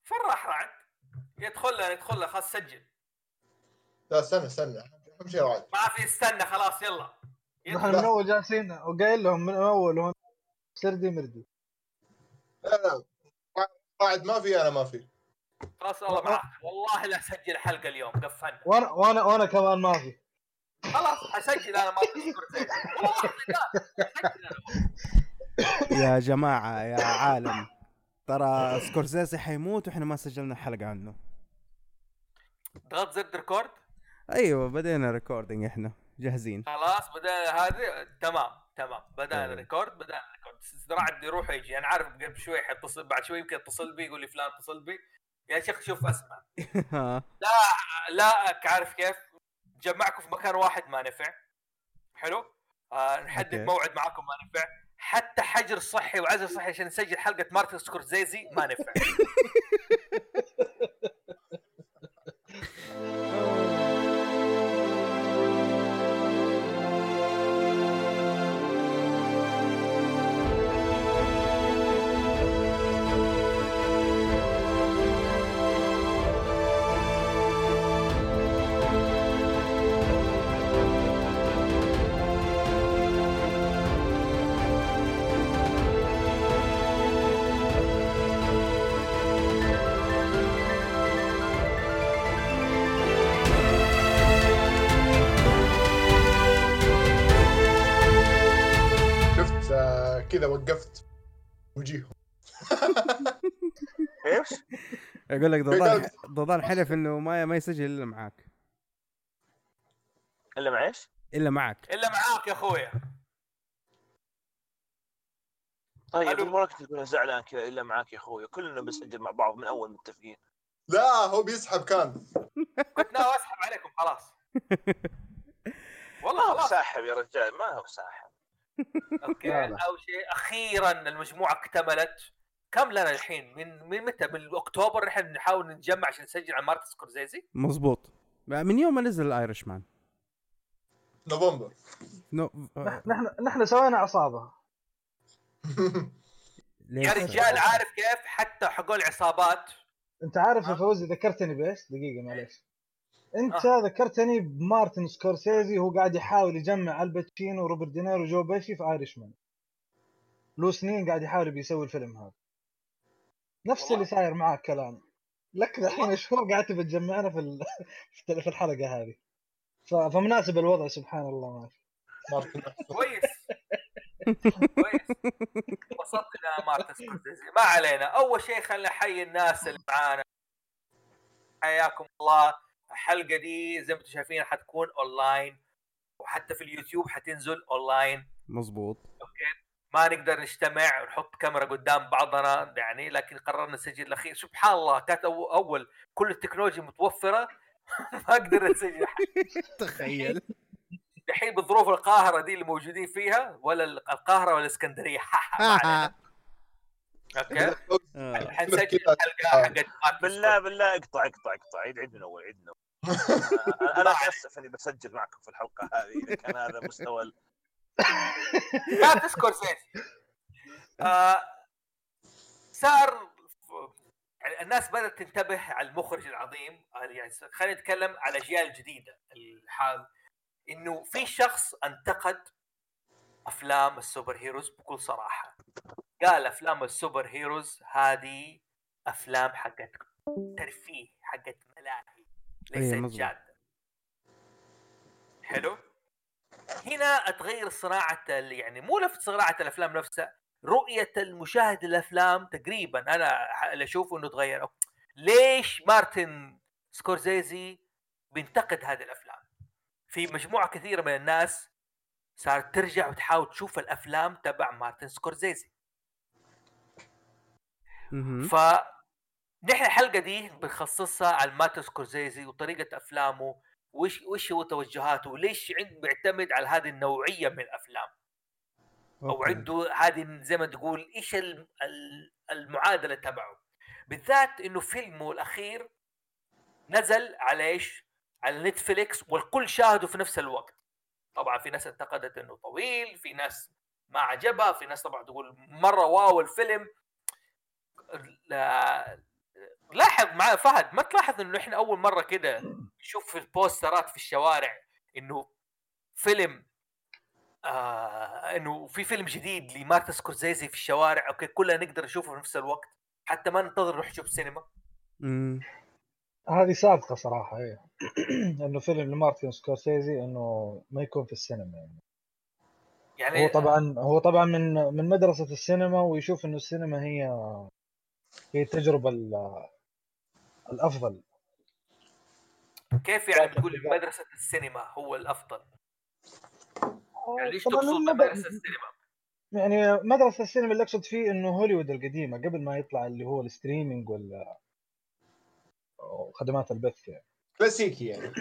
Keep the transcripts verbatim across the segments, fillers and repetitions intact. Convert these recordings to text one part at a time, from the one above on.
فرح رعد يدخل له يدخل له خلاص سجل. لا استنى استنى اهم شيء رعد ما في استنى خلاص يلا نحن من اول جالسين وقايل لهم من اول هون سردي مردي. لا لا رعد ما في انا ما في خلاص الله معك والله لا اسجل حلقه اليوم قفلنا. وانا وانا وانا كمان ما في. خلاص حسجل انا ما تذكر والله لا. يا جماعه يا عالم ترى سكورسيزي حيموت واحنا ما سجلنا حلقه عنه. ضغط زر ريكورد. ايوه بدينا ريكوردينج احنا جاهزين خلاص بدأنا هذه تمام تمام بدأنا ريكورد بدأنا ريكورد. رعد يروح يجي انا عارف قبل شوي حيتصل بعد شوي يمكن يتصل بي يقول لي فلان اتصل بي يا شيخ شوف اسمع. لا لا عارف كيف نجمعكم في مكان واحد ما نفع حلو. آه نحدد أوكي. موعد معاكم ما نفع. حتى حجر صحي وعزل صحي عشان نسجل حلقة مارتن سكورسيزي ما نفع. كذا وقفت وجيهم. ايش اقول لك ضضال ضضال حلف انه ما ما يسجل الا معاك. الا مع ايش؟ الا معك الا معاك يا اخويا. طيب المرة كنت تقول زعلان كذا الا معاك يا اخويا كلنا بنسجل مع بعض من اول متفقين. لا هو بيسحب كان كنت ناوي اسحب عليكم خلاص. والله خلاص ساحب يا رجال ما هو ساحب. اوكي اول شيء اخيرا المجموعه اكتملت. كم لنا الحين من من متى من اكتوبر نحن نحاول نتجمع عشان نسجل على مارتن سكورسيزي. مزبوط من يوم ما نزل الايرش مان نوفمبر. نو نحن نحن سوينا عصابه. يا رجال عارف كيف حتى حقوا العصابات. انت عارف يا فوزي ذكرتني بايش دقيقه معليش. انت آه. ذكرتني بمارتن سكورسيزي هو قاعد يحاول يجمع الباتشينو وروبرت دينيرو وجو بيشي في ايرشمان. له سنين قاعد يحاول بيسوي الفيلم هذا نفس والله. اللي صاير معك كلام لك الحين شهور قاعد بتجمعنا في ال... في الحلقه هذه ف... فمناسب الوضع سبحان الله ماشي. كويس كويس وصلنا مارتن سكورسيزي. ما علينا اول شيء خلينا نحيي الناس اللي معانا. حياكم الله. الحلقه دي زي ما انتم شايفين حتكون اونلاين وحتى في اليوتيوب حتنزل اونلاين. مزبوط اوكي ما نقدر نجتمع ونحط كاميرا قدام بعضنا يعني لكن قررنا نسجل الاخير. سبحان الله كانت اول كل التكنولوجيا متوفره ما قدرنا نسجل. تخيل الحين بظروف القاهره دي اللي موجودين فيها ولا القاهره ولا الاسكندريه. اوكي حنسجل الحلقه حقت بالله بالله اقطع اقطع اقطع عيد عيد من اول عيد من اول. انا اسف اني بسجل معكم في الحلقه هذه اذا كان هذا مستوى لا تذكر سيدي. آه صار يعني الناس بدأت تنتبه على المخرج العظيم يعني خلينا نتكلم على الاجيال الجديده. الحال انه في شخص انتقد افلام السوبر هيروز بكل صراحه. قال افلام السوبر هيروز هذه افلام حقت ترفيه حقت ملاهي ليست جاده. حلو. هنا اتغير صناعه يعني مو لفت صناعه الافلام نفسها رؤيه المشاهد الافلام تقريبا. انا اللي اشوفه انه تغير. ليش مارتن سكورسيزي بينتقد هذه الافلام؟ في مجموعه كثيره من الناس صارت ترجع وتحاول تشوف الافلام تبع مارتن سكورسيزي. ف نحن الحلقه دي بنخصصها على مارتن سكورسيزي وطريقه افلامه وش وش هو توجهاته وليش عند بيعتمد على هذه النوعيه من الافلام. أوكي. او عنده هذه زي ما تقول ايش المعادله تبعه بالذات انه فيلمه الاخير نزل على ايش على نتفليكس والكل شاهده في نفس الوقت. طبعا في ناس انتقدت انه طويل في ناس ما عجبها في ناس طبعا تقول مره واو الفيلم. لا, لا تلاحظ مع فهد، ما تلاحظ انه احنا اول مره كده نشوف في البوسترات في الشوارع انه فيلم آه انه في فيلم جديد لمارتن سكورسيزي في الشوارع، اوكي كلنا نقدر نشوفه في نفس الوقت حتى ما ننتظر نروح نشوف سينما. امم هذه سابقه صراحه ايه انه فيلم لمارتن سكورسيزي انه ما يكون في السينما يعني. يعني هو طبعا هو طبعا من من مدرسه السينما، ويشوف انه السينما هي هي التجربه ال- الافضل. كيف يعني لكن بتقول إذا- مدرسه السينما هو الافضل؟ يعني آه، ليش طبعا تقصد من مد... بمدرسه السينما؟ يعني مدرسه السينما اللي اقصد فيه انه هوليوود القديمه قبل ما يطلع اللي هو الستريمينج ولا خدمات البث يعني. كلاسيكي يعني.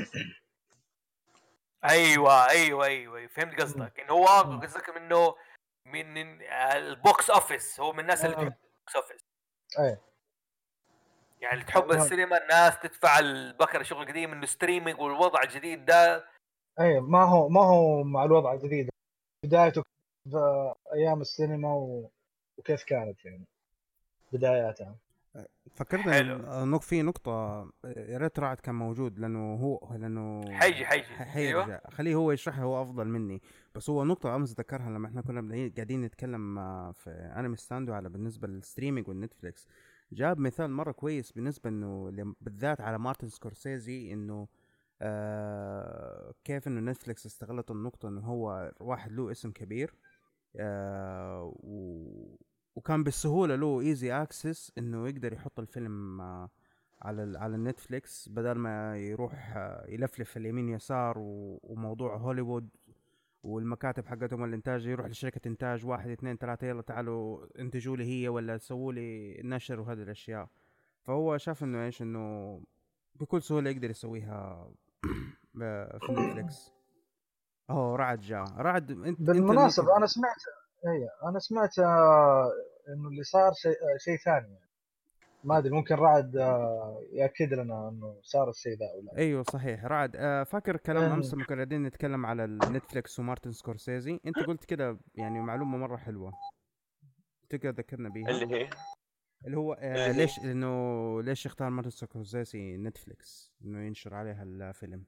ايوه ايوه ايوه فهمت مم. قصدك، انه هو مم. قصدك منه من من البوكس اوفيس، هو من الناس اللي تحب آه، البوكس اوفيس، ايه يعني اللي تحب يعني السينما، الناس تدفع البكره شغل قديم انه ستريمينج والوضع الجديد ده. ايه ما هو ما هو مع الوضع الجديد، بدايته في ايام السينما و... وكيف كانت يعني بداياتها. فكرت حلو، انه نق في نقطة، يا ريت رعد كان موجود، لانه هو لانه حيجي حيجي ح- ايوه. حيرجع، خليه هو يشرحها، هو افضل مني. بس هو نقطة امس ذكرها لما احنا كنا بدأي- قاعدين نتكلم آه، في انمي ستاندو على بالنسبة للستريمينج والنتفليكس. جاب مثال مرة كويس بالنسبة انه لم- بالذات على مارتن سكورسيزي، انه آه كيف انه نتفليكس استغلت النقطة انه هو واحد له اسم كبير، آه و... وكان بالسهوله له ايزي اكسس انه يقدر يحط الفيلم آه على ال... على النتفليكس، بدل ما يروح آه يلفلف اليمين يسار و... وموضوع هوليوود والمكاتب حقتهم الانتاج، يروح لشركه انتاج واحد اثنين ثلاثه يلا تعالوا انتجوا لي هي ولا سووا لي نشر وهذه الاشياء. فهو شاف انه ايش، انه بكل سهوله يقدر يسويها ب- في نتفليكس. اوه رعد جاء، رعد انت انت اللي ممكن. بالمناسبة انا سمعت ايه انا سمعت آه، انه اللي صار شيء آه، شيء ثاني يعني. ما ادري ممكن رعد آه، ياكد لنا انه صار الشيء ذا ولا. ايوه صحيح رعد، آه فاكر كلام امس إن- لما كنا قاعدين نتكلم على النتفليكس ومارتن سكورسيزي، انت قلت كده يعني معلومه مره حلوه، تقدر تذكرنا بيها؟ اللي هي اللي هو آه اللي هي ليش انه ليش اختار مارتن سكورسيزي نتفليكس انه ينشر عليها الفيلم؟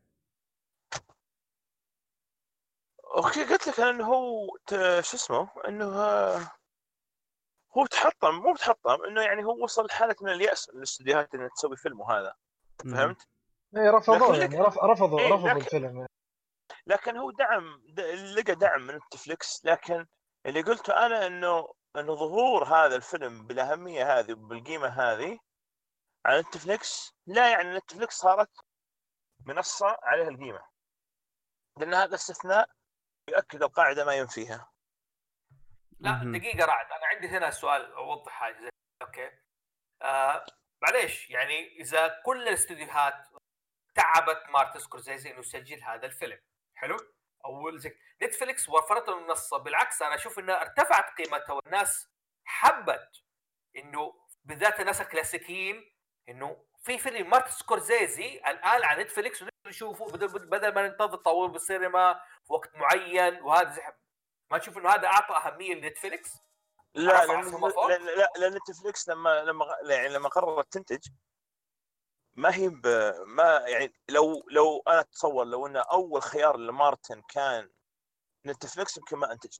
اوكي قلت لك انا انه هو ت- شو اسمه انه آه، هو تحطم مو تحطم انه يعني هو وصل لحاله من الياس من الاستديوهات انها تسوي فيلم، وهذا مهم. فهمت. ايه لكن رفضوه لك يعني رف... رفضوا ايه رفضوا لكن الفيلم. لكن هو دعم د- لقى دعم من نتفليكس. لكن اللي قلته انا انه انه ظهور هذا الفيلم بالاهميه هذه وبالقيمه هذه على نتفليكس لا يعني نتفليكس صارت منصه عليها القيمه، لان هذا استثناء يؤكد القاعده ما ينفيها. لا مهم. دقيقه رعد، انا عندي هنا سؤال اوضح حاجه زي اوكي. آه معليش، يعني اذا كل الاستديوهات تعبت مارتن سكورسيزي انه يسجل هذا الفيلم، حلو، او زي نتفليكس وفرت له المنصه، بالعكس انا اشوف انها ارتفعت قيمتها والناس حبت انه بالذات الناس الكلاسيكيين انه في فيلم مارتن سكورسيزي الان على نتفليكس نشوفه بدل بدل ما ننتظر طويل بالسينما في وقت معين، وهذا زي ما تشوف انه هذا اعطى اهميه لنتفليكس، لا رفع لان اسهمها فوق. لا لا لان نتفليكس لما لما يعني لما قررت تنتج ما هي ب... ما يعني لو لو انا اتصور لو ان اول خيار لمارتن كان نتفليكس يمكن ما انتج.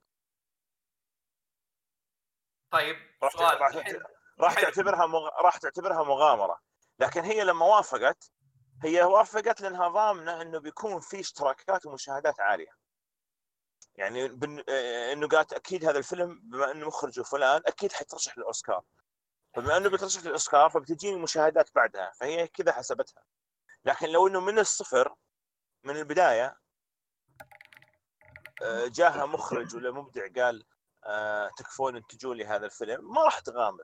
طيب راح ت... سؤال راح ت... الحين. راح حلو، تعتبرها مغ... راح تعتبرها مغامره. لكن هي لما وافقت هي وافقت لانها ضامنه انه بيكون في اشتراكات ومشاهدات عاليه. يعني بن... آه، انه قالت اكيد هذا الفيلم بما انه مخرجه فلان اكيد حيترشح للاوسكار، فبما انه بيترشح للاوسكار فبتجيني مشاهدات بعدها، فهي كذا حسبتها. لكن لو انه من الصفر من البدايه آه، جاها مخرج ولا مبدع قال آه، تكفون انتجوا لي هذا الفيلم، ما راح تغامر،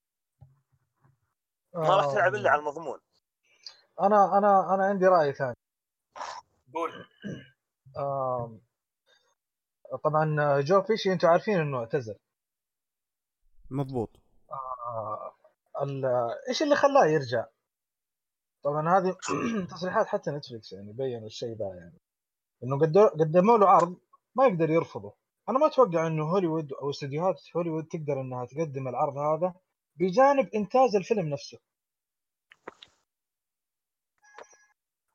ما راح تلعب الا على آم، المضمون. انا انا انا عندي راي ثاني. قول. آم، طبعا جو فيشي انتم عارفين انه اعتزل. مضبوط. آه، ال- ايش اللي خلاه يرجع؟ طبعا هذه تصريحات حتى نتفلكس يعني بينوا الشيء ذا، يعني انه قدروا قدموا له عرض ما يقدر يرفضه. انا ما اتوقع انه هوليوود او استديوهات هوليوود تقدر انها تقدم العرض هذا بجانب انتاج الفيلم نفسه.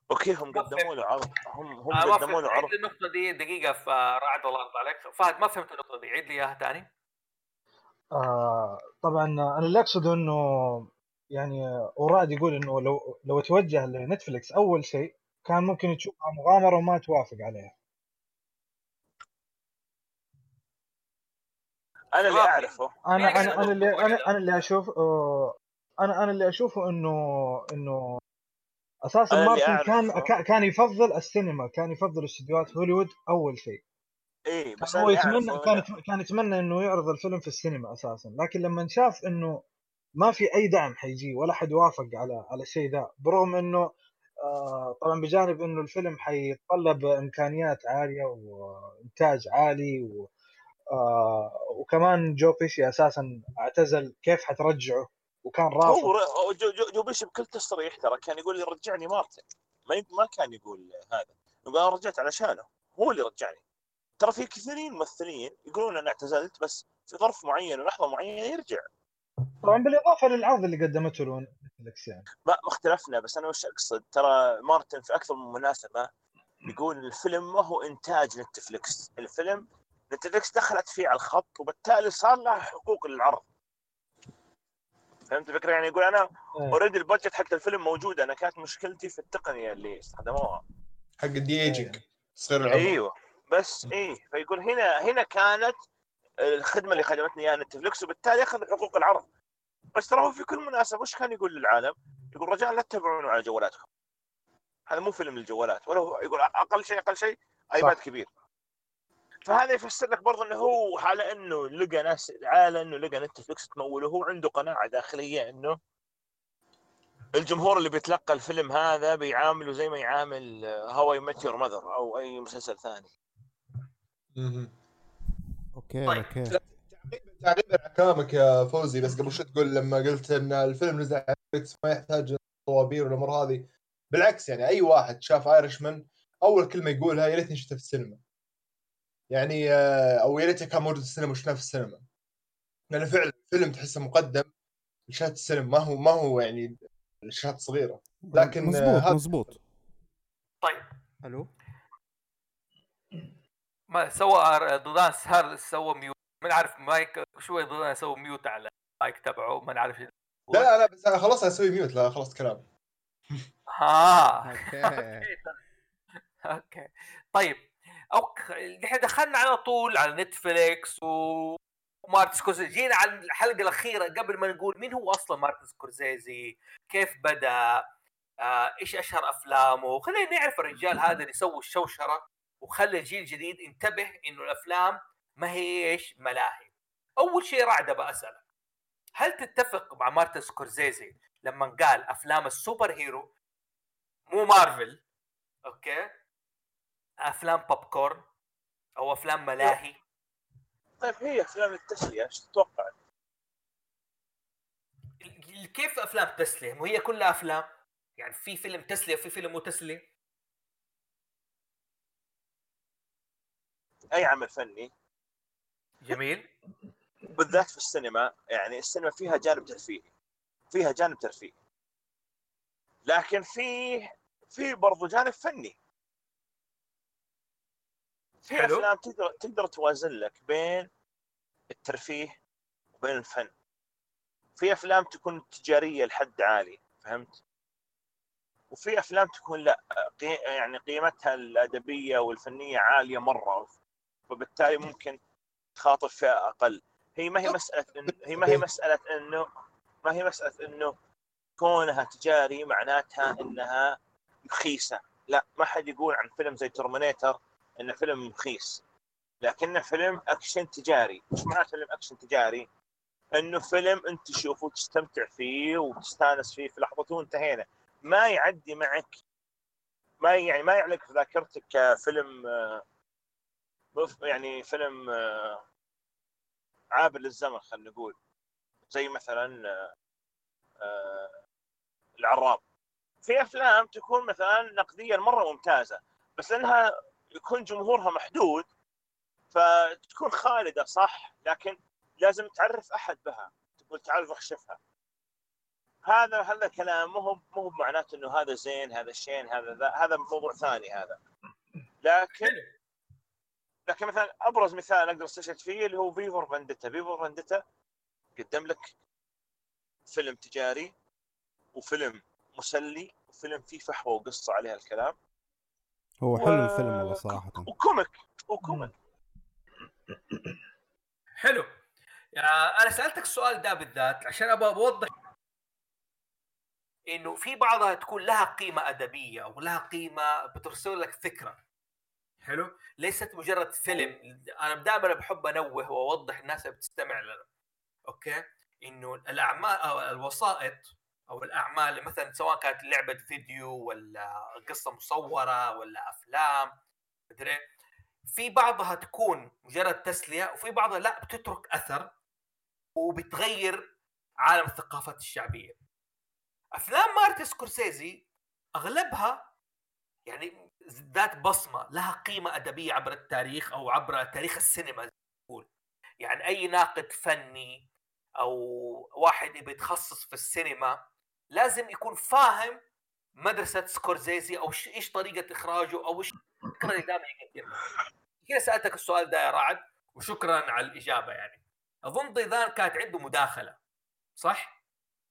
اوكي هم قدموا له عرض، هم هم آه، ما قدموا له فهمت. عيد عرض. لي النقطة دي دقيقة. فرعد الله يرضى عليك فهد، ما فهمت النقطة دي، عيد لي إياها تاني. آه طبعا انا اللي اقصده انه يعني وراد يقول انه لو لو توجه لنتفلكس اول شيء كان ممكن تشوفها مغامره وما توافق عليها. انا اللي شباب، اعرفه انا مين قاعد انا انا يطبطب اللي انا كده؟ انا اللي اشوف آه، انا انا اللي اشوفه انه انه اساسا انا اللي مارتن كان اعرفه كا- كان يفضل السينما، كان يفضل استديوهات هوليوود اول شيء. ايه، كان بس انا هو اللي يتمنى اعرفه كان لا. يت- كان يتمنى انه يعرض الفيلم في السينما اساسا، لكن لما شاف انه ما في اي دعم حيجي ولا حد وافق على على الشيء ذا، برغم انه آه طبعا بجانب انه الفيلم حيتطلب امكانيات عاليه وانتاج عالي و آه وكمان جو بيشي اساسا اعتزل، كيف حترجعه؟ وكان رافض. هو ر- جو, جو, جو بيش بكل تصريح ترى كان يقول لي رجعني مارتن، ما ي- ما كان يقول هذا، يقول انا رجعت علشانه، هو اللي رجعني. ترى في كثيرين ممثلين يقولون انا اعتزلت بس في ظرف معين ولحظه معينه يرجع. طبعا بالاضافه للعرض اللي قدمته له نتفلكس يعني. ما ما اختلفنا، بس انا وش اقصد، ترى مارتن في اكثر من مناسبه يقول الفيلم ما هو انتاج نتفلكس، الفيلم نتفلكس دخلت فيه على الخط وبالتالي صار لها حقوق للعرض. فهمت الفكره؟ يعني يقول انا إيه. اوريدي البادجت حق الفيلم موجوده، انا كانت مشكلتي في التقنيه اللي استخدموها. حق الدي ايجنج، إيه. تصغير العمر. ايوه بس ايه، فيقول هنا هنا كانت الخدمه اللي خدمتني اياها نتفلكس وبالتالي اخذ حقوق العرض. بس ترى هو في كل مناسبه وش كان يقول للعالم؟ يقول رجاء لا تتابعونه على جوالاتكم، هذا مو فيلم للجوالات، ولا هو يقول اقل شيء اقل شيء ايباد صح. كبير. فهذا يفسر لك برضه انه هو على انه لقى ناس، على انه لقى نتفلكس تموله، هو عنده قناعه داخليه انه الجمهور اللي بيتلقى الفيلم هذا بيعامله زي ما يعامل هواي ميت يور ماذر او اي مسلسل ثاني. مهم. اوكي طيب. اوكي تعقيبا تعقيبا على كلامك يا فوزي، بس قبل شو تقول لما قلت ان الفيلم نزل على نتفلكس ما يحتاج طوابير والامور هذه؟ بالعكس، يعني اي واحد شاف ايرشمان اول كلمه يقولها يا ريتني شفته في السينما، يعني آه، او يا ريته كان موجود في السينما وشفناه في السينما، لانه فعلا فيلم تحسه مقدم لشاشة السينما، ما هو ما هو يعني الشاشات صغيره. لكن مزبوط هذا مزبوط. طيب، الو ما سوى ضدان سهر سوى ميوت، ما عارف مايك شوي ضدان سوى ميوت على المايك تبعه، ما نعرف. لا لا لا بس انا خلاص اسوي ميوت، لا خلصت كلام. ها اوكي اوكي. طيب، اوكي، احنا دخلنا على طول على نتفليكس و مارتن سكورسيزي. جينا على الحلقه الاخيره قبل ما نقول مين هو اصلا مارتن سكورسيزي، كيف بدا، آه، ايش اشهر افلامه. خلينا نعرف الرجال هذا اللي سوى الشوشره وخلى الجيل الجديد انتبه انه الافلام ما هي ايش ملاهي. اول شيء رعد بسألك، هل تتفق مع مارتن سكورسيزي لما قال افلام السوبر هيرو مو مارفل، اوكي، افلام بوب كورن او افلام ملاهي؟ طيب هي افلام التسليه ايش تتوقع؟ كيف افلام تسليه وهي كلها افلام؟ يعني في فيلم تسليه وفي فيلم مو تسليه. اي عمل فني جميل. بالذات في السينما، يعني السينما فيها جانب ترفيهي، فيها جانب ترفيهي، لكن في في برضو جانب فني. في حلو. افلام تقدر تقدر توازن لك بين الترفيه وبين الفن. في افلام تكون تجاريه لحد عالي، فهمت؟ وفي افلام تكون لا، قي... يعني قيمتها الادبيه والفنيه عاليه مره، وبالتالي ممكن تخاطب فيها اقل. هي ما هي مساله إن... هي ما هي مساله انه ما هي مساله انه كونها تجاري معناتها انها رخيصه. لا، ما حد يقول عن فيلم زي ترمينيتر انه فيلم رخيص، لكنه فيلم اكشن تجاري. ايش معنى فيلم اكشن تجاري؟ انه فيلم انت تشوفه وتستمتع فيه وتستانس فيه في لحظته وانتهينا، ما يعدي معك، ما يعني ما يعلق في ذاكرتك كفيلم، يعني فيلم عابر للزمن خلينا نقول، زي مثلا العراب. في افلام تكون مثلا نقديا مره ممتازه، بس لانها يكون جمهورها محدود فتكون خالده صح، لكن لازم تعرف احد بها، تقول تعال روح شوفها. هذا هذا كلام مو مو معناته انه هذا زين هذا شين هذا ذا، هذا موضوع ثاني هذا. لكن لكن مثلا ابرز مثال اقدر استشهد فيه اللي هو فيفور فانديتا. فيفور فانديتا قدم لك فيلم تجاري وفيلم مسلي وفيلم فيه فحوى وقصه عليها الكلام. هو حلو و... الفيلم والله صراحه، وكوميك وكوميك حلو. انا سالتك السؤال ده بالذات عشان ابغى اوضح انه في بعضها تكون لها قيمه ادبيه او لها قيمه بترسل لك فكره. حلو، ليست مجرد فيلم. انا دائما بحب انوه واوضح الناس اللي بتستمع لنا، اوكي، انه الاعمال او الوسائط او الاعمال مثلا سواء كانت لعبه فيديو ولا قصه مصوره ولا افلام مدري، في بعضها تكون مجرد تسليه وفي بعضها لا بتترك اثر وبتغير عالم الثقافات الشعبيه. افلام مارتن سكورسيزي اغلبها يعني ذات بصمه لها قيمه ادبيه عبر التاريخ او عبر تاريخ السينما زي ما نقول. يعني اي ناقد فني او واحد بيتخصص في السينما لازم يكون فاهم مدرسه سكورسيزي او ايش طريقه اخراجه او ايش الفكره اللي دائما يقدمها. كذا سالتك السؤال ده يا رعد وشكرا على الاجابه. يعني اظن ضيدان كانت عنده مداخله صح؟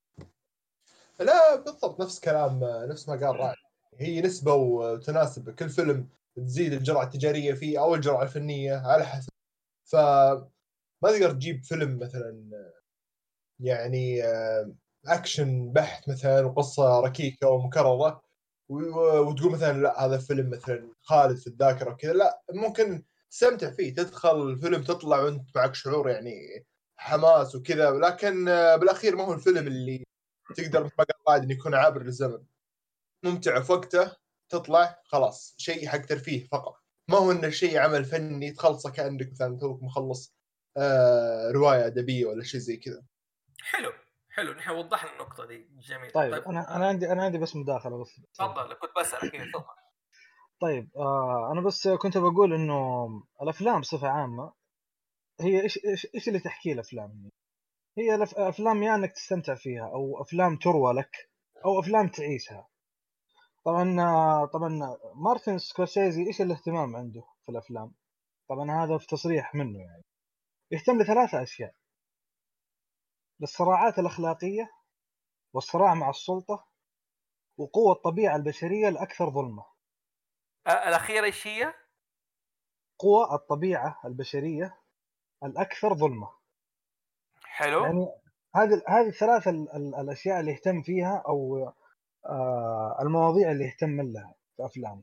لا بالضبط نفس كلام نفس ما قال رعد، هي نسبة وتناسب، كل فيلم تزيد الجرعة التجارية فيه أو الجرعة الفنية على حسب. فما تقدر تجيب فيلم مثلا يعني أكشن بحت مثلا وقصة ركيكة ومكررة وتقول مثلا لا هذا فيلم مثلا خالد في الذاكرة وكذا. لا، ممكن تستمتع فيه، تدخل الفيلم تطلع وانت معك شعور يعني حماس وكذا، لكن بالأخير ما هو الفيلم اللي تقدر مثل ما قال قاعد إنه يكون عابر للزمن، ممتع في وقته، تطلع خلاص شيء حق ترفيه فقط، ما هو إنه شيء عمل فني تخلصه كأنك مثلا توك مخلص آه رواية أدبية ولا شيء زي كذا. حلو حلو، نحن وضحنا النقطة دي. جميل. طيب, طيب انا انا عندي انا عندي بس مداخلة بس. تفضل، كنت بسألك كيف. تفضل. طيب آه انا بس كنت بقول انه الافلام بصفة عامة هي ايش ايش ايش اللي تحكيه الافلام؟ هي الأف- افلام يا انك تستمتع فيها او افلام تروى لك او افلام تعيشها. طبعا آه، طبعا مارتن سكورسيزي ايش الاهتمام عنده في الافلام؟ طبعا هذا في تصريح منه، يعني يهتم لثلاثة اشياء: للصراعات الاخلاقية والصراع مع السلطة وقوة الطبيعة البشرية الأكثر ظلمة. آه الأخيرة ايش هي؟ قوة الطبيعة البشرية الأكثر ظلمة. حلو. يعني هذه هذه الثلاث ال- ال- الأشياء اللي يهتم فيها أو آه المواضيع اللي يهتم لها في أفلامه.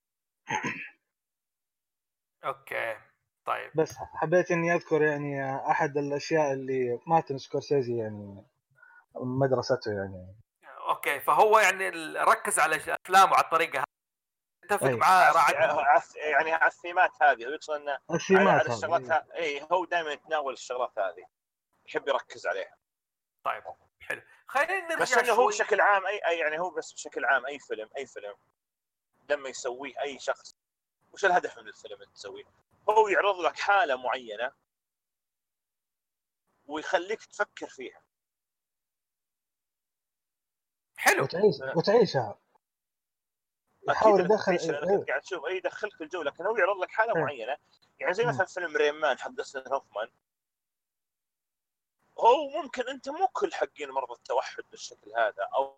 اوكي طيب. بس حبيت إني أذكر يعني أحد الأشياء اللي مارتن سكورسيزي يعني مدرسته يعني. اوكي، فهو يعني ال- ركز على ش- افلامه على الطريقة هذه. اتفق أي. معاه عث- رعد. عث- يعني على الثيمات هذه يقصد انه على, الثيمات على الشغلات هذه. ه- اي هو دائما يتناول الشغلات هذه، يحب يركز عليها. طيب حلو، خلينا نرجع بس انه هو شوي. بشكل عام اي أي- يعني هو بس بشكل عام اي فيلم اي فيلم لما يسويه اي شخص، وش الهدف من الفيلم اللي تسويه؟ هو يعرض لك حالة معينة ويخليك تفكر فيها. حلو. وتعيش وتعيشها. اكيد يحاول انك يدخل. تعيش لانك إيه. انت قاعد تشوف اي يدخلك في الجو، لكن هو يعرض لك حالة إيه. معينة. يعني زي مم. مثلا فيلم ريمان حق داستن هوفمان، هو ممكن انت مو كل حقين مرضى التوحد بالشكل هذا او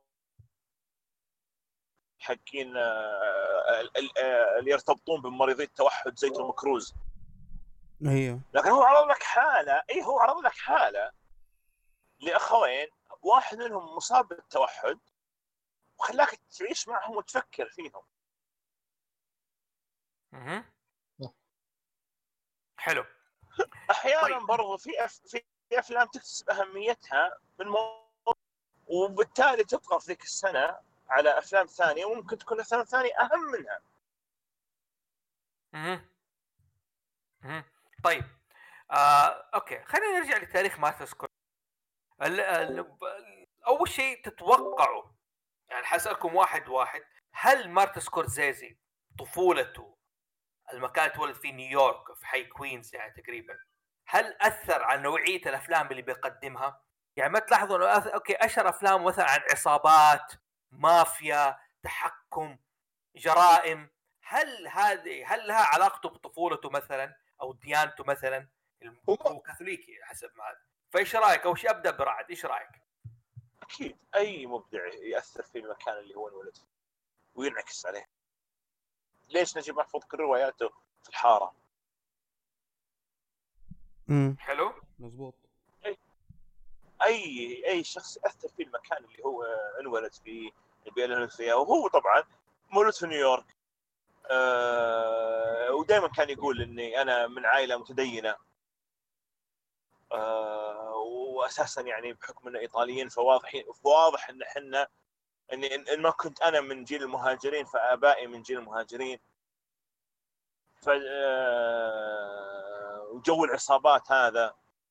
حقين آه، ال- ال- آه، اللي يرتبطون بمريضي التوحد زي توم كروز، ايوه لكن هو عرض لك حالة. اي هو عرض لك حالة لاخوين، واحد منهم مصاب بالتوحد وخلاك تعيش معهم وتفكر فيهم. مهم. حلو. احيانا طيب. برضو في أف... في افلام تكتسب اهميتها من مو... وبالتالي تطغى في ذيك السنه على افلام ثانيه، وممكن تكون افلام ثانيه اهم منها. مهم. مهم. طيب آه، اوكي، خلينا نرجع لتاريخ مارتن سكورسيزي. ال... ال... اول شيء تتوقعوا، يعني حسألكم واحد واحد، هل مارتن سكورسيزي طفولته المكان اللي اتولد فيه نيويورك في حي كوينز يعني تقريبا، هل أثر على نوعية الأفلام اللي بيقدمها؟ يعني ما تلاحظوا انه أث- اوكي اشهر افلام مثلا عن عصابات مافيا تحكم جرائم، هل هذه هل لها علاقته بطفولته مثلا او ديانته مثلا؟ هو هو كاثوليكي حسب ما هذا. فايش رايك؟ اول شيء ابدا برعد، ايش رايك؟ اكيد اي مبدع ياثر في المكان اللي هو انولد فيه وينعكس عليه. ليش نجيب محفوظ كل رواياته في الحاره؟ امم حلو. مزبوط. اي اي شخص ياثر في المكان اللي هو انولد فيه، البيئه اللي انولد فيها. وهو طبعا مولود في نيويورك، أه ودائما كان يقول اني انا من عائله متدينه، أه واساسا يعني بحكم انه ايطاليين فواضحين واضح ان احنا اني ان ما كنت انا من جيل المهاجرين فابائي من جيل المهاجرين. ف أه وجو العصابات هذا،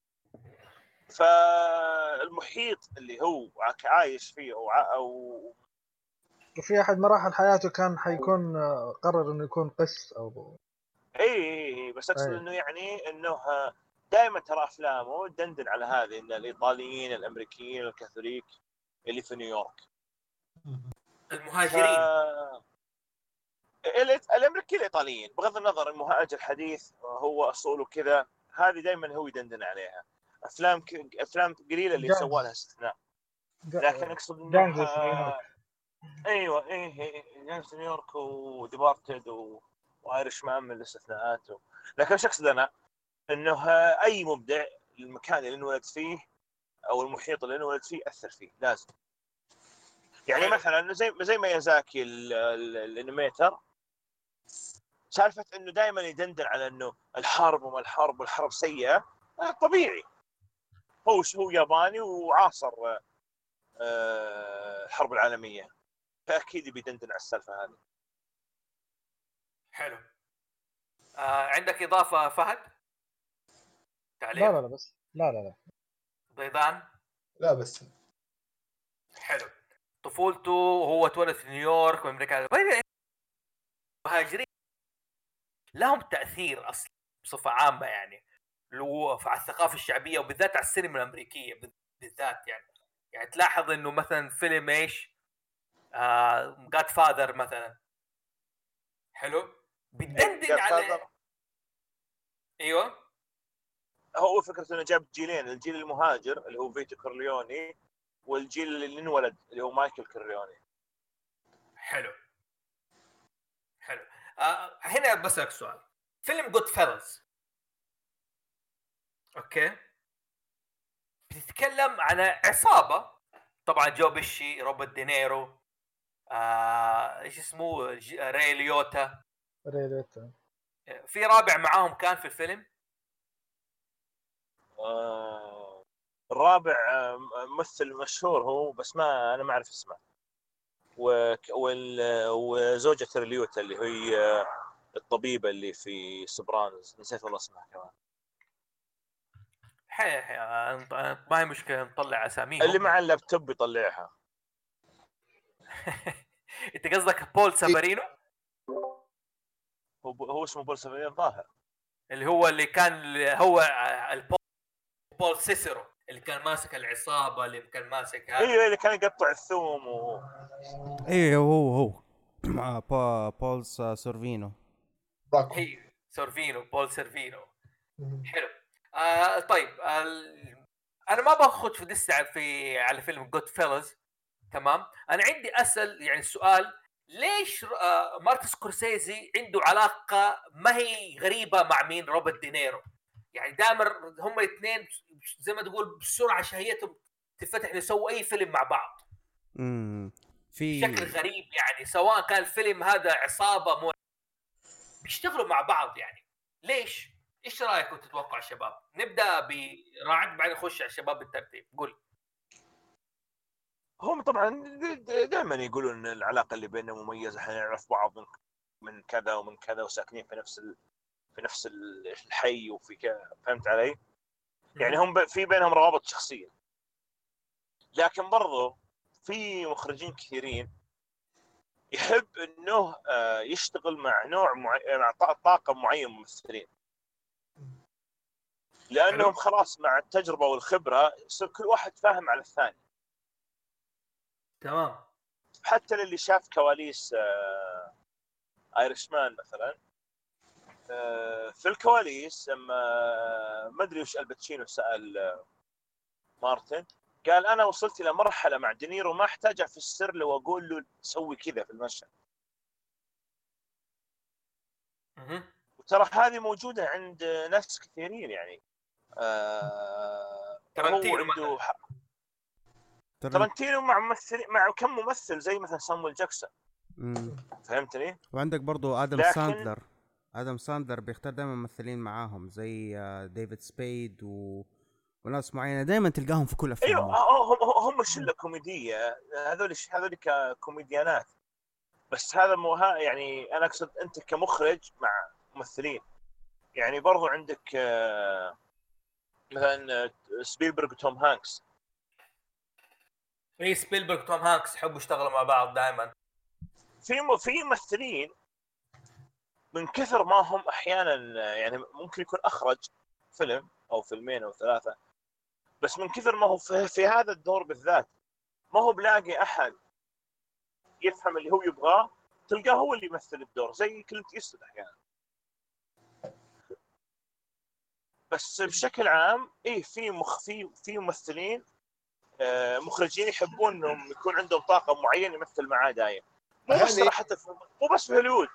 فالمحيط اللي هو عايش فيه او او وفي احد مراحل حياته كان حيكون آه، قرر انه يكون قس او اي بس اقصد أي. انه يعني انه دائما ترى افلامه دندن على هذه، ان الايطاليين الامريكيين الكاثوليك اللي في نيويورك المهاجرين. ف... الامريكيين الايطاليين بغض النظر المهاجر الحديث هو اصوله كذا، هذه دائما هو يدندن عليها. افلام ك... افلام قليله اللي سوى لها استثناء، لكن اقصد انه جانجز في نيويورك. ايوه ايه جانجز نيويورك وديبارتد و... وايرش مان من الاستثناءات و... لكن ايش اقصد انا؟ انه اي مبدع المكان اللي انولد فيه او المحيط اللي انولد فيه اثر فيه لازم. يعني حلو. مثلا زي زي ميازاكي الانيميتر، سالفه انه دائما يدندن على انه الحرب وما الحرب والحرب سيئه، طبيعي. هو هو ياباني وعاصر الحرب العالميه، فاكيد بيدندن على السالفه هذه. حلو. آه عندك اضافه فهد؟ تعليق؟ لا لا لا بس لا لا لا ضيدان؟ لا بس حلو. طفولته هو اتولد في نيويورك وامريكا. طيب المهاجرين لهم تاثير اصلا بصفه عامه يعني لو على الثقافه الشعبيه وبالذات على السينما الامريكيه بالذات. يعني يعني تلاحظ انه مثلا فيلم ايش آه جاد فاذر مثلا، حلو، بتدندن على ايوه. هو فكره انه جاب جيلين، الجيل المهاجر اللي هو فيتو كورليوني والجيل اللي انولد اللي هو مايكل كورليوني. حلو حلو. آه هنا بسألك سؤال. فيلم جود فيلز، اوكي، بتتكلم عن عصابة طبعا، جو بيشي، روبرت دينيرو، آه ايش اسمه، ج- ري ليوتا. ريليتا. في رابع معاهم كان في الفيلم. آه الرابع آه ممثل مشهور هو، بس ما انا ما اعرف اسمه. وزوجة ريليوتا اللي هي الطبيبة اللي في سوبرانوس، نسيت والله اسمها كمان. حي حي ما هي مشكلة نطلع اساميهم. اللي مع اللابتوب يطلعها. انت قصدك بول سافارينو؟ هو هو اسمه بول سافارينو الظاهر، اللي هو اللي كان هو البول بول سيسيرو اللي كان ماسك العصابة، اللي كان ماسك هذا. ايوه اللي كان يقطع الثوم و... ايوه هو هو مع با بول سورفينو. راكو. هي سورفينو، بول سيرفينو. حلو. آه طيب آه انا ما باخذ في دس في على فيلم جود فيلز، تمام. انا عندي اسال يعني سؤال، ليش آه مارتن سكورسيزي عنده علاقه ما هي غريبه مع مين؟ روبرت دينيرو. يعني دائما هم الاثنين زي ما تقول بسرعه شهيتهم تفتح يسووا اي فيلم مع بعض امم في بشكل غريب. يعني سواء كان الفيلم هذا عصابه مو بيشتغلوا مع بعض، يعني ليش؟ ايش رايكم تتوقع شباب؟ نبدا برعد بعدين نخش على الشباب بالترتيب. قول. هم طبعا دائما يقولون ان العلاقه اللي بيننا مميزه، احنا نعرف بعض من من كذا ومن كذا وساكنين في نفس ال... في نفس الحي وفي كذا، فهمت علي؟ يعني هم في بينهم روابط شخصيه. لكن برضو في مخرجين كثيرين يحب انه يشتغل مع نوع معين، مع طاقم معين من الممثلين. لانهم خلاص مع التجربه والخبره يصير كل واحد فاهم على الثاني. تمام. حتى للي شاف كواليس آه ايرش مان مثلا، آه في الكواليس لما ما ادري وش الباتشينو سال آه مارتن، قال انا وصلت الى مرحله مع دينيرو ما احتاج افسر له واقول له سوي كذا في المشهد. وترى هذه موجوده عند ناس كثيرين يعني. آه هو عنده ترنتينو مع ممثل مع كم ممثل زي مثلا سامويل جاكسون. امم فهمتني؟ وعندك برضو ادم لكن... ساندلر ادم ساندلر بيختار دائما ممثلين معاهم زي ديفيد سبيد و... وناس معينه دائما تلقاهم في كل افلامهم. ايوه هم هم شله كوميديه، هذول هذول كوميديانات. بس هذا مو ها يعني انا اقصد انت كمخرج مع ممثلين. يعني برضو عندك مثلا سبيلبرغ وتوم هانكس. اي سبيلبرغ وتوم هانكس يحبوا يشتغلوا مع بعض دائما. في في ممثلين من كثر ما هم احيانا يعني ممكن يكون اخرج فيلم او فيلمين او ثلاثه، بس من كثر ما هو في, في هذا الدور بالذات ما هو بلاقي احد يفهم اللي هو يبغاه، تلقاه هو اللي يمثل الدور زي كلينت إيستوود احيانا. بس بشكل عام ايه في مخ في في ممثلين آه مخرجين يحبون انهم يكون عندهم طاقم معين يمثل معاه دايم. مو بس يعني حتى في مو بس في هوليوود،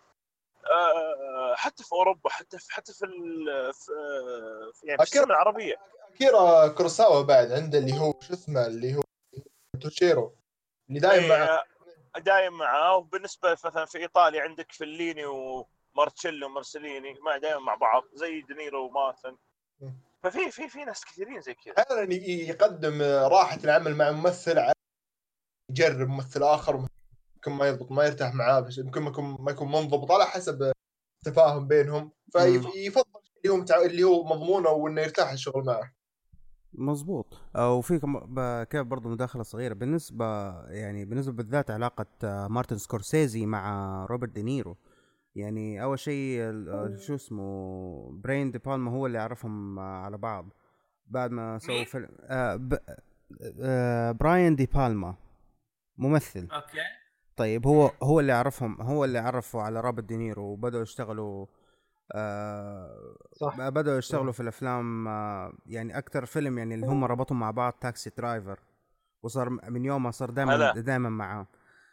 آه حتى في اوروبا، حتى في حتى في, في يعني في السينما العربيه. اكيرا كوروساوا بعد عنده اللي هو شو اسمه اللي هو توشيرو اللي دايم معه دايم معاه. وبالنسبه مثلا في ايطاليا عندك فيليني ومارتشيلو ومارسليني ما دايما مع بعض زي دينيرو ومارتن. ففي في في ناس كثيرين زي كذا. احيانا يقدم راحه العمل مع ممثل، يجرب ممثل اخر ممكن ما يضبط ما يرتاح معاه، بس يمكن ما يكون ما يكون منضبط على حسب التفاهم بينهم، فيفضل اللي هو متع... اللي هو مضمونه وانه يرتاح الشغل معه. مظبوط. وفي كيف برضه مداخله صغيره بالنسبه يعني بالنسبه بالذات علاقه مارتن سكورسيزي مع روبرت دينيرو. يعني اول شيء شو اسمه براين دي بالما هو اللي عرفهم على بعض بعد ما سووا فيلم آه ب... آه براين دي بالما ممثل. اوكي. طيب هو هو اللي عرفهم هو اللي عرفوا على روبرت دينيرو وبدأوا يشتغلوا آه صح. بدأوا يشتغلوا في الافلام. آه يعني اكثر فيلم يعني اللي هم ربطوا مع بعض تاكسي درايفر، وصار من يومها صار دائما دائما معاه.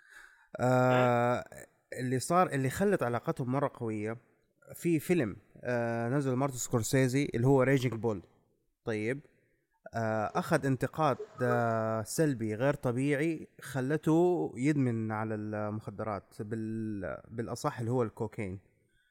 آه اللي صار اللي خلت علاقتهم مرة قوية في فيلم آه نزل مارتن سكورسيزي اللي هو ريجينج بول. طيب آه اخذ انتقاد آه سلبي غير طبيعي خلته يدمن على المخدرات بال بالاصح اللي هو الكوكايين.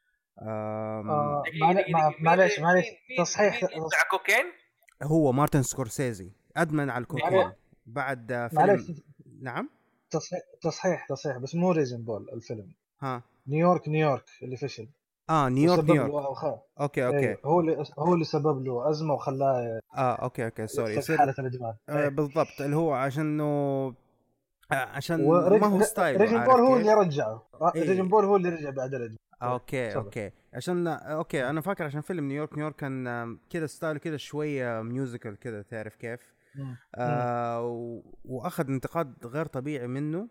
آه معليش معليش تصحيح على كوكين. هو مارتن سكورسيزي ادمن على الكوكايين بعد فيلم. نعم تصحيح تصحيح تصحيح بس مو ريزن بول الفيلم. ها نيويورك نيويورك اللي فشل. اه نيويورك نيويورك وخ... اوكي اوكي أيوه. هو اللي هو اللي سبب له ازمه وخلاه اه اوكي اوكي سوري يصير حاله الادمان. آه بالضبط اللي هو عشانه آه عشان ورج... ما هو ستايل. ريجن بول هو اللي رجعه. إيه؟ ريجن بول هو اللي رجع بعد الادمان. اوكي صبر. اوكي عشان اوكي انا فاكر عشان فيلم نيويورك نيويورك كان كذا ستايل كذا شويه ميوزيكال كذا تعرف كيف. آه و... واخذ انتقاد غير طبيعي منه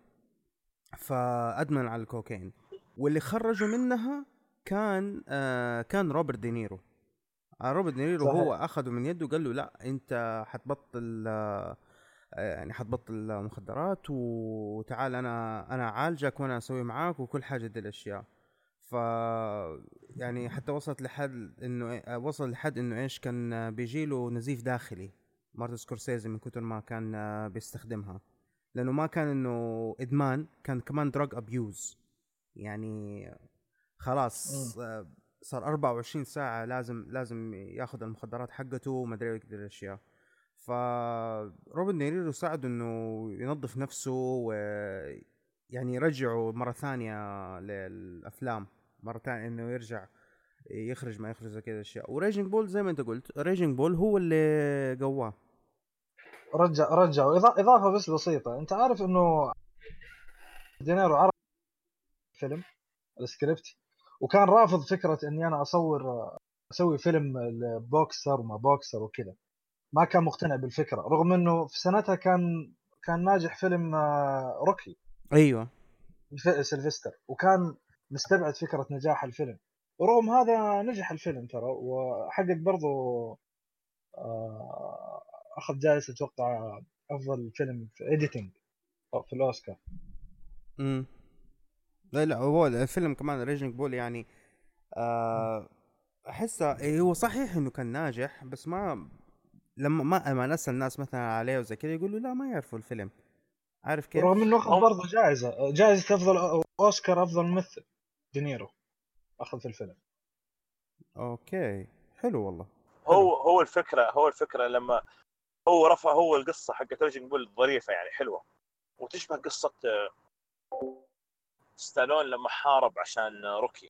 فادمن على الكوكايين. واللي خرجوا منها كان آه كان روبرت دينيرو. آه روبرت دينيرو هو اخذه من يده وقال له لا انت حتبطل آه يعني حتبطل مخدرات وتعال انا انا اعالجك وانا اسوي معاك وكل حاجه دي الاشياء. ف يعني حتى وصلت لحد انه وصل لحد انه ايش كان بيجيله نزيف داخلي مارتن سكورسيزي من كتر ما كان بيستخدمها، لانه ما كان انه ادمان، كان كمان دراج ابيوز. يعني خلاص صار أربعة وعشرين ساعه لازم لازم ياخذ المخدرات حقته وما ادري كذا الاشياء. فروبرت دينيرو ساعد انه ينظف نفسه ويعني يرجعه مره ثانيه للافلام مره ثانيه انه يرجع يخرج ما يخرج زي كذا اشياء. وريجينج بول زي ما انت قلت ريجينج بول هو اللي قواه رجع رجع اضافه بس بسيطه. انت عارف انه دينيرو عرف فيلم السكريبت وكان رافض فكره اني انا اصور اسوي فيلم بوكسر وما بوكسر وكذا. ما كان مقتنع بالفكره، رغم انه في سنتها كان كان ناجح فيلم آه، روكي ايوه ف- سيلفستر، وكان مستبعد فكره نجاح الفيلم، ورغم هذا نجح الفيلم ترى، وحقق برضو آه، اخذ جائزه اتوقع افضل فيلم في اديتنج في الاوسكار. امم لا لا هو الفيلم كمان ريجنج بول يعني آه احسه إيه، هو صحيح انه كان ناجح، بس ما لما ما لما نسأل الناس مثلا عليه وزي كذا يقولوا لا ما يعرفوا الفيلم، عارف كيف؟ ورغم انه اخذ هم برضه جائزه جائزه افضل اوسكار افضل ممثل، دينيرو اخذ في الفيلم. اوكي حلو والله. حلو. هو هو الفكره هو الفكره لما هو رفع هو القصه حقت ريجنج بول ظريفه يعني حلوه، وتشبه قصه ستالون لما حارب عشان روكي.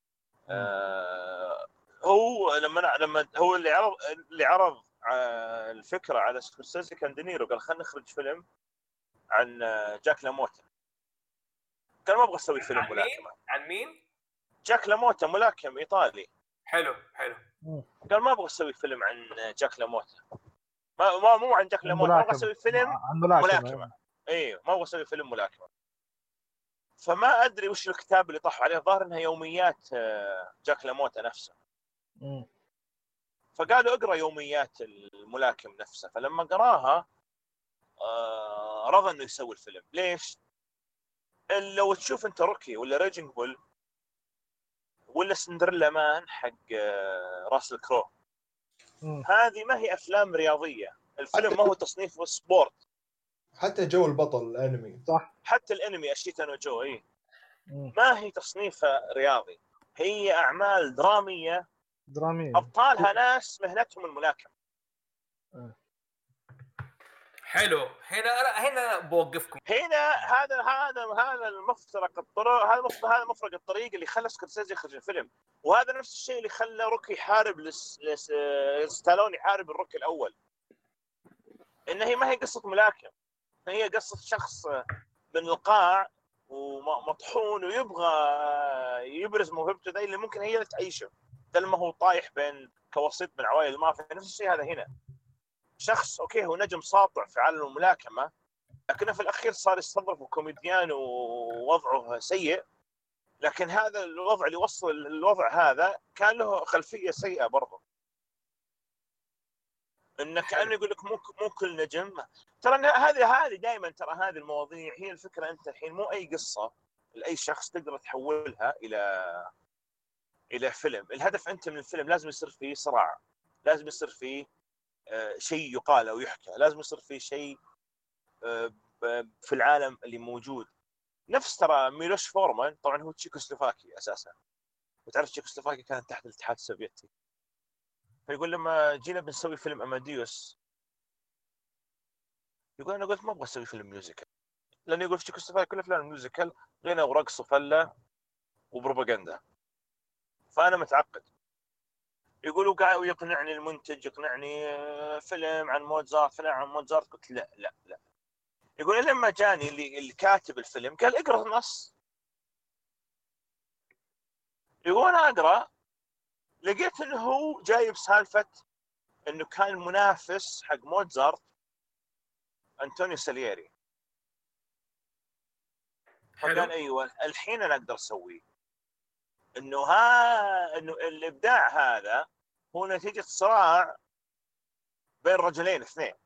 آه هو لما لما هو اللي عرض اللي عرض آه الفكره على سكورسيزي كان دينيرو، قال خلينا نخرج فيلم عن آه جاك لاموتا. قال ما ابغى اسوي فيلم عن مين؟ ملاكمه. عن مين؟ جاك لاموتا ملاكم ايطالي. حلو حلو. قال ما ابغى اسوي فيلم عن جاك لاموتا، ما ما مو عن جاك لاموتا، ما ابغى اسوي فيلم عن ملاكمه, ملاكمه. ايوه ما ابغى اسوي فيلم ملاكمه. فما ادري وش الكتاب اللي طاح عليه، ظاهر انها يوميات جاك لاموتا نفسه. مم. فقالوا اقرا يوميات الملاكم نفسه، فلما قراها آه رضى انه يسوي الفيلم. ليش؟ لو تشوف انت روكي ولا ريجنج بول ولا سندريلا مان حق آه راسل كرو، مم. هذه ما هي افلام رياضيه، الفيلم حتى ما هو تصنيف سبورت. حتى جو البطل الانمي صح. حتى الانمي اشيتا نو جو اي مم. ما هي تصنيفها رياضي، هي اعمال دراميه دراميه. ابطالها ناس مهنتهم الملاكمه. حلو. هنا انا هنا بوقفكم. هنا هذا هذا هذا المفترق الطرق، هذا مف- هذا مفرق الطريق اللي خلى سكورسيزي يخرج الفيلم، وهذا نفس الشيء اللي خلى روكي يحارب لس... لس... ستالون يحارب الروكي الاول. ان هي ما هي قصه ملاكم، هي قصه شخص من القاع ومطحون ويبغى يبرز موهبته ذي اللي ممكن هي اللي تعيشه، ده لما هو طايح بين كوسيط من عوائل المافيا. نفس الشيء هذا هنا، شخص اوكي هو نجم ساطع في عالم الملاكمه، لكنه في الاخير صار يستظرف كوميديان ووضعه سيء. لكن هذا الوضع اللي وصل الوضع هذا كان له خلفيه سيئه برضه، انه كانه يقول لك مو مو كل نجم. ترى هذه هذه دائما ترى هذه المواضيع هي الفكره. انت الحين مو اي قصه لاي شخص تقدر تحولها الى الى فيلم. الهدف انت من الفيلم لازم يصير فيه صراع، لازم يصير فيه آه شيء يقال او يحكى، لازم يصير فيه شيء آه في العالم اللي موجود. نفس ترى ميلوش فورمان، طبعا هو تشيكوسلوفاكي اساسا، وتعرف تشيكوسلوفاكيا كانت تحت الاتحاد السوفيتي. فيقول لما جينا بنسوي فيلم اماديوس، يقول انا قلت ما ابغى اسوي فيلم ميوزيكال، لان يقول في تشيكوسلوفاكيا كل افلام الميوزيكال غنى ورقص وفله وبروباغندا، فانا متعقد. يقولوا قاعد ويقنعني المنتج، يقنعني فيلم عن موزارت، فيلم عن موزارت. قلت لا لا لا. يقول لما جاني اللي اللي كاتب الفيلم قال اقرا النص. يقول انا اقرا، لقيت انه هو جايب سالفه انه كان منافس حق موزارت انطونيو سالييري. فقال ايوه الحين انا اقدر اسويه. انه ها انه الابداع هذا هو نتيجه صراع بين رجلين اثنين.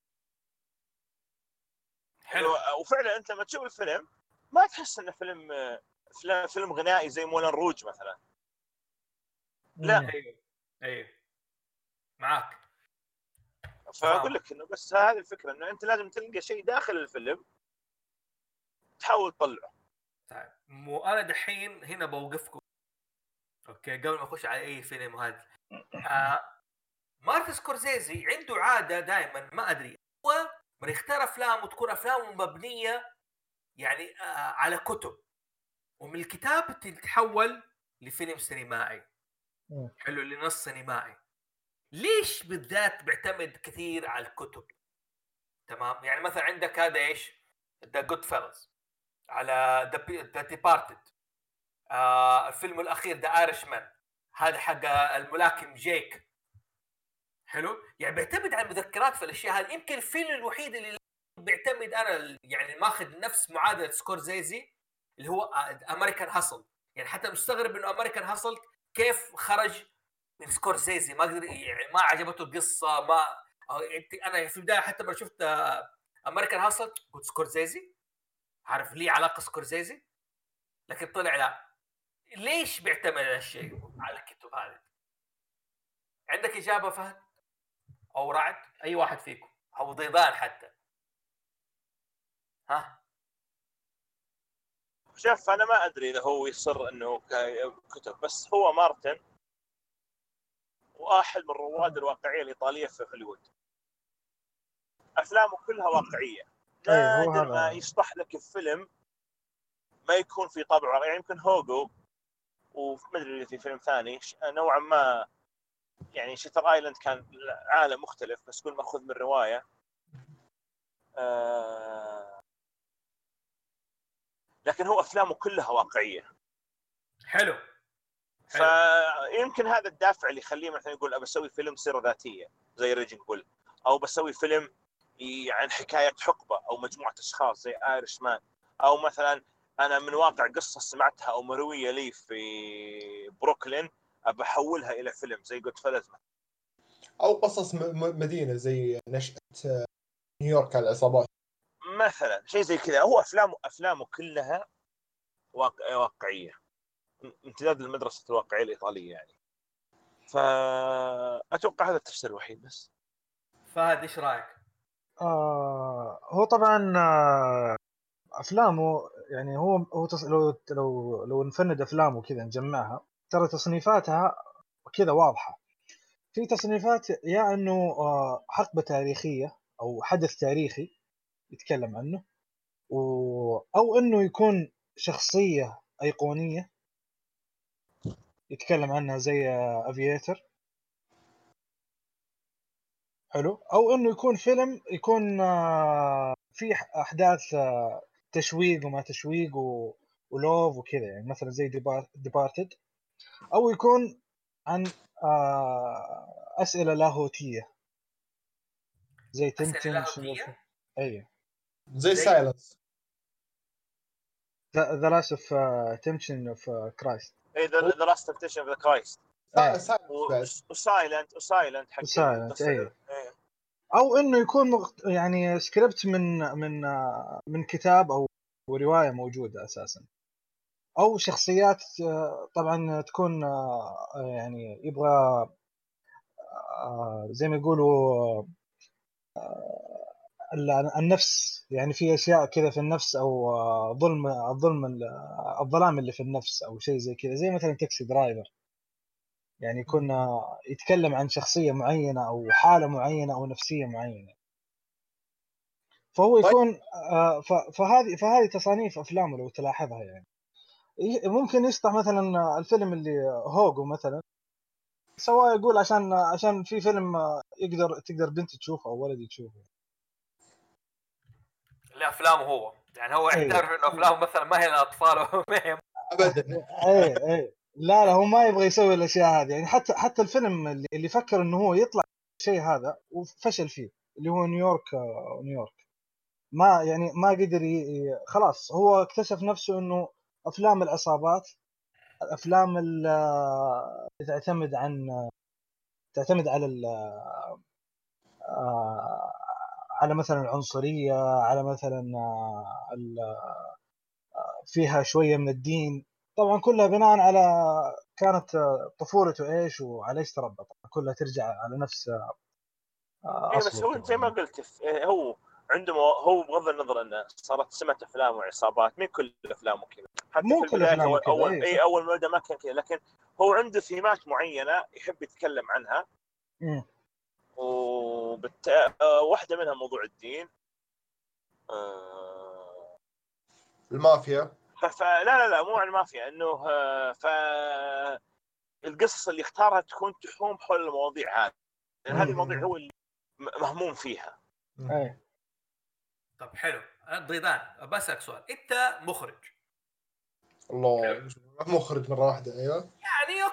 حلو. وفعلا انت لما تشوف الفيلم ما تحس انه فيلم فيلم غنائي زي مولان روج مثلا. لا. ايوه ايوه معاك. فاقول لك انه بس هذه الفكره، انه انت لازم تلقى شيء داخل الفيلم تحاول تطلعه. طيب مو انا دحين هنا بوقفكم اوكي قبل ما اخش على اي فيلم. وهذا آه مارتن سكورسيزي عنده عاده دائما ما ادري، هو من يختار افلام وتكون افلامه مبنيه يعني آه على كتب، ومن الكتاب تتحول لفيلم سينمائي. حلو، لنص سينمائي. ليش بالذات بيعتمد كثير على الكتب؟ تمام، يعني مثلا عندك هذا ايش، ذا جود فيلز، على ذا ديبارتد، آه الفيلم الاخير ذا ايرش مان. هذا حق الملاكم جيك. حلو، يعني بيعتمد على المذكرات في الاشياء هذه. يمكن الفيلم الوحيد اللي بيعتمد انا يعني ماخذ نفس معادله سكورسيزي اللي هو امريكان هاسل. يعني حتى مستغرب انه امريكان هاسل كيف خرج من سكورسيزي، ما قدر يعني ما عجبته القصه. ما انا في البدايه حتى ما شفت امريكان هاسل قلت سكورسيزي، عارف ليه علاقه سكورسيزي، لكن طلع لا. ليش بيعتمد على الشيء على الكتب هذه؟ عندك اجابه فهد او رعد؟ اي واحد فيكم او ضيضان حتى. ها شوف انا ما ادري اذا هو يصر انه كتب، بس هو مارتن واحد من رواد الواقعيه الايطاليه في هوليوود. افلامه كلها واقعيه، اي هو نادر ما هذا. يصلح لك الفيلم ما يكون في طابع واقعي. يعني يمكن هوجو وما ادري في فيلم ثاني نوعا ما، يعني شتر ايلاند كان عالم مختلف بس كل ماخذ من روايه. آه لكن هو افلامه كلها واقعيه. حلو. فيمكن هذا الدافع اللي يخليه مثلا يقول ابى اسوي فيلم سيره ذاتيه زي ريجن بول، او بسوي فيلم عن حكايه حقبه او مجموعه اشخاص زي ايرش مان، او مثلا انا من واقع قصه سمعتها او مرويه لي في بروكلين ابى احولها الى فيلم زي جود فيلز، او قصص م- مدينه زي نشأة نيويورك على العصابات مثلا شيء زي كذا. هو افلامه افلامه كلها واقع واقعيه، امتداد لمدرسه الواقعيه الايطاليه يعني. فاتوقع هذا التفسير الوحيد بس. فهد ايش رايك؟ آه هو طبعا آه افلامه يعني هو هو تص... لو لو لو نفند افلامه كذا نجمعها، ترى تصنيفاتها كذا واضحه. في تصنيفات يا انه آه حقبه تاريخيه او حدث تاريخي يتكلم عنه، و... او انه يكون شخصيه ايقونيه يتكلم عنها زي افييتر. حلو، او انه يكون فيلم يكون آه في احداث آه تشويق وما تشويق و... ولوف وكذا، يعني مثلا زي ديبارتد، او يكون عن آه اسئله لاهوتيه زي اسئله تمتن. لاهوتيه اي زي زي سايلنس. ذا لاست اوف تمتن اوف كرايست. اي ذا لاست تمبتيشن اوف ذا كرايست، وسايلنت وسايلنت حق سايلنت. القصه. اي او انه يكون مغت... يعني سكريبت من من آه من كتاب او روايه موجوده اساسا، او شخصيات آه طبعا تكون آه يعني يبغى آه زي ما يقولوا النفس، يعني في اشياء كذا في النفس، او ظلم الظلم الظلام اللي في النفس او شيء زي كذا، زي مثلا تاكسي درايفر. يعني يكون يتكلم عن شخصيه معينه او حاله معينه او نفسيه معينه. فهو يكون فهذه فهذه تصانيف افلامه لو تلاحظها. يعني ممكن يشطح مثلا الفيلم اللي هوجو مثلا سواء يقول عشان عشان في فيلم يقدر تقدر بنت تشوفه او ولد يشوفه. لا افلامه هو يعني هو أيه. يعترف انه افلامه مثلا ما هي للاطفال ابدا. ايه ايه لا لا هو ما يبغى يسوي الاشياء هذه. يعني حتى حتى الفيلم اللي, اللي فكر انه هو يطلع شيء هذا وفشل فيه اللي هو نيويورك نيويورك ما يعني ما قدر ي... خلاص هو اكتشف نفسه انه افلام العصابات، الافلام اللي تعتمد عن تعتمد على ال... على مثلا العنصريه، على مثلا ال... فيها شويه من الدين، طبعا كلها بناء على كانت طفولته ايش وعلى ايش تربى، كلها ترجع على نفس اي بس اصله هو زي ما يعني. قلت هو عنده مو... هو بغض النظر انه صارت سمة افلام وعصابات، مين كل افلامه كذا. حتى مو في كل البدايه افلامه اول كذا. اول اي اي اول مده ما كان كذا، لكن هو عنده ثيمات معينه يحب يتكلم عنها. امم وبت... واحده منها موضوع الدين. آه... المافيا. فلا لا لا مو عن المافيا، انه ف القصص اللي اختارها تكون تحوم حول المواضيع هذه، لان هذه المواضيع هو اللي مهموم فيها. اي طب حلو. ضيدان بسألك سؤال، انت مخرج الله مخرج مره واحده. ايوه يعني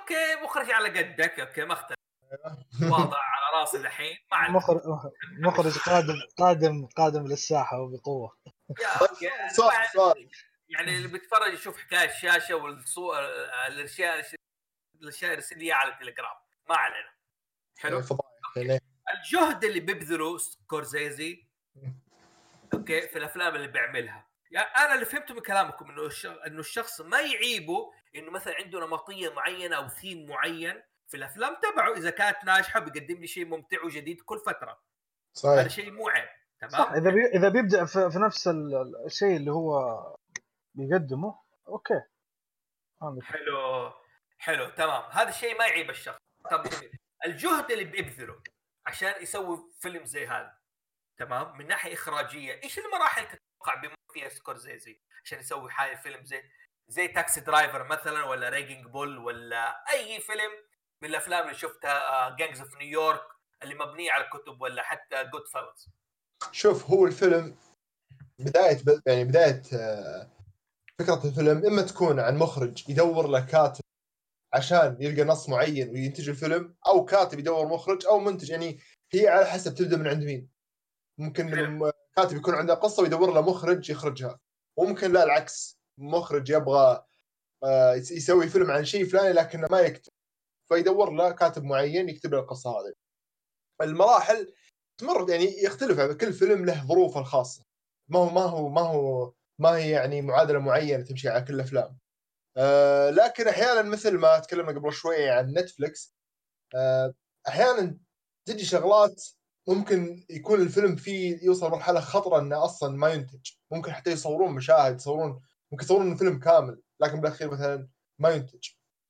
اوكي مخرج على قدك، اوكي ما اختلف، واضع على راسي الحين ما عليك. مخرج مخرج قادم قادم قادم للساحه وبقوه. يا اوكي سؤال ما- سؤال يعني اللي بيتفرج يشوف حكايه الشاشه والصور الاشياء الاشياء يرسل لي على التليجرام، ما علينا. حلو. فضايح يعني. الجهد اللي بيبذله سكورسيزي اوكي في الافلام اللي بيعملها، يعني انا اللي فهمته من كلامكم انه الش... انه الشخص ما يعيبه انه مثلا عنده نمطيه معينه او ثيم معين في الافلام تبعه، اذا كانت ناجحه بيقدم لي شيء ممتع وجديد كل فتره، هذا صحيح. شيء مو عيب. صح، تمام. اذا بي... اذا بيبدع في, في نفس ال- الشيء اللي هو بيقدمه اوكي. عندك حق. حلو حلو تمام، هذا الشيء ما يعيب الشخص. طب جميل. الجهد اللي بيبذله عشان يسوي فيلم زي هذا، تمام، من ناحيه اخراجيه ايش المراحل تتوقع بما فيها سكورسيزي عشان يسوي حاجه فيلم زي زي تاكسي درايفر مثلا، ولا ريجينج بول، ولا اي فيلم من الافلام اللي شفتها، جانجز اوف نيويورك اللي مبنيه على الكتب، ولا حتى جود فيلز؟ شوف هو الفيلم بدايه ب... يعني بدايه آه، فكره الفيلم اما تكون عن مخرج يدور له كاتب عشان يلقى نص معين وينتج الفيلم، او كاتب يدور مخرج، او منتج. يعني هي على حسب تبدا من عند مين. ممكن حلو. كاتب يكون عنده قصه ويدور له مخرج يخرجها، وممكن لا العكس، مخرج يبغى آه، يسوي فيلم عن شيء فلاني لكنه ما يكتب، فيدور له كاتب معين يكتب له القصه هذه. المراحل تمر يعني يختلف، كل فيلم له ظروفه الخاصه، ما هو ما هو ما هو ما هي يعني معادله معينه تمشي على كل الافلام. أه لكن احيانا مثل ما تكلمنا قبل شويه عن نتفلكس، أه احيانا تجي شغلات ممكن يكون الفيلم فيه يوصل مرحله خطره انه اصلا ما ينتج، ممكن حتى يصورون مشاهد، يصورون ممكن يصورون الفيلم كامل لكن بالاخير مثلا ما ينتج.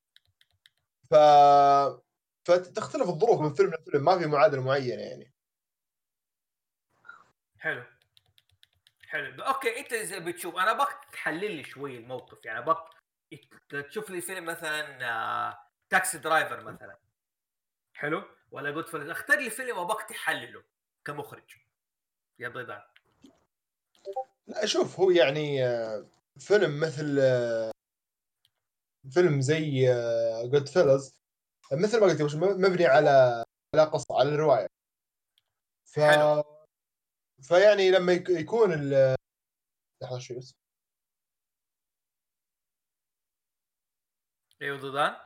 ف فتختلف الظروف من فيلم لفيلم، ما في معادله معينه يعني. حلو حلو اوكي. انت اذا بتشوف، انا بك تحلل لي شوي الموقف، يعني بك تشوف لي فيلم مثلا آه، تاكسي درايفر مثلا، حلو، ولا جود فيلز، اختار لي فيلم وبك تحلله كمخرج يا ضيدان. لا شوف هو يعني آه، فيلم مثل آه، فيلم زي جود فيلز مثل ما قلت مش مبني على على قصه، على الروايه. ف حلو. فيعني لما يك- يكون ال لحظه شوي بس. ايوه ضيدان،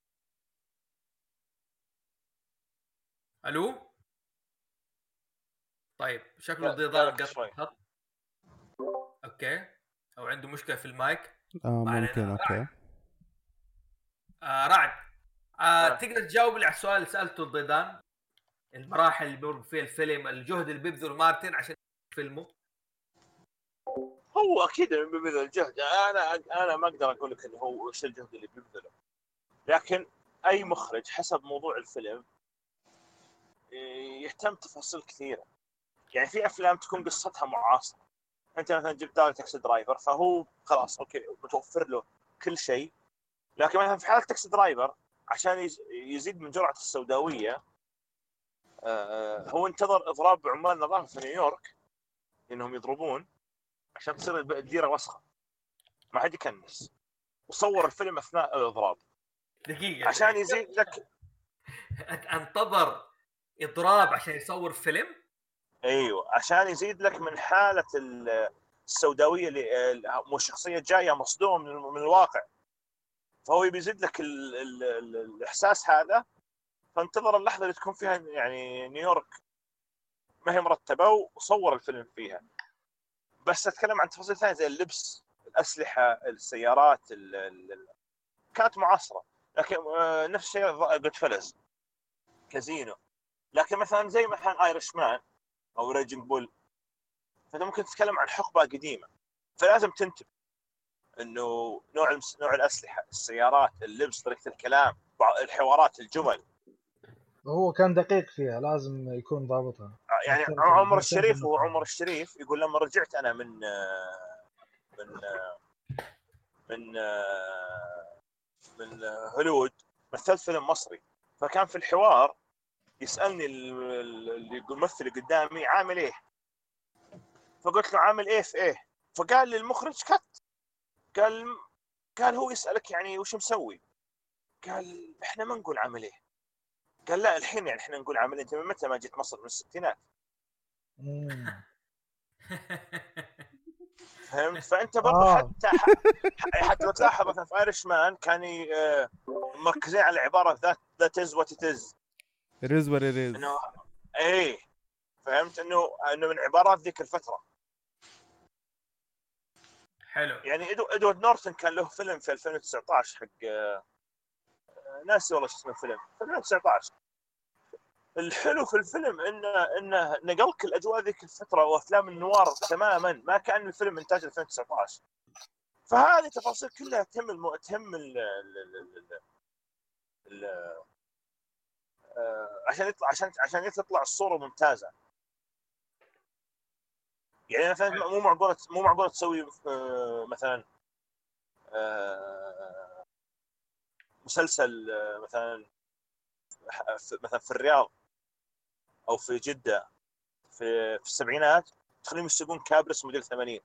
الو. طيب شكله ضيدان قالك شوي. قطع خط. اوكي، او عنده مشكله في المايك. اه ما علينا. ممكن اوكي. آه رعد، آه آه. تقدر تجاوب لي على السؤال اللي سالته الضيدان؟ المراحل اللي بيمر فيها الفيلم، الجهد اللي بيبذله مارتن عشان فيلمه. هو اكيد بيبذل الجهد، انا انا ما اقدر اقول لك انه هو ايش الجهد اللي بيبذله، لكن اي مخرج حسب موضوع الفيلم يهتم تفاصيل كثيره. يعني في افلام تكون قصتها معاصره، انت مثلا جبت دار تاكسي درايفر فهو خلاص اوكي متوفر له كل شيء، لكن مثلا في حاله تاكسي درايفر عشان يزيد من جرعه السوداويه هو انتظر اضراب عمال نظام في نيويورك انهم يضربون عشان تصير الديره وسخه ما حد يكنس، وصور الفيلم اثناء الاضراب دقيقه عشان يزيد لك. انتظر اضراب عشان يصور فيلم. ايوه عشان يزيد لك من حاله السوداويه اللي مو شخصيه جايه مصدومه من الواقع، فهو بيزيد لك ال ال ال الاحساس هذا. فانتظر اللحظه اللي تكون فيها يعني نيويورك ما هي مرتبه وصور الفيلم فيها. بس اتكلم عن تفاصيل ثانيه زي اللبس، الاسلحه، السيارات، ال ال كانت معاصره. لكن نفس الشيء جود فيلز، كازينو. لكن مثلا زي مثلا ايرش مان او ريجينج بول، فانت ممكن تتكلم عن حقبه قديمه، فلازم تنتبه انه نوع نوع الاسلحه، السيارات، اللبس، طريقه الكلام، الحوارات، الجمل. هو كان دقيق فيها، لازم يكون ضابطها. يعني عمر الشريف هو عمر الشريف يقول لما رجعت انا من من من من هوليوود مثلت فيلم مصري، فكان في الحوار يسالني الممثل اللي قدامي عامل ايه، فقلت له عامل ايه في ايه، فقال لي المخرج كت، قال قال هو يسالك يعني وش مسوي، قال احنا ما نقول عمل ايه. قال لا الحين يعني احنا نقول عمل. انت من متى ما جيت مصر؟ من الستينات. فهمت؟ فانت برضو آه. حتى حتى لو تلاحظ مثلا في ايرش مان كان مركزين على العباره ذات ذات از وات ات از، ريز وات ات از. انه ايه فهمت انه انه من عبارات ذيك الفتره. حلو. يعني ادوارد نورتون كان له فيلم في ألفين وتسعة عشر حق ناسي والله شو اسمه الفيلم، في ألفين وتسعة عشر. الحلو في الفيلم انه انه نقلك الاجواء ذيك الفتره وافلام النوار تماما، ما كان الفيلم انتاج ألفين وتسعة عشر. فهذه تفاصيل كلها تهم الم... تهم ال... ال... ال... ال... ال... آه... عشان يطلع عشان عشان تطلع الصوره ممتازه. يعني مثلا مو معقوله مو معقوله تسوي آه... مثلا آه... مسلسل آه... مثلا مثلا في الرياض او في جده في في السبعينات تخليهم يسوقون كابرس موديل ثمانين.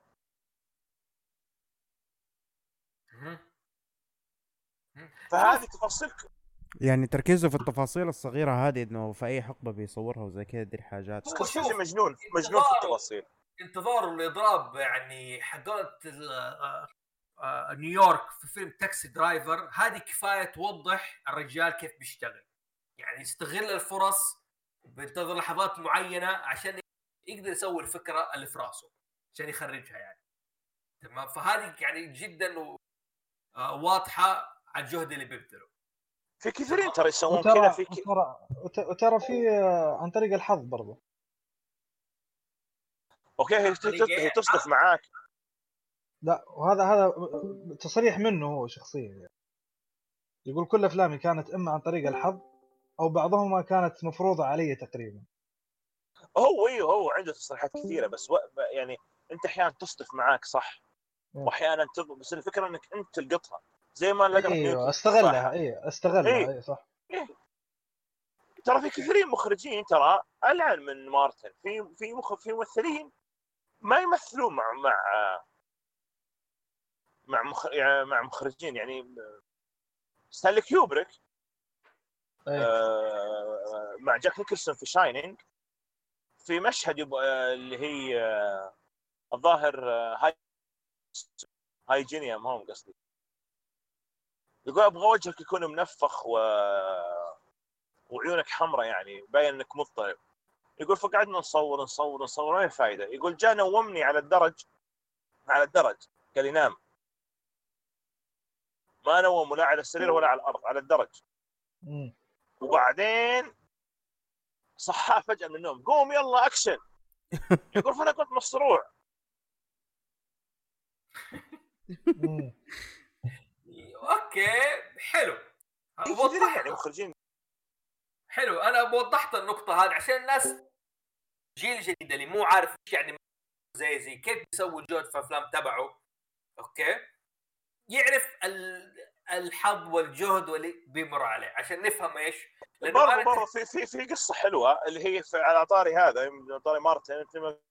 فهذه تفاصيل يعني تركيزه في التفاصيل الصغيرة هذه، انه في اي حقبة بيصورها وزي كذا دي الحاجات. سكورسيزي مجنون مجنون في التفاصيل. انتظار الاضراب يعني حقات نيويورك في فيلم تاكسي درايفر، هذه كفاية توضح الرجال كيف بيشتغل. يعني يستغل الفرص، بينتظر لحظات معينة عشان يقدر يسوي الفكرة اللي في راسه عشان يخرجها يعني. تمام. فهذه يعني جدا واضحة على الجهد اللي بيبذله. في كثيرين ترى يسوون كذا. في ك... ترى وترى في عن طريق الحظ برضه. اوكي هي تصدق معاك. لا وهذا هذا تصريح منه هو شخصيا يعني. يقول كل افلامي كانت اما عن طريق الحظ او بعضهما كانت مفروضه علي تقريبا. هو ايوه هو عنده تصريحات كثيره بس و... يعني انت احيانا تصدق معاك صح واحيانا تض... بس الفكره انك انت تلقطها زي ما لقطت ايوه نيوتن. استغلها. ايوه استغلها. ايوه أيه صح. إيه. ترى في كثيرين مخرجين ترى العن من مارتن. في في مخ... في ممثلين ما يمثلون مع مع مع مخ... يعني مع مخرجين يعني ستانلي كيوبريك أيه. آه... مع جاك نيكلسون في شاينينج في مشهد يب... اللي هي آه... الظاهر آه... هاي هايجينيوم هوم قصدي. يقول ابغى وجهك يكون منفخ و... وعيونك حمراء يعني باين انك مضطرب. يقول فقعدنا نصور نصور نصور ما في فايده. يقول جاء نومني على الدرج على الدرج قال لي نام. ما نوم ولا على السرير ولا على الارض على الدرج. مم. وبعدين صحى فجاه من النوم قوم يلا اكشن. يقول فانا كنت مصروع. اوكي حلو. وضحت يعني مخرجين حلو. انا وضحت النقطه هذه عشان الناس جيل جديد اللي مو عارف ايش يعني زي زي كيف بيسوي الجهد في افلام تبعه. اوكي يعرف الحظ والجهد واللي بيمر عليه عشان نفهم ايش. برضه برضه في في في قصه حلوه اللي هي في على طاري هذا طاري مارتن.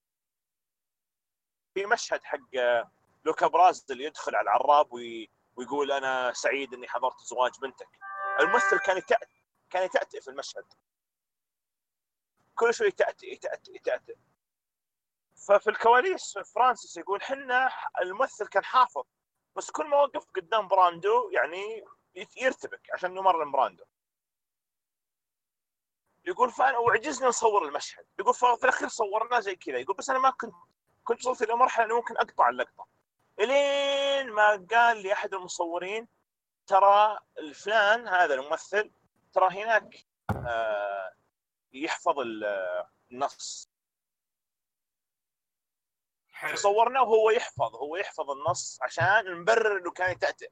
في مشهد حق لوكا برازيل يدخل على العراب وي ويقول انا سعيد اني حضرت زواج بنتك. الممثل كان يتأتئ كان يتأتئ في المشهد كل شوي يتأتئ يتأتئ يتأتئ. ففي الكواليس فرانسيس يقول حنا الممثل كان حافظ بس كل ما وقف قدام براندو يعني يرتبك عشان نمرن براندو. يقول فانا وعجزنا نصور المشهد. يقول في الاخير صورناه زي كذا. يقول بس انا ما كنت كنت وصلت الى مرحله انه ممكن اقطع اللقطه الين ما قال لي احد المصورين ترى الفلان هذا الممثل ترى هناك آه يحفظ النص. فصورناه وهو يحفظ هو يحفظ النص عشان نبرر انه كان يتأتئ.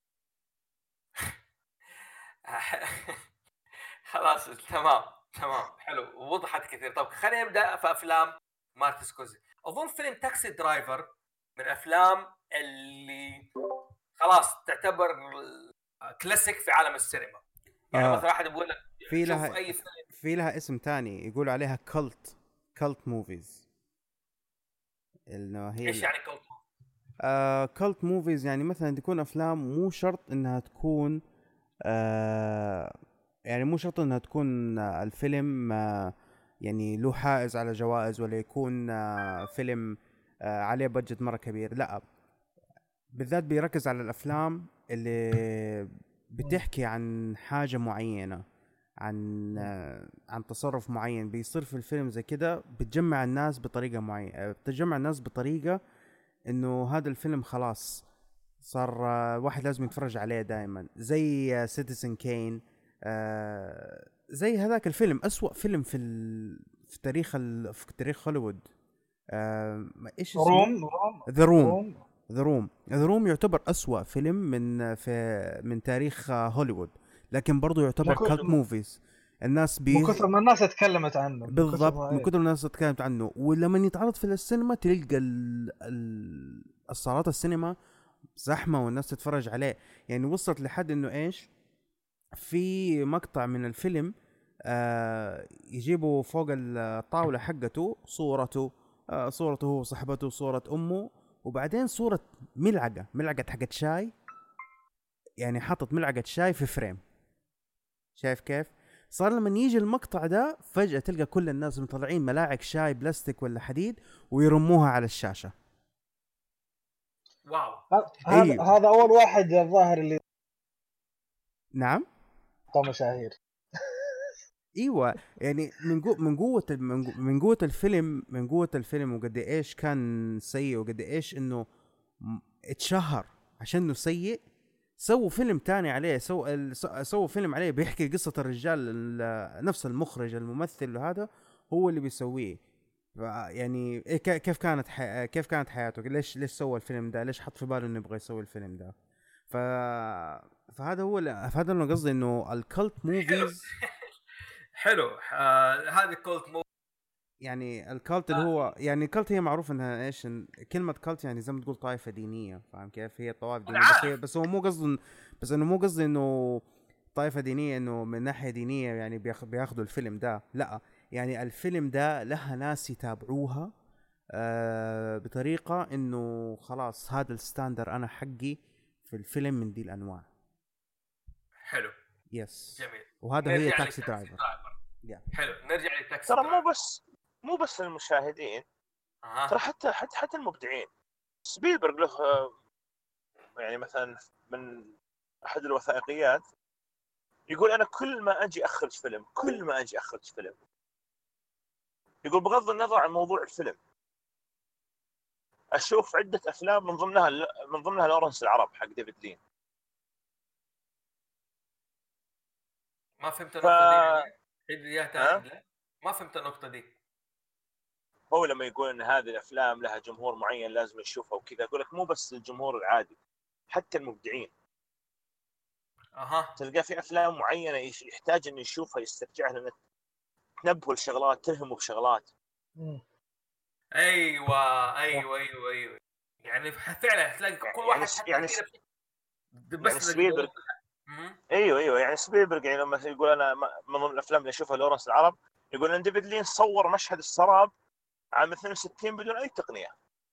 خلاص تمام تمام حلو وضحت كثير. طب خلينا نبدا في افلام مارتن سكورسيزي. اظن فيلم تاكسي درايفر من الافلام اللي خلاص تعتبر كلاسيك في عالم السينما. يعني آه مثلا واحد يقول لك في لها اي فيلم في لها اسم تاني يقول عليها كولت كولت موفيز. انه هي ايش يعني كولت؟ آه كولت موفيز يعني مثلا تكون افلام مو شرط انها تكون آه يعني مو شرط انها تكون آه، الفيلم آه يعني له حائز على جوائز، ولا يكون آه فيلم آه عليه بادجت مرة كبير. لا، بالذات بيركز على الافلام اللي بتحكي عن حاجة معينة، عن آه عن تصرف معين بيصير في الفيلم. زي كده بتجمع الناس بطريقة معينة، بتجمع الناس بطريقة انه هذا الفيلم خلاص صار آه، واحد لازم يتفرج عليه دائما. زي سيتيزن كين، آه زي هذاك الفيلم، أسوأ فيلم في ال... في تاريخ ال... في تاريخ هوليوود. آه ما- ايش اسمه؟ روم روم ذا روم. روم ذا روم ذا روم يعتبر أسوأ فيلم من في من تاريخ آه، هوليوود، لكن برضو يعتبر من كثر كالت موفيز. الناس من بي كثر ما الناس اتكلمت عنه، من كثر بالضبط، ما من إيه. كثر الناس تكلمت عنه. ولما يتعرض في السينما تلقى ال... ال... الصالات السينما زحمة والناس تتفرج عليه. يعني وصلت لحد انه ايش، في مقطع من الفيلم آه يجيبوا فوق الطاولة حقته صورته، آه صورته هو وصاحبته، صورة امه، وبعدين صورة ملعقة ملعقة حقت شاي. يعني حاطط ملعقة شاي في فريم. شايف كيف؟ صار لما يجي المقطع ده فجأة تلقى كل الناس مطلعين ملاعق شاي بلاستيك ولا حديد ويرموها على الشاشة. واو. ه- هذا ايوه هذا اول واحد الظاهر اللي نعم. طه مشاهير. ايوه يعني من قوة من قوة من قو- من قوة الفيلم من قوة الفيلم وقد ايش كان سيء، وقد ايش انه م- اتشهر عشان انه سيء. سووا فيلم تاني عليه، سو ال- س- سووا فيلم عليه بيحكي قصة الرجال، ال- نفس المخرج الممثل هذا هو اللي بيسويه. ف- يعني إيه ك- كيف كانت حي... كيف كانت حياته، ليش ليش سوى الفيلم ده، ليش حط في باله انه يبغى يسوي الفيلم ده. ف فهذا هو ال- فهذا اللي قصدي، انه الكالت موفيز. حلو. آه هذه كولت مو. يعني الكالت اللي آه. هو يعني الكالت هي معروف انها ايش، إن كلمة كالت يعني زي ما تقول طائفة دينية، فاهم كيف؟ هي طوائف انا دينية، بس هي عارف. بس هو مو قصد، بس انه مو قصدي انه طائفة دينية انه من ناحية دينية يعني بياخ بياخدوا الفيلم ده، لا. يعني الفيلم ده لها ناس يتابعوها آه بطريقة انه خلاص هذا الستاندر انا حقي في الفيلم من دي الانواع. حلو. يس. جميل. وهذا هي نرجع تاكسي لتاكسي درايفر. درايفر. yeah. حلو، نرجع لتاكسي ترى درايفر. مو بس مو بس المشاهدين، ترى اها. حتى حتى حتى المبدعين. سبيلبرغ له آه، يعني مثلا من احد الوثائقيات يقول انا كل ما اجي اخرج فيلم كل ما اجي اخرج فيلم يقول بغض النظر عن موضوع الفيلم اشوف عده افلام من ضمنها من ضمنها لورنس العرب حق ديفيد لين. ما فهمت ف النقطة دي يعني. عيد اياها ها ثاني. لا ما فهمت النقطة دي. هو لما يقول ان هذه الافلام لها جمهور معين لازم يشوفها وكذا، اقول لك مو بس الجمهور العادي، حتى المبدعين اها. تلقى في افلام معينه يحتاج انه يشوفها يسترجعها لان تنبهه لشغلات تلهمه بشغلات. مم. ايوه ايوه ايوه ايوه. يعني فعلا هتلاقي كل يعني واحد حتى يعني كذا بشكل- يعني بس سبيلبرغ مم. ايوه ايوه يعني سبيلبرغ يعني لما يقول انا من ضمن الافلام اللي اشوفها لورنس العرب يقول ان ديفيد لين صور مشهد السراب عام اثنين وستين بدون اي تقنيه.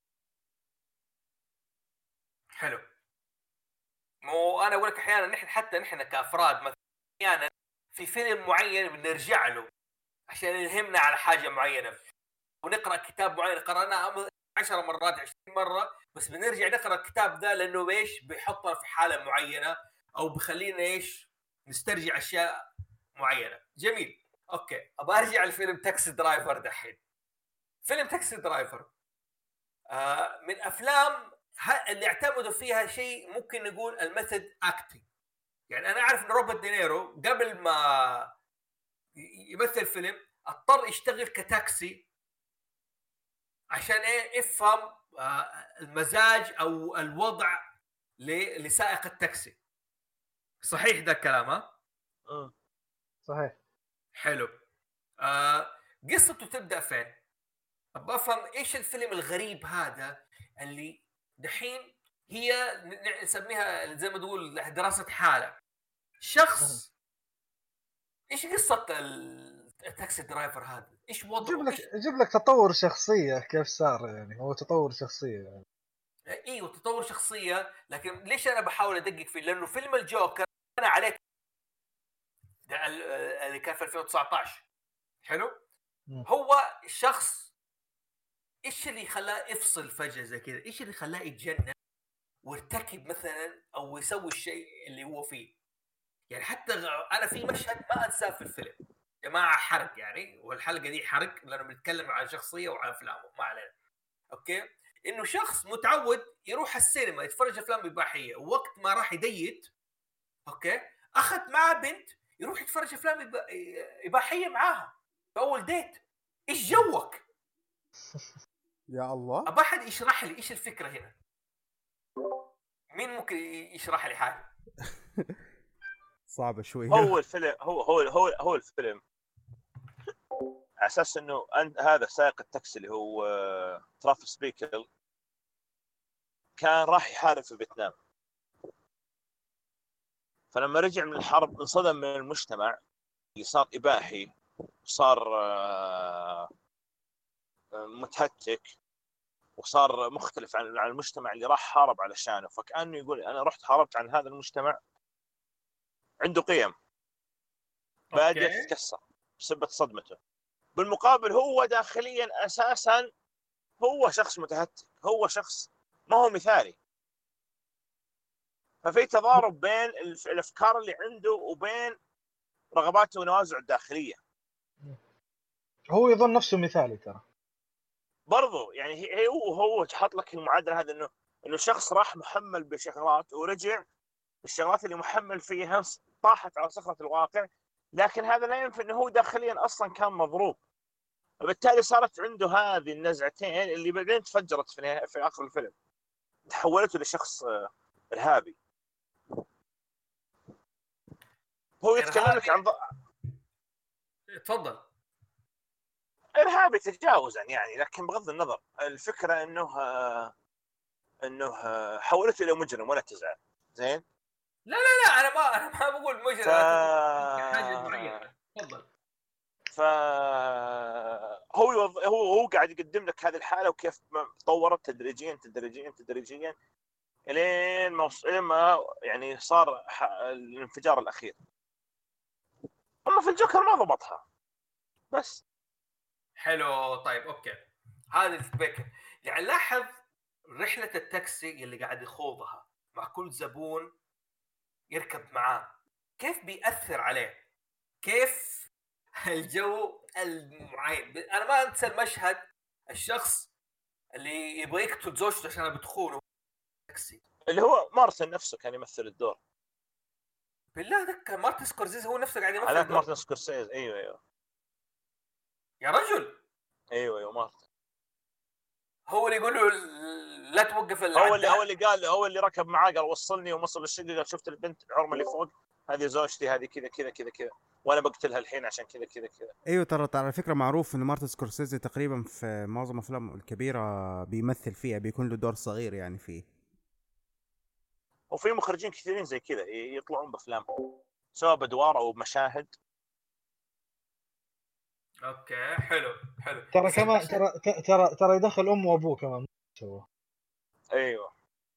حلو. مو انا اقول لك احيانا نحن حتى نحن كافراد مثلا احيانا في فيلم معين بنرجع له عشان يلهمنا على حاجه معينه، ونقرا كتاب معين قرأناه عشر مرات عشرين مره، بس بنرجع نقرا الكتاب ذا لانه ايش بيحطنا في حاله معينه او بخلينا ايش نسترجع اشياء معينه. جميل. اوكي، ابى ارجع لفيلم تاكسي درايفر دحين. فيلم تاكسي درايفر آه من افلام اللي اعتمدوا فيها شيء ممكن نقول الميثود اكتنج. يعني انا اعرف ان روبرت دينيرو قبل ما يمثل فيلم اضطر يشتغل كتاكسي عشان ايه يفهم آه المزاج او الوضع لسائق التاكسي. صحيح ده الكلام؟ ها صحيح. حلو. آه قصته تبدا فين؟ ابغى افهم ايش الفيلم الغريب هذا اللي دحين هي نسميها زي ما تقول دراسه حاله شخص. ايش قصه التاكسي درايفر هذا؟ ايش يجيب وضعه؟ لك إيش... يجيب لك تطور شخصيه كيف صار، يعني هو تطور شخصيه يعني. ايوه تطور شخصيه، لكن ليش انا بحاول ادقق فيه؟ لانه فيلم الجوكر انا عليه ده ال- اللي كان في ألفين وتسعطعش. حلو. مم. هو شخص ايش اللي خلاه يفصل فجأة زي كذا؟ ايش اللي خلاه يتجنن وارتكب مثلا او يسوي الشيء اللي هو فيه؟ يعني حتى غ- انا في مشهد ما انساه في الفيلم يا جماعه، حرق يعني، والحلقه دي حرق لانه بنتكلم عن شخصيه وعن افلامه، ما علينا. اوكي. انه شخص متعود يروح السينما يتفرج افلام اباحيه، ووقت ما راح يديت اوكي اخذ معاه بنت يروح يتفرج افلام إبا- اباحيه معاها في اول ديت. ايش جوك؟ يا الله. ابى احد يشرح لي ايش الفكره هنا. مين ممكن يشرح لي حاجه؟ صعبة شوية. هو الفيلم هو هو هو هو الفيلم على اساس انه أنت هذا سائق التاكسي اللي هو آه، ترافيس بيكل كان راح يحارب في فيتنام. فلما رجع من الحرب انصدم من المجتمع اللي صار اباحي، وصار آه، متهتك، وصار مختلف عن عن المجتمع اللي راح حارب علشانه. فكأنه يقول انا رحت حاربت عن هذا المجتمع عنده قيم بادية اوكي. تتكسر بسبب صدمته. بالمقابل هو داخليا اساسا هو شخص متهتك، هو شخص ما هو مثالي. ففي تضارب بين الف- الافكار اللي عنده وبين رغباته ونوازعه الداخليه. هو يظن نفسه مثالي ترى. برضو يعني هي هي- هو هو حط لك المعادله هذا انه انه شخص راح محمل بشغلات ورجع الشغلات اللي محمل فيها طاحت على صخره الواقع، لكن هذا لا ينفي انه هو داخليا اصلا كان مضروب. وبالتالي صارت عنده هذه النزعتين اللي بعدين تفجرت في نهاية في اخر الفيلم، تحولته لشخص آه، ارهابي. هو يتكلم لك عن ض- تفضل. ارهابي تجاوزا يعني، لكن بغض النظر الفكره انه آه، انه آه، حولته الى مجرم ولا تزعل. زين. لا انا ما انا ما بقول مجرم، ف انا حاجه معينه. تفضل. ف هو يوض... هو هو قاعد يقدم لك هذه الحاله وكيف ما تطورت تدريجيا تدريجيا تدريجيا الين ما وص- الين ما يعني صار ح... الانفجار الاخير. اما في الجوكر ما ضبطها بس. حلو. طيب اوكي. هذا الفكر. يعني لاحظ رحله التاكسي اللي قاعد يخوضها مع كل زبون يركب معاه، كيف بيأثر عليه، كيف الجو المعين. انا ما انسى المشهد، الشخص اللي يبغى يقتل زوجته عشان بتخونه تاكسي. اللي هو مارتن نفسه كان يمثل الدور. بالله ذكر مارتن سكورسيزي هو نفسه قاعد يمثل هذاك الدور. مارتن سكورسيز. ايوه ايوه يا رجل. ايوه ايوه مارتن. هو اللي يقول له لا توقف العداد. هو اللي هو اللي قال هو اللي ركب معاه قال وصلني ووصل الشقه، قال شفت البنت العرمه اللي فوق هذه زوجتي، هذه كذا كذا كذا كذا وانا بقتلها الحين عشان كذا كذا كذا. ايوه ترى ترى على فكره معروف ان مارتن سكورسيزي تقريبا في معظم افلامه الكبيره بيمثل فيها، بيكون له دور صغير يعني فيه. وفي مخرجين كثيرين زي كذا يطلعون بافلام سواء بادوار او بمشاهد. اوكي. حلو حلو. ترى بس كمان المشهد- ترى ت- ترى ترى يدخل امه وابوه كمان سوا. ايوه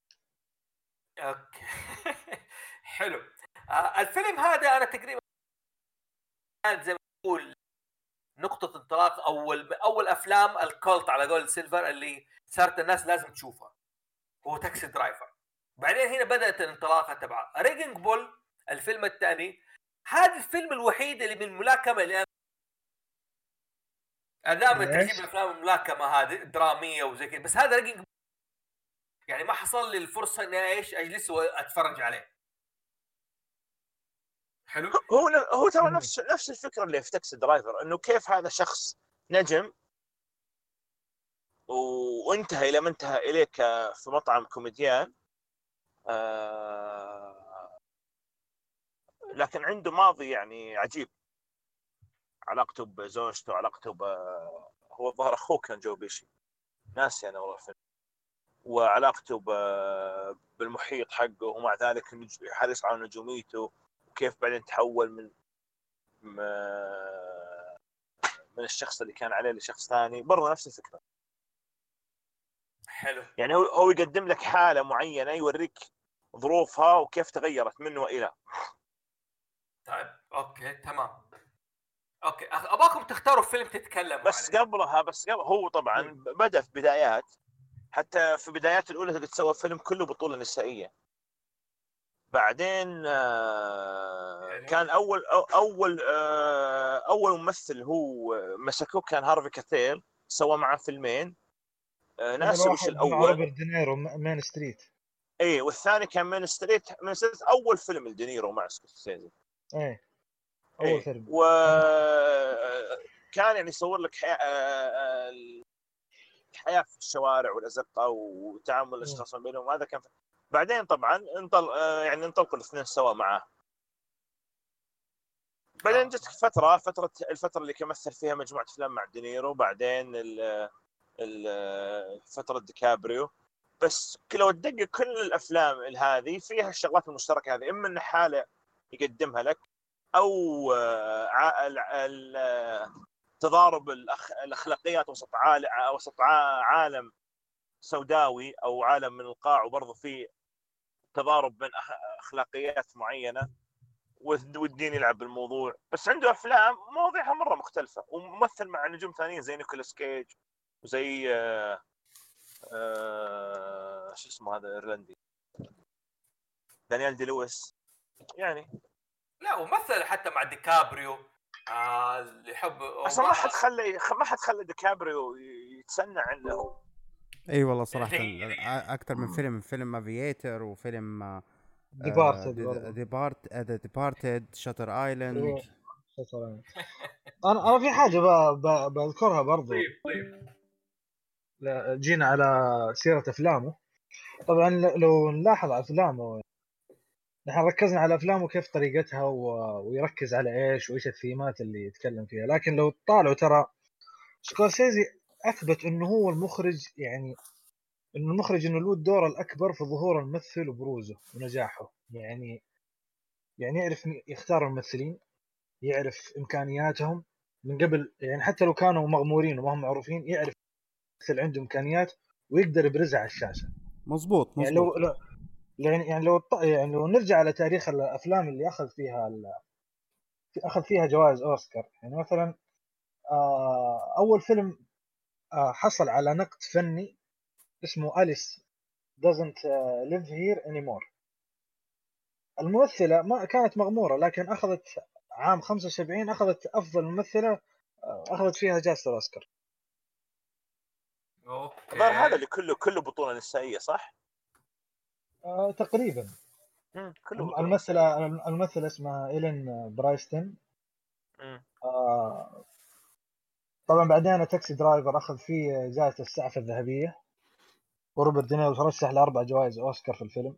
اوكي. حلو. آه الفيلم هذا انا تقريبا كان زي ما اقول نقطة انطلاق اول اول افلام الكولت على قول سيلفر اللي صارت الناس لازم تشوفها، هو تاكسي درايفر. بعدين هنا بدأت الانطلاقة تبع ريجنج بول الفيلم الثاني. هذا الفيلم الوحيد اللي من الملاكمة اللي انا أنا دائما ليش؟ تعجبني افلام الملاكمة هذه درامية وزي كذا، بس هذا ريجنج يعني ما حصل لي الفرصة اني ايش اجلس واتفرج عليه. حلو. هو هو ترى نفس نفس الفكره اللي في تاكسي درايفر، انه كيف هذا شخص نجم وانتهى الى ما انتهى اليه في مطعم كوميديان، آه لكن عنده ماضي يعني عجيب. علاقته بزوجته، علاقته ب هو ظهر اخوه كان جو بيشي ناسي انا والله الفيلم، وعلاقته ب... بالمحيط حقه، ومع ذلك حريص على نجوميته، وكيف بعدين تحول من من الشخص اللي كان عليه لشخص ثاني. برضه نفس الفكره. حلو. يعني هو هو يقدم لك حاله معينه، يوريك ظروفها وكيف تغيرت منه والى. طيب اوكي تمام. اوكي أخ- اباكم تختاروا فيلم تتكلموا بس عليه. قبلها بس قبل هو طبعا بدا في بدايات، حتى في بدايات الاولى تقدر تسوي فيلم كله بطوله نسائيه. بعدين آه يعني كان اول أو- اول آه اول ممثل هو مسكوه كان هارفي كاثيل، سوى معه فيلمين. آه هذا ناسي وش الواحد مع الاول. روبرت دينيرو م- مان ستريت. اي والثاني كان من ستريت من ستريت اول فيلم لدينيرو مع سكورسيزي. ايه اول اي فيلم. و كان يعني يصور لك حياة آه، الحياه في الشوارع والازقه وتعامل الاشخاص ما بينهم. هذا كان ف... بعدين طبعا انطل آه، يعني انطلقوا الاثنين سوا معاه. بعدين جت فتره فتره الفتره اللي كمثل فيها مجموعه افلام مع دينيرو. بعدين ال ال فتره ديكابريو. بس لو تدقق كل الافلام هذه فيها الشغلات المشتركه هذه، اما ان حاله يقدمها لك، او آه، ع- ال- ال- تضارب الأخ... الاخلاقيات وسط عالم وسط ع- عالم سوداوي او عالم من القاع، وبرضه في تضارب بين أخ- اخلاقيات معينه، والد- والدين يلعب بالموضوع. بس عنده افلام مواضيعها مره مختلفه، وممثل مع نجوم ثانيين زي نيكولاس كيج وزي آه آه شو اسمه هذا الايرلندي دانيال دي لويس يعني. لا ومثل حتى مع ديكابريو آه اللي يحب اصلا ما أوبا- حد خلى ما حد خلى ديكابريو يتسنى عنه هو. اي والله صراحه يعني اكثر من فيلم فيلم افييتر وفيلم ديبارتد برضه. ديبارت ذا ديبارتد شاتر ايلاند. إيه. شكراً. انا انا في حاجه ب- ب- بذكرها برضو. طيب طيب لا، جينا على سيره افلامه. طبعا ل- لو نلاحظ افلامه، نحن ركزنا على افلامه كيف طريقتها و... ويركز على ايش وايش الثيمات اللي يتكلم فيها. لكن لو تطالعوا ترى سكورسيزي اثبت انه هو المخرج، يعني انه المخرج انه له الدور الاكبر في ظهور الممثل وبروزه ونجاحه. يعني يعني يعرف يختار الممثلين، يعرف امكانياتهم من قبل، يعني حتى لو كانوا مغمورين وما هم معروفين يعرف يمثل عنده امكانيات ويقدر يبرزها على الشاشه. مظبوط يعني مظبوط. لو لو- يعني يعني لو الط- يعني لو نرجع على تاريخ الافلام اللي اخذ فيها ال- اخذ فيها جوائز اوسكار، يعني مثلا آه، اول فيلم آه، حصل على نقد فني اسمه أليس doesn't uh, live here anymore. الممثلة ما كانت مغمورة، لكن أخذت عام خمسة وسبعين أخذت أفضل ممثلة، آه، أخذت فيها جائزة الأوسكار. الظاهر هذا اوكي اللي كله كله بطوله نسائيه صح؟ آه، تقريبا. امم كله بطوله الممثلة نسائيه. الممثلة اسمها إيلين برايستون. امم آه، طبعا بعدين تاكسي درايفر أخذ فيه جائزة السعفة الذهبية. وروبرت دينيرو ترشح لأربع جوائز أوسكار في الفيلم.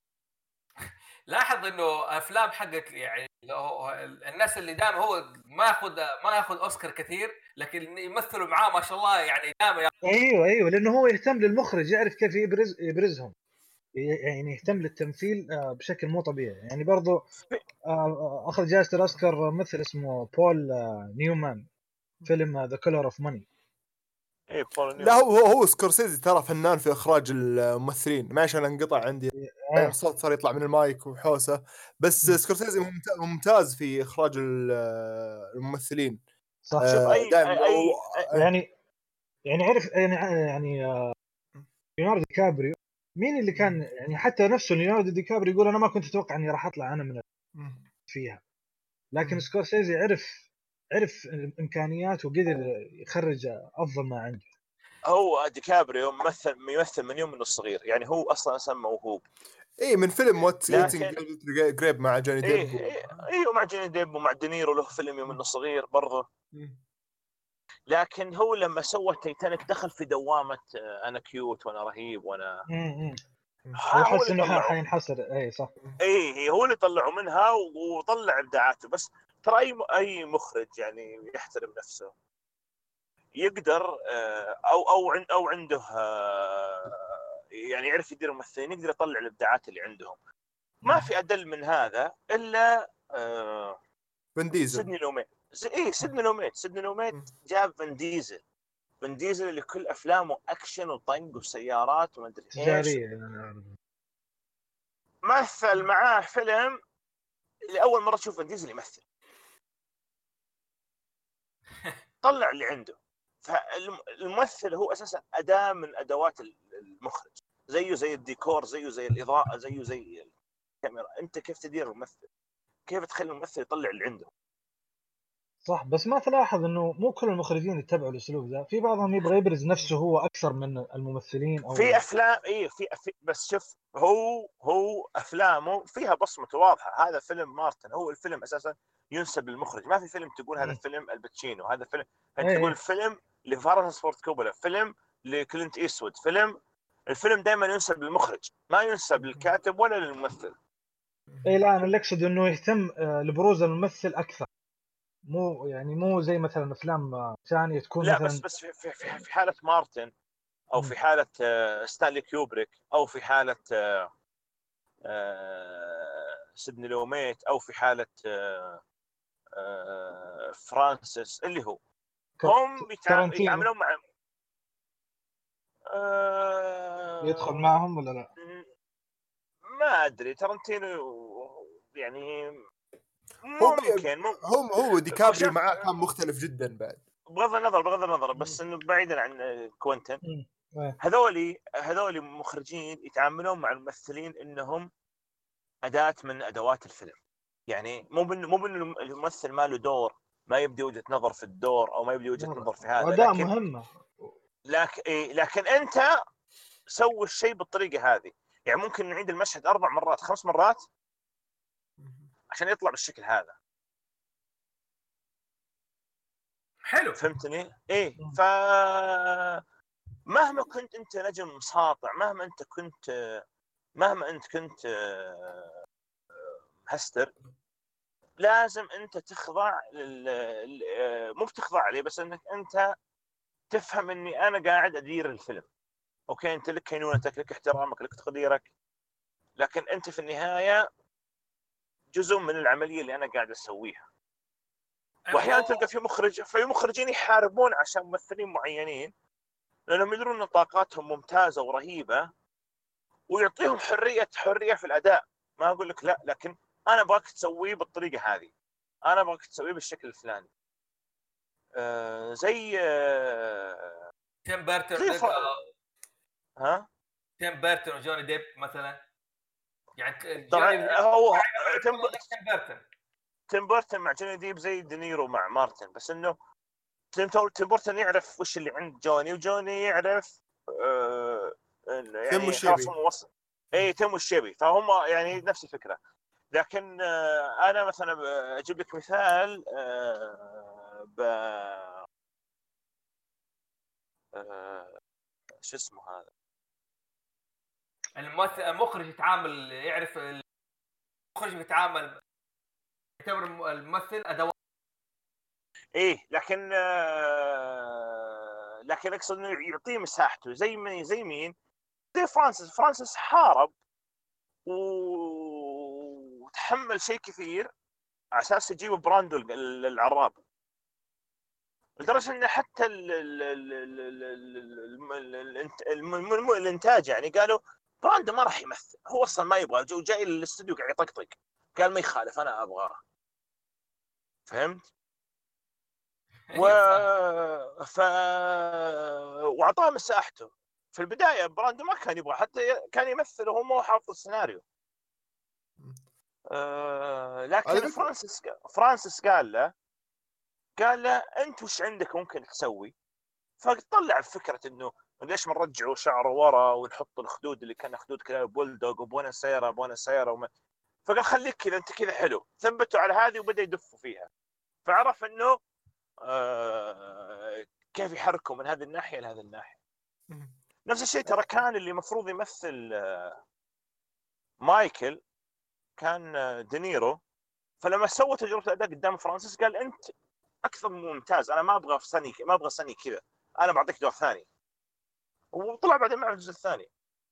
لاحظ انه افلام حقت يعني لو هو- الناس اللي دائما هو ما ياخذ ما ياخذ اوسكار كثير، لكن يمثلوا معاه ما شاء الله يعني دائما. أيوه أيوه، لأنه هو يهتم للمخرج، يعرف كيف يبرز يبرزهم، يعني يهتم للتمثيل آه، بشكل مو طبيعي. يعني برضو آه، اخذ جائزه الاوسكار مثل اسمه بول آه، نيومان، فيلم ذا كولر اوف ماني. ايه بول لا نيومان. هو هو هو سكورسيزي ترى فنان في اخراج الممثلين. ما عشان انقطع عندي ايه الصوت صار يطلع من المايك وحوسه. بس سكورسيزي ممت- ممتاز في اخراج ال- الممثلين. صح. شوف آه، اي دائما اي, أي, أي يعني يعني عرف يعني يعني آه، ليوناردو دي كابريو مين اللي كان، يعني حتى نفسه ليوناردو دي كابريو يقول انا ما كنت اتوقع اني راح اطلع انا من فيها. لكن سكورسيزي عرف عرف الامكانيات وقدر يخرج افضل ما عنده. هو ديكابريو ممثل يمثل من يوم من الصغير، يعني هو اصلا اسمه موهوب. اي من فيلم وات ايتنج لكن جريب مع جوني ايه ديب و... ايه, إيه ومع جوني ديب ومع دينيرو له فيلم يوم من الصغير برضه. لكن هو لما سوى تايتانيك دخل في دوامه آه، انا كيوت وانا رهيب وانا امم ها هو هو حس اللي انه طلعه. حينحصر. اي صح. ايه هو اللي طلعه منها وطلع ابداعاته. بس ترى اي اي مخرج يعني يحترم نفسه يقدر آه، او او عند او عنده آه، يعني يعرف يدير ممثلين، يقدر يطلع الابداعات اللي عندهم. ما في ادل من هذا الا آه، فان ديزل. سيدني لوميت. ايه سيدني لوميت سيدني لوميت جاب فان ديزل. فان ديزل اللي كل افلامه اكشن وطنق وسيارات وما ادري ايش. تجاريه يعني. مثل معاه فيلم لاول مره تشوف فان ديزل يمثل طلع اللي عنده. فالممثل هو اساسا اداه من ادوات المخرج، زيه زي الديكور، زيه زي الاضاءه، زيه زي الكاميرا. انت كيف تدير الممثل، كيف تخلي الممثل يطلع اللي عنده. صح، بس ما تلاحظ انه مو كل المخرجين يتبعوا الاسلوب ذا؟ في بعضهم يبغى يبرز نفسه هو اكثر من الممثلين او في افلام اي في, في بس شوف، هو هو افلامه فيها بصمته واضحه. هذا فيلم مارتن، هو الفيلم اساسا ينسب للمخرج. ما في فيلم تقول هذا مم. فيلم الباتشينو، هذا فيلم انت إيه تقول إيه. فيلم لفرانسيس فورد كوبولا، فيلم لكلينت ايستوود، فيلم الفيلم دائما ينسب للمخرج، ما ينسب للكاتب ولا للممثل. اي لا، انا اللي اقصد انه يهتم آه، لبروز الممثل اكثر، مو يعني مو زي مثلا افلام آه، ثانيه تكون لا بس مثلا. بس في, في, في, في حاله مارتن او مم. في حاله آه، ستانلي كيوبريك او في حاله آه، آه، سيدني لوميت او في حاله آه، آه، فرانسيس اللي هو ك- هم يتع- تارانتينو يتعاملون مع آه، يدخل معهم ولا لا؟ ما ادري تارنتينو يعني هو ممكن مم... هم هو ديكابريو وشوف، معاه كان مختلف جدا بعد. بغض النظر بغض النظر بس انه بعيدا عن كوينتن، مم. إيه. هذولي هذولي مخرجين يتعاملون مع الممثلين انهم اداه من ادوات الفيلم. يعني مو بن مو بن الممثل ما له دور، ما يبدي وجهه نظر في الدور او ما يبدي وجهه نظر في هذا، واداء لكن مهمه. لكن إيه لكن انت سوي الشيء بالطريقه هذه. يعني ممكن نعيد المشهد اربع مرات خمس مرات عشان يطلع بالشكل هذا. حلو. فهمتني؟ ايه. مم. ف مهما كنت انت نجم ساطع، مهما انت كنت مهما انت كنت هستر، لازم انت تخضع لل... مو بتخضع عليه، بس انك انت تفهم اني انا قاعد ادير الفيلم. اوكي انت لك كينونتك، لك احترامك، لك تقديرك، لكن انت في النهايه جزء من العمليه اللي انا قاعد اسويها. واحيانا تلقى في مخرج في مخرجين يحاربون عشان ممثلين معينين لانهم يدرون ان طاقاتهم ممتازه ورهيبه، ويعطيهم حريه حريه في الاداء. ما اقول لك لا، لكن انا ابغاك تسويه بالطريقه هذه، انا ابغاك تسويه بالشكل الفلاني. آه زي آه تيم بيرتون زي ف... ها تيم بيرتون وجوني ديب مثلا. يعني طبعا جوني ديب هو تيم تيم بيرتون تيم بيرتون مع جوني ديب زي دينيرو مع مارتن، بس انه تيم بيرتون يعرف وش اللي عند جوني، وجوني يعرف آه يعني خلاص هم وصل. اي تيم والشيبي، فهم يعني نفس الفكره. لكن آه انا مثلا اجيب لك مثال آه ب آه شو اسمه هذا، الممثل المخرج يتعامل، يعرف المخرج يتعامل، يعتبر الممثل ادوات. ايه لكن آه لكن اقصد انه يعطيه مساحته. زي مين زي مين زي فرانسيس فرانسيس حارب وتحمل شيء كثير على اساس يجيب براندو العراب، لدرجه ان حتى الانتاج يعني قالوا براندو ما راح يمثل، هو اصلا ما يبغى، جاي للاستوديو قاعد يطقطق، قال ما يخالف انا ابغاه. فهمت؟ و ف واعطاه مساحته. في البدايه براندو ما كان يبغى، حتى كان يمثل وهو مو حافظ السيناريو. أه... لكن فرانسيس فرانسيس قال له قال له انت وش عندك ممكن تسوي؟ فطلع فكره انه ليش ما نرجعوا شعره ورا ونحط الخدود اللي كان خدود كلاب بولدوغ وبونا سيرا بونا سيرا وما... فقال خليك كذا، انت كذا حلو. ثبتوا على هذه وبدا يدفوا فيها، فعرف انه آه كيف يحركوا من هذه الناحيه لهذه الناحيه. نفس الشيء ترى كان اللي مفروض يمثل آه مايكل كان آه دينيرو، فلما سوى تجربه الاداء قدام فرانسيس قال انت اكثر ممتاز، انا ما ابغى في سني ما ابغى سني كذا، انا بعطيك دور ثاني. وطلع بعدين مع الجزء الثاني.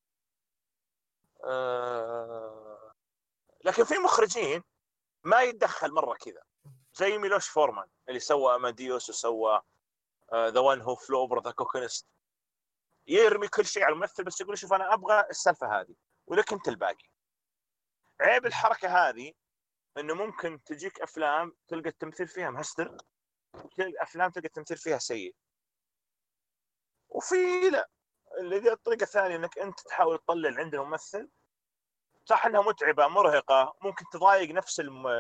آه لكن في مخرجين ما يتدخل مره كذا، زي ميلوش فورمان اللي سوى اماديوس وسوى ذا وان هو فلو اوفر ذا كوكونست. يرمي كل شيء على الممثل بس يقول شوف انا ابغى السالفه هذه ولك انت الباقي. عيب الحركه هذه انه ممكن تجيك افلام تلقى التمثيل فيها مهستر، افلام تلقى التمثيل فيها سيء. وفي لا اللي الطريقه الثانيه انك انت تحاول تطلع عند الممثل، صح انها متعبه مرهقه، ممكن تضايق نفس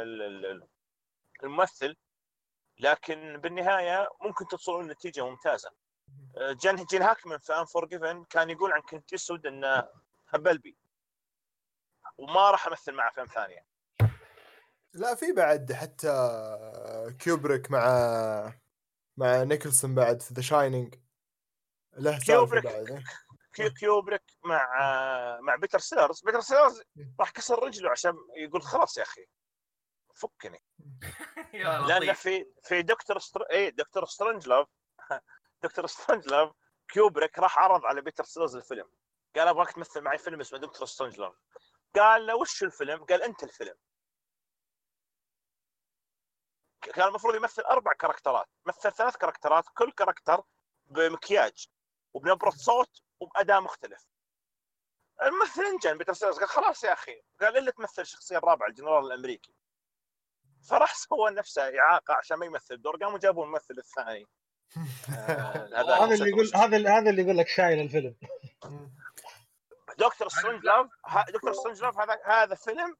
الممثل، لكن بالنهايه ممكن توصلون لنتيجه ممتازه. جين جين هاكمان في انفورجيفن كان يقول عن كنت يسود انه هبلبي وما راح امثل معه افلام ثانيه. لا في بعد حتى كيوبريك مع مع نيكلسون بعد في ذا شاينينج له سالفه بعد. كيوبريك مع مع بيتر سيلرز بيتر سيلرز راح كسر رجله عشان يقول خلاص يا اخي فكني. لان في في دكتور ستر... اي دكتور سترينج لوف دكتور سترينج لوف كيوبريك راح عرض على بيتر سيلرز الفيلم، قال ابغاك تمثل معي فيلم اسمه دكتور سترينج لوف. قال له وش الفيلم؟ قال انت الفيلم. كان المفروض يمثل اربع كاركترات، مثل ثلاث كاركترات، كل كاركتر بمكياج وبنبرة صوت وبأداء مختلف. الممثل انجن بيتر سيلرز قال خلاص يا اخي، قال الا تمثل الشخصيه الرابعه الجنرال الامريكي. فراح سوى نفسه اعاقه عشان ما يمثل الدور، قاموا جابوا الممثل الثاني. هذا اللي يقول هذا هذا اللي يقول لك شايل الفيلم. دكتور سترينج لوف دكتور سترينج لوف هذا هذا فيلم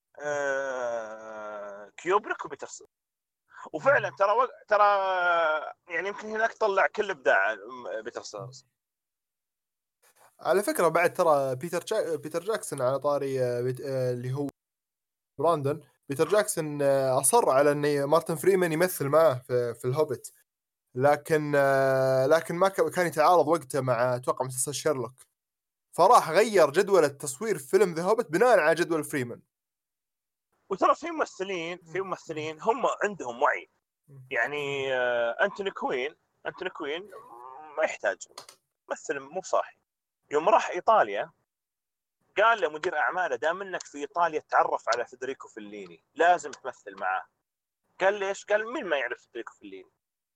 كيوبريك وبيتر سيلرز. وفعلا ترى و... ترى يعني يمكن هناك طلع كل ابداع بيتر سيلرز. على فكره بعد ترى بيتر جا... بيتر جاكسون على طاري بيت... اللي هو براندون بيتر جاكسون اصر على ان مارتن فريمان يمثل معه في, في الهوبيت، لكن لكن ما كان يتعارض وقته مع اتوقع مسلسل شيرلوك، فراح غير جدول التصوير في فيلم ذا هوبيت بناء على جدول فريمان. وترى في ممثلين في ممثلين هم عندهم وعي، يعني أنتوني كوين أنتوني كوين ما يحتاج ممثل مو صاحي. يوم راح إيطاليا قال لمدير أعماله دام إنك في إيطاليا تعرف على فيدريكو فيليني لازم تمثل معاه. قال ليش؟ قال مين ما يعرف فيدريكو فيليني؟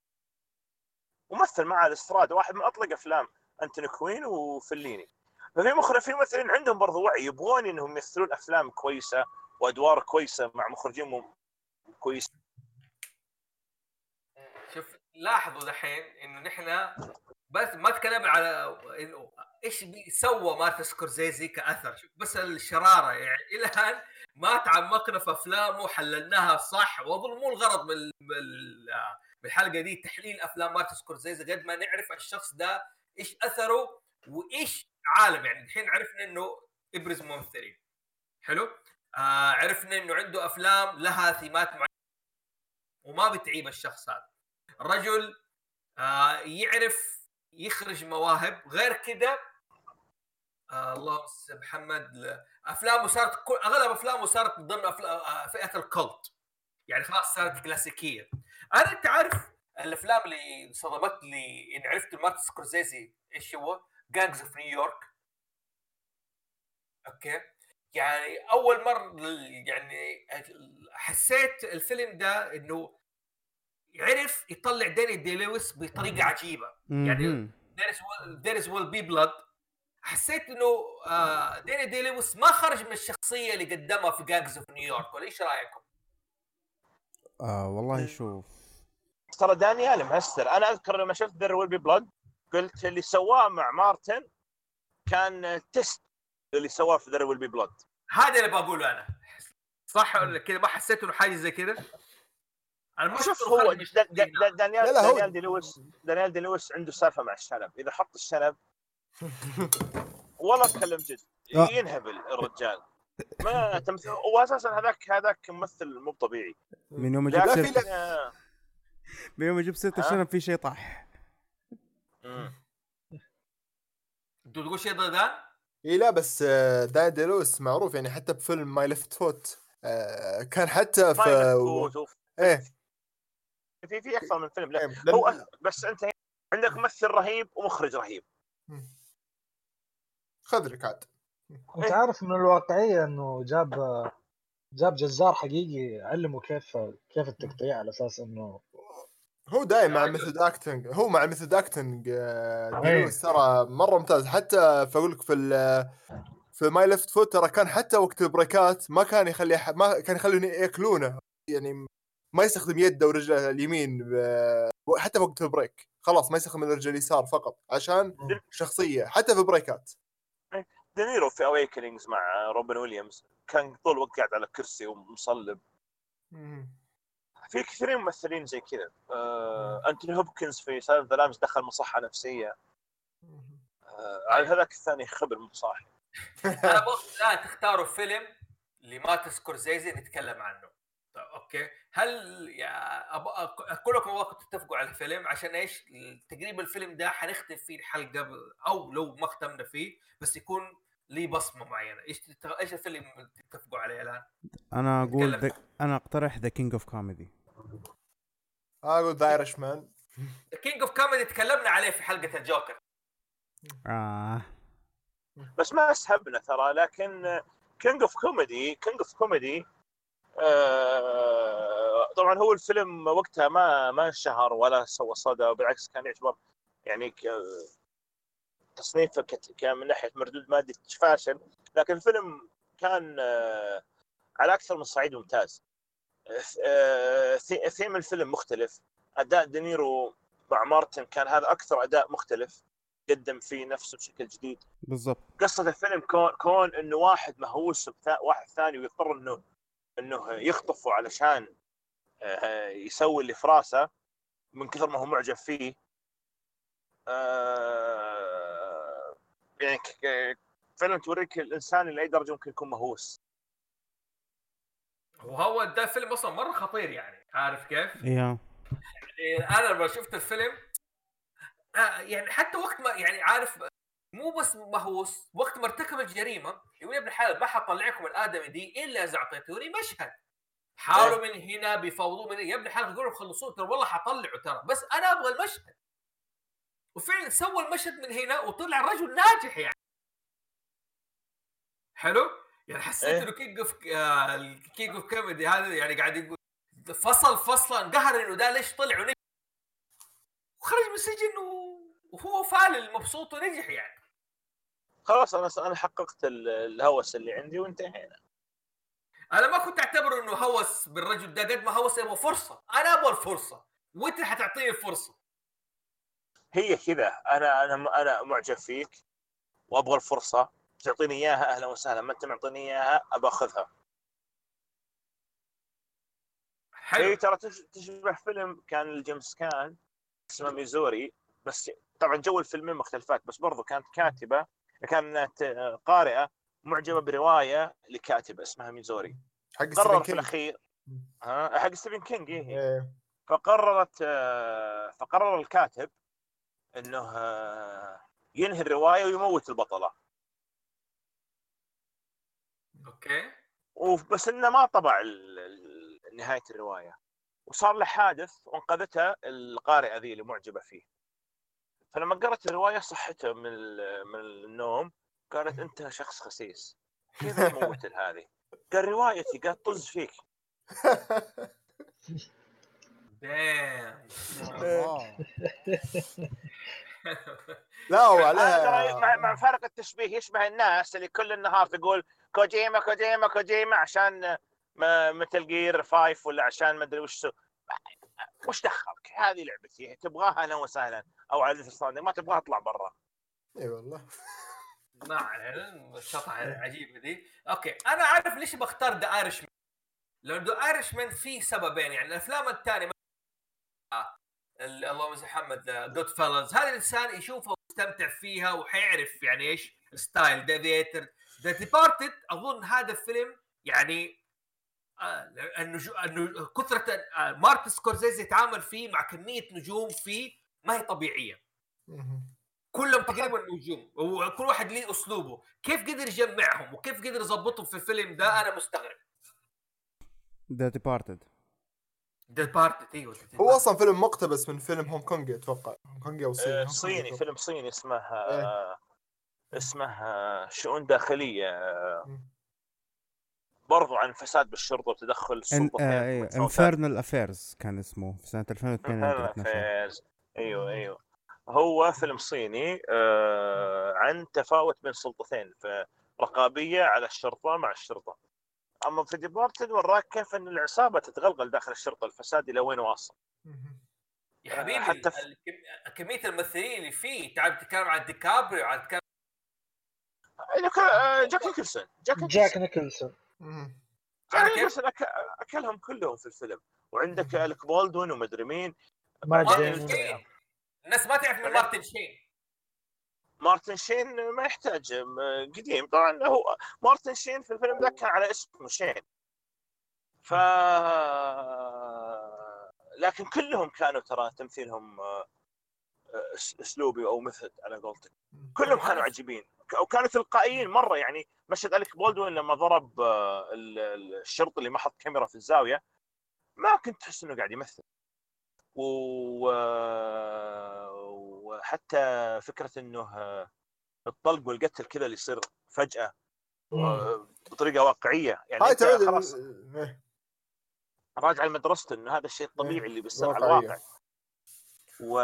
ومثل معه الاستراد، واحد من أطلق أفلام أنتوني كوين وفيليني. ففي مخرج في ممثلين عندهم برضو وعي، يبغون إنهم يمثلون أفلام كويسة وأدوار كويسة مع مخرجين كويس. شوف لاحظوا دحين انه نحن بس ما تكلمنا على انه ايش سوى مارتن سكورسيزي كاثر، شوف بس الشراره يعني الى الان ما تعمقنا في افلامه وحللناها صح. واظن مو الغرض من بالحلقه دي تحليل افلام مارتن سكورسيزي قد ما نعرف الشخص ده ايش اثره وايش عالم. يعني الحين عرفنا انه ابرز ممثلين حلو، آه عرفنا انه عنده افلام لها ثيمات معينه وما بتعيب الشخص هذا. الرجل آه يعرف يخرج مواهب غير كده. آه الله محمد افلامه صارت كل اغلب افلامه صارت ضمن أفلام فئه الكولت، يعني خلاص صارت كلاسيكيه. انا انت عارف الافلام اللي صدمتني ان عرفت مارتن سكورسيزي ايش هو؟ جانجز اوف نيويورك. اوكي يعني اول مره يعني حسيت الفيلم ده انه يعرف يطلع داني دي لويس بطريقه عجيبه. يعني there is will be blood حسيت انه آه داني دي لويس ما خرج من الشخصيه اللي قدمها في جانجز اوف نيويورك. ولا ايش رايكم؟ آه والله شوف ترى دانيال مهستر. انا اذكر لما شفت there will be blood قلت اللي سواه مع مارتن كان تيست اللي سواه في there will be blood. هذا اللي بقوله انا صح ولا كذا؟ ما حسيت انه حاجه زي كذا. انا ما شوف هو دانيال دانيال دي لويس دانيال دي لويس عنده سالفه مع الشنب. اذا حط الشنب والله اتكلم جد ينهبل الرجال ما تمثل. واساسا هذاك هذاك ممثل مو طبيعي. من يوم جبت سيرة آه. من يوم جبت سيرة الشنب في شيء طاح. انت تقول شيء ضدان؟ اي لا بس دانيال دي لويس معروف يعني حتى بفيلم ماي ليفت فوت كان حتى في ايه في في اكثر من فيلم. لا هو بس انت عندك ممثل رهيب ومخرج رهيب. خذ لك عاد. انت عارف من الواقعيه انه جاب جاب جزار حقيقي علمه كيف كيف التقطيع على اساس انه هو دائما مع ميثود اكتنج هو مع ميثود اكتنج ديلوس ترى مره ممتاز. حتى فاقول لك في في ماي ليفت فوت ترى كان حتى وقت البريكات ما كان يخلي ح... ما كان يخلوني ياكلونه، يعني ما يستخدم يده ورجله اليمين ب... حتى وقت البريك خلاص ما يستخدم الرجل اليسار فقط عشان شخصيه حتى في البريكات. دينيرو في اويكنينجز مع روبن ويليامز كان طول الوقت قاعد على كرسي ومصلب. في كثيرين ممثلين زي كذا. آه، أنتوني هوبكنز في سايلنت ذا لامز دخل مصحة نفسية. آه، على هذاك الثاني خبر مصاحي. انا ابغى لا تختاروا فيلم لمارتن سكورسيزي نتكلم عنه. طيب اوكي، هل يا ابغى كلكم ابغاكم تتفقوا على الفيلم عشان ايش تقريبا الفيلم ده حنختم فيه الحلقه، او لو ما ختمنا فيه بس يكون ليه بصمه معينه. ايش ايش الفيلم تتفقوا عليه الان؟ انا اقول دك... انا اقترح ذا كينج اوف كوميدي. اقول ذا ايرش مان. ذا كينج اوف كوميدي تكلمنا عليه في حلقه الجوكر. اه بس ما اسحبنا ترى، لكن كينج اوف كوميدي كينج اوف كوميدي طبعا هو الفيلم وقتها ما ما انشهر ولا سوى صدى، بالعكس كان يعتبر يعني تصنيفه كان من ناحيه مردود مادي فاشل، لكن الفيلم كان آه على اكثر من صعيد ممتاز. آه ثيم الفيلم مختلف، اداء دينيرو مع مارتن كان هذا اكثر اداء مختلف، قدم فيه نفسه بشكل جديد بالضبط. قصه الفيلم كون, كون انه واحد مهووس بواحد ثاني ويضطر انه انه يخطفه علشان آه يسوي اللي في راسه من كثر ما هو معجب فيه. آه يعني فعلا توريك الانسان اللي اي درجه ممكن يكون مهووس. وهو ده فيلم اصلا مره خطير، يعني عارف كيف؟ ايوه يعني انا لما شفت الفيلم آه يعني حتى وقت ما يعني عارف مو بس مهووس، وقت ما ارتكب الجريمه يقول يا ابن الحلال ما حطلعكم الادمي دي الا اذا اعطيتوني مشهد. حاولوا من هنا بيفوضوا من يا ابن الحلال يقولوا خلصوه ترى والله حطلعوا ترى، بس انا ابغى المشهد. وفعلا سوى المشهد من هنا وطلع الرجل ناجح يعني. حلو؟ يعني حسيت انه كينج اوف الكينج اوف كوميدي هذا يعني قاعد يقول فصل فصلا انقهر انه ده ليش طلع ونجح وخرج من السجن وهو فعال مبسوط ونجح يعني. خلاص انا انا حققت الهوس اللي عندي وانتهينا. انا ما كنت اعتبره انه هوس بالرجل ده قد ما هوس يبغى فرصه. انا ابغى الفرصه وانت حتعطيني الفرصه. هي كذا، انا انا انا معجب فيك وابغى الفرصه، تعطيني اياها اهلا وسهلا، ما انت معطيني اياها ابى اخذها. هي ترى تشبه فيلم كان الجيمس كان اسمه ميزوري، بس طبعا جو الفيلمين مختلفات، بس برضو كانت كاتبه كانت قارئه معجبه بروايه لكاتبه اسمها ميزوري. حق قرر في الاخير ها حق ستيفن كينج إيه. فقررت فقرر الكاتب انه ينهي الروايه ويموت البطله. اوكي. وبس انه ما طبع نهايه الروايه، وصار له حادث وانقذتها القارئه ذي اللي معجبه فيه. فلما قرأت الروايه صحته من من النوم قالت انت شخص خسيس كيف تموت هذه؟ قال روايتي، قال طز فيك. دام لا وعليها مع فارق التشبيه يشبه الناس اللي كل النهار تقول كوجيما كوجيما كوجيما عشان مثل جير فايف ولا عشان ما ادري وش وش دخلك؟ هذه لعبتي، تبغاها اهلا وسهلا، او على الفصل ما تبغاها اطلع برا. اي والله ما علينا الشطحه عجيبه دي. اوكي انا عارف ليش بختار ذا ايرش مان، لانه ذا ايرش مان فيه سببين. يعني الافلام الثانيه اللهم صل محمد جود فيلز هذا الانسان يشوفها ويستمتع فيها وحيعرف يعني ايش ستايل ذا ثياتر. ذا ديبارتد اظن هذا الفيلم يعني آه انه كثره آه مارتن سكورسيزي يتعامل فيه مع كميه نجوم فيه ما هي طبيعيه. كلهم تقريبا نجوم وكل واحد له اسلوبه. كيف قدر يجمعهم وكيف قدر يضبطهم في الفيلم ده انا مستغرب. ذا ديبارتد ديبارتد ايوه هو اصلا فيلم مقتبس من فيلم هونغ كونج اتوقع. هونغ كونج او صيني. آه صيني فيلم صيني اسمه آه اسمه شؤون داخليه آه برضو عن فساد بالشرطه وتدخل السلطتين. آه انفيرنال افيرز كان اسمه في سنه ألفين واثنين. ايوه ايوه هو فيلم صيني آه عن تفاوت بين سلطتين. رقابيه على الشرطه مع الشرطه. اما في ديبارتد وراك كيف ان العصابه تتغلغل داخل الشرطه، الفساد الى وين واصل. يا حبيبي حتى ال- ال- كميه الممثلين اللي فيه، تعال تتكلم عن ديكابريو، عن تتكلم إنه ك- آه، جاك نيكلسون جاك جاك نيكلسون نيكلسون جاك عارف كيف؟ نيكلسون أك... اكلهم كلهم في الفيلم. وعندك الك بولدوين ومدري مين. مات بعدين مارتن ديمون. شين. الناس ما تعرف من بعدين- مارتن شين. مارتن شين ما يحتاج، م- قديم طبعا. هو مارتن شين في الفيلم ذا كان على اسمه شين. ف لكن كلهم كانوا ترى تمثيلهم آه، أس- اسلوبي او مثل على قولتك. كلهم هذا- كانوا عجيبين وكانوا تلقائيين مره. يعني مشهد الك بولدوين لما ضرب آه، ال- ال- الشرطي اللي ما حط كاميرا في الزاويه، ما كنت تحس انه قاعد يمثل. و... آه، وحتى فكره انه آه، الطلق والقتل كذا اللي يصير فجاه آه، بطريقه واقعيه. يعني هاي انت تعود خلاص إيه، راجع لمدرسته انه هذا الشيء الطبيعي إيه، اللي بيصير على واقعية. الواقع. و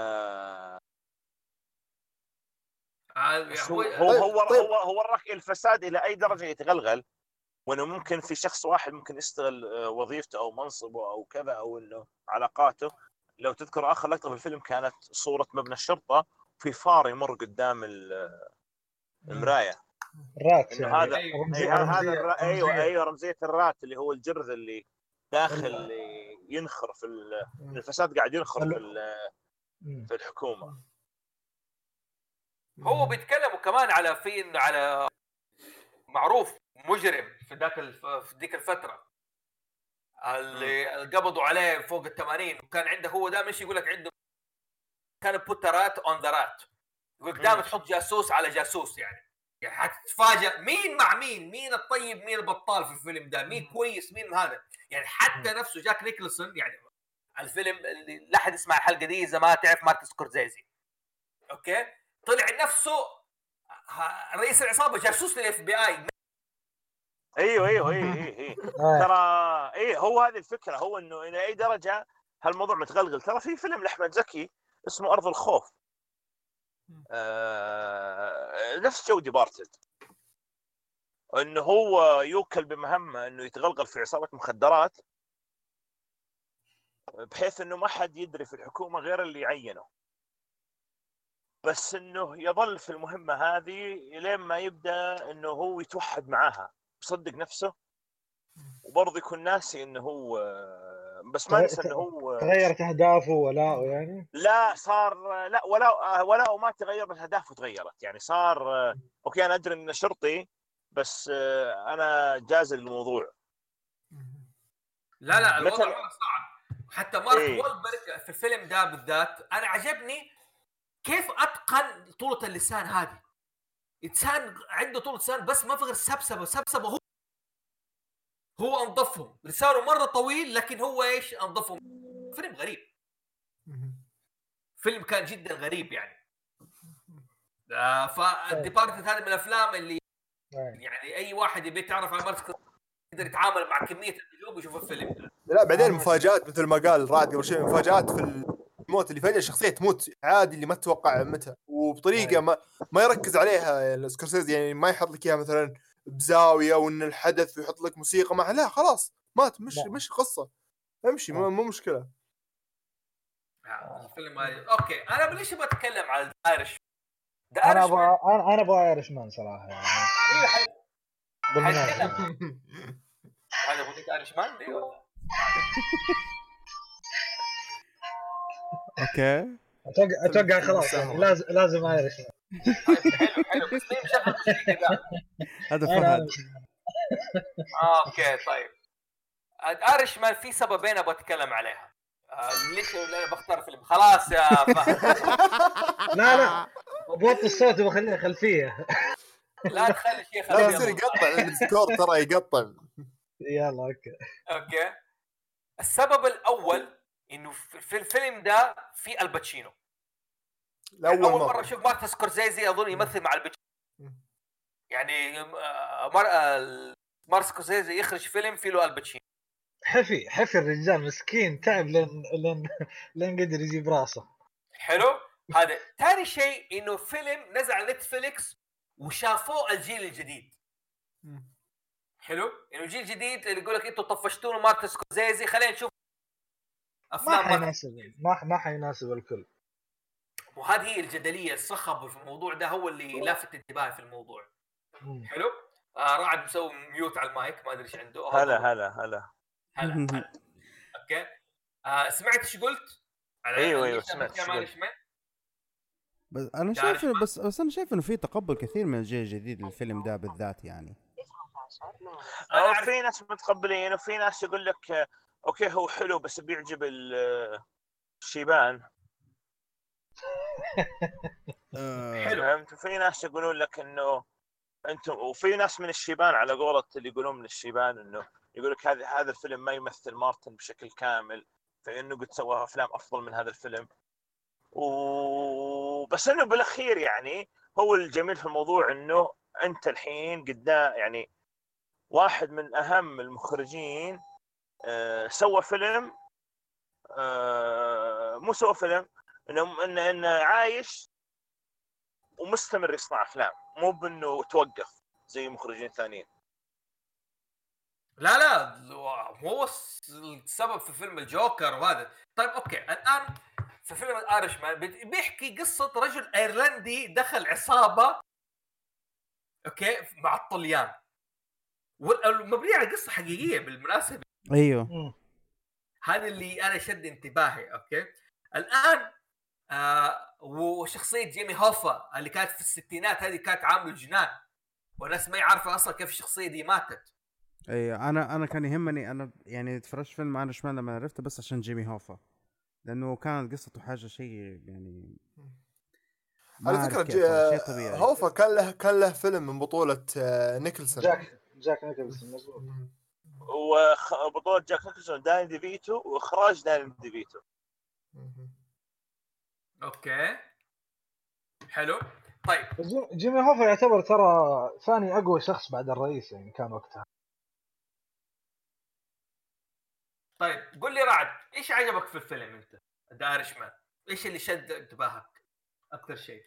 عاد- بس هو- هو هو طيب- هو طيب. هو هو وراك الفساد الى اي درجه يتغلغل، وانه ممكن في شخص واحد ممكن يستغل آه، وظيفته او منصبه او كذا، او انه علاقاته. لو تذكر اخر لقطه في الفيلم كانت صوره مبنى الشرطه في فار يمر قدام ال- المرايه. رات انه يعني. هذا أيوة. رمزية- أي هذا رمزية- الر... ايوه رمزية. ايوه رمزيه الرات اللي هو الجرذ اللي داخل ينخر في ال- الفساد، قاعد ينخر في ال- مم. في الحكومه. هو بيتكلموا كمان على في إنه على معروف مجرم في ذاك الف... في ذيك الفتره اللي قبضوا عليه فوق الثمانين، وكان عنده هو دائما ايش يقول لك، عنده كان بوترات اون ذا رات، يقول لك دائما تحط جاسوس على جاسوس. يعني يعني حتتفاجئ مين مع مين، مين الطيب مين البطال في الفيلم ده، مين كويس مين هذا. يعني حتى نفسه جاك نيكلسون، يعني الفيلم اللي لا احد يسمع الحلقه دي اذا ما تعرف مارتن سكورسيزي، اوكي، طلع نفسه ه- رئيس العصابه جاسوس للاف بي اي. ايوه ايوه ايوه ايوه ايوه آه. ترى ايه هو هذه الفكره. هو انه الى اي درجه هالموضوع متغلغل. ترى في فيلم لاحمد زكي اسمه ارض الخوف، آه نفس جو ديبارتد، انه هو يوكل بمهمه انه يتغلغل في عصابه مخدرات بحيث انه ما حد يدري في الحكومه غير اللي يعينه، بس انه يظل في المهمه هذه لين ما يبدا انه هو يتوحد معاها، يصدق نفسه، وبرضه يكون ناسي انه هو، بس ما نسى انه هو تغيرت اهدافه ولاؤه يعني. لا صار لا ولا ولا وما تغير، بس اهدافه تغيرت. يعني صار اوكي انا ادري انه شرطي بس انا جازل الموضوع. لا لا الوضع مثل- مره صعب. حتى مارك إيه. وولبرغ في الفيلم ده بالذات انا عجبني كيف اتقن طولة اللسان هذه. انسان عنده طولة لسان بس ما في غير سبسبه سبسبه، هو هو انظفهم. لسانه مره طويل لكن هو ايش انظفهم. فيلم غريب، فيلم كان جدا غريب يعني. آه فالديبارتمنت هذا من الافلام اللي يعني اي واحد يبي يتعرف على مارك يقدر يتعامل مع كميه النجوم ويشوف الفيلم ده. لا بعدين مفاجآت مثل ما قال رعد قبل شوي، مفاجآت في الموت اللي فجأة الشخصية تموت عادي اللي ما تتوقع متى، وبطريقة ما ما يركز عليها سكورسيزي. يعني ما يحط لك اياها مثلا بزاوية وان الحدث ويحط لك موسيقى معها، لا خلاص مات، مش لا. مش قصة، امشي مو مو مشكلة. آه الفيلم هذا اوكي. انا ليش بتكلم على ايرش؟ انا ابغى انا انا ابغى ايرش مان صراحه يعني. بالمناسبة. هذا بوديك ايرش مان دي ولا؟ اوكي اتوقع اتوقع خلاص يعني لازم لازم ايرش مان. حلو حلو بس مين مشغل موسيقى ده؟ هذا انا فهد. أنا- آه اوكي طيب. ايرش مان في سببين ابغى اتكلم عليها. آه ليش انا بختار فيلم خلاص يا فهد. لا لا بوطي الصوت وبخليها خلفيه. لا تخلي شيء لا خليه يصير يلا. يقطع السكور ترى يقطع. يلا اوكي. اوكي السبب الاول انه في الفيلم ده في الباتشينو. اول اول مرة مره اشوف مارتن سكورسيزي اظن يمثل مع الباتشينو. يعني آه، مر... آه، مارتن سكورسيزي يخرج فيلم فيه له الباتشينو. حفي حفي الرجال مسكين تعب لين لين لين قدر يجيب راسه. حلو. هذا ثاني شيء انه فيلم نزل على نتفليكس وشافوه الجيل الجديد. حلو انه جيل جديد اللي يقول لك انتوا طفشتونا مارتن سكورسيزي، خلينا نشوف ما افلام مارتن. حيناسب ما ما حيناسب الكل. وهذه هي الجدليه، الصخب في الموضوع ده هو اللي لافت انتباهي في الموضوع. مم. حلو. آه رعد مسوي ميوت على المايك، ما ادري ايش عنده. آه، هلا قبل. هلا هلا هلا هلا. اوكي. آه سمعت ايش قلت على ايوه اللي ايوه إحنا سمعت بنتكلم ايش عن قلت. إيش مان؟ بس انا يا شايف عارف بس بس انا شايف انه في تقبل كثير من الجيل الجديد للفيلم ده بالذات يعني. أنا أو أعرف. في ناس متقبلين وفي ناس يقول لك آه، اوكي هو حلو بس بيعجب ال- آه، الشيبان. آه، حلو. فهمت؟ وفي ناس يقولون لك انه انتم، وفي ناس من الشيبان على قولة اللي يقولون من الشيبان انه يقول لك هذا هذا الفيلم ما يمثل مارتن بشكل كامل، فانه قد سوى افلام افضل من هذا الفيلم. وبس انه بالاخير يعني هو الجميل في الموضوع انه انت الحين قدام يعني واحد من اهم المخرجين آه، سوى فيلم آه، مو سوى فيلم انه انه إنه عايش ومستمر يصنع افلام، مو بانه توقف زي مخرجين ثانيين. لا لا مو هو السبب في فيلم الجوكر وهذا. طيب اوكي الان في فيلم الارش مان بيحكي قصه رجل ايرلندي دخل عصابه اوكي مع الطليان، والمبنيه على قصه حقيقيه بالمناسبه. ايوه مم. هذا اللي انا شد انتباهي. اوكي الان آه وشخصيه جيمي هوفا اللي كانت في الستينات هذه كانت عامله جنان، والناس ما يعرفوا اصلا كيف الشخصيه دي ماتت. ايوه انا انا كان يهمني انا يعني اتفرجت فيلم انا شمال لما عرفته بس عشان جيمي هوفا، لانه كانت قصته حاجه شيء يعني ما على اعرف فكره كيف والله شيء جي... طبيعي. هوفا كان له كان له فيلم من بطوله آه، نيكلسون. جاك جاك نيكلسون مزبوط. مم. وبطولة جاك نيكلسون داني ديفيتو واخراج داني ديفيتو. مم. اوكي حلو. طيب بس جيم- جيمي هوفا يعتبر ترى ثاني اقوى شخص بعد الرئيس يعني كان وقتها. طيب قول لي رعد ايش عجبك في الفيلم انت ذا ايرشمان؟ ايش اللي شد انتباهك اكثر شيء؟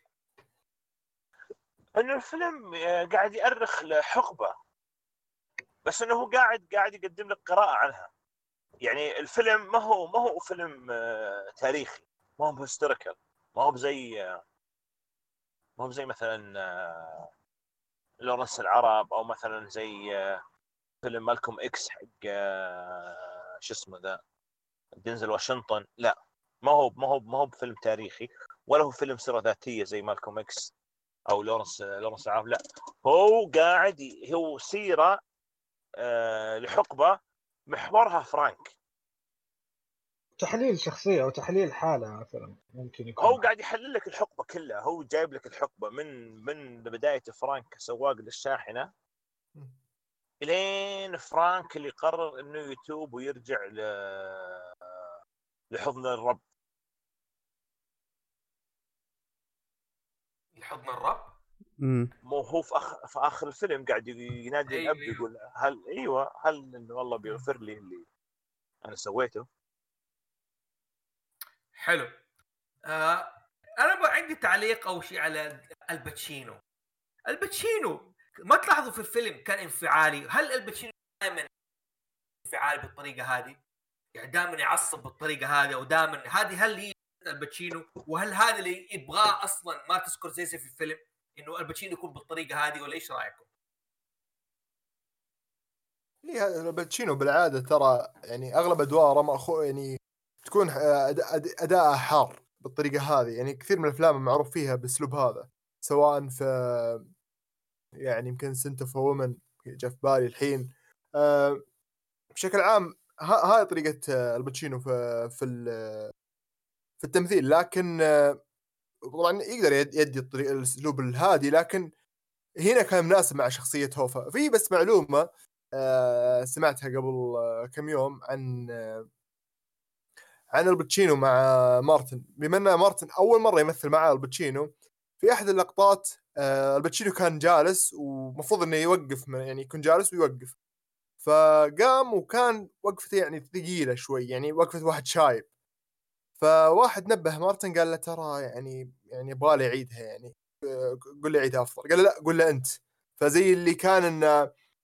انه الفيلم آه، قاعد يأرخ لحقبة، بس انه هو قاعد قاعد يقدم لك قراءة عنها. يعني الفيلم ما هو ما هو فيلم آه، تاريخي، ما هو هيستوريكال، ما هو زي آه، ما هو زي مثلا آه، لورنس العرب، او مثلا زي آه، فيلم مالكوم اكس حق آه، شو اسمه ذا دينزل واشنطن. لا، ما هو ما هو ما هو بفيلم تاريخي، ولا هو فيلم سيرة ذاتية زي مالكوم اكس او لورنس لورنس العرب. لا، هو قاعد ي- هو سيرة آه، لحقبة محورها فرانك. تحليل شخصيه او تحليل حاله مثلا ممكن يكون. هو قاعد يحلل لك الحقبة كلها، هو جايب لك الحقبة من من بداية فرانك كسواق للشاحنة الين فرانك اللي قرر انه يتوب ويرجع ل... لحضن الرب. لحضن الرب. امم مو هو في, أخ... في اخر الفيلم قاعد ينادي أيوة الاب أيوة. يقول هل ايوه هل انه والله بيغفر لي اللي انا سويته. حلو. آه انا بقى عندي تعليق او شيء على الباتشينو. الباتشينو ما تلاحظوا في الفيلم كان انفعالي؟ هل الباتشينو دائما انفعالي بالطريقه هذه؟ يعني دائما يعصب بالطريقه هذه ودائما هذه هل هي الباتشينو؟ وهل هذا اللي يبغاه اصلا مارتن سكورسيزي في الفيلم انه الباتشينو يكون بالطريقه هذه، ولا ايش رايكم؟ ليه الباتشينو بالعاده ترى يعني اغلب ادواره مأخو يعني تكون آه، أد- أد- اداءه حار بالطريقه هذه. يعني كثير من الافلام معروف فيها بالاسلوب هذا، سواء في يعني يمكن سنت اوف وومن جاء في بالي الحين. آه، بشكل عام ها- هاي طريقه آه، الباتشينو في في ال- في التمثيل. لكن آه، طبعا يقدر يد- يدي الطريق الاسلوب الهادي، لكن هنا كان مناسب مع شخصيه هوفا. في بس معلومه آه، سمعتها قبل آه، كم يوم عن آه، عن الباتشينو مع مارتن. بما ان مارتن اول مره يمثل مع الباتشينو، في احد اللقطات آه، الباتشينو كان جالس ومفروض انه يوقف، يعني يكون جالس ويوقف، فقام وكان وقفته يعني ثقيله شوي، يعني وقفه واحد شايب. فواحد نبه مارتن قال له ترى يعني يعني يبغى لي يعيدها، يعني آه، قول لي عيدها افضل. قال له لا قول له انت. فزي اللي كان انه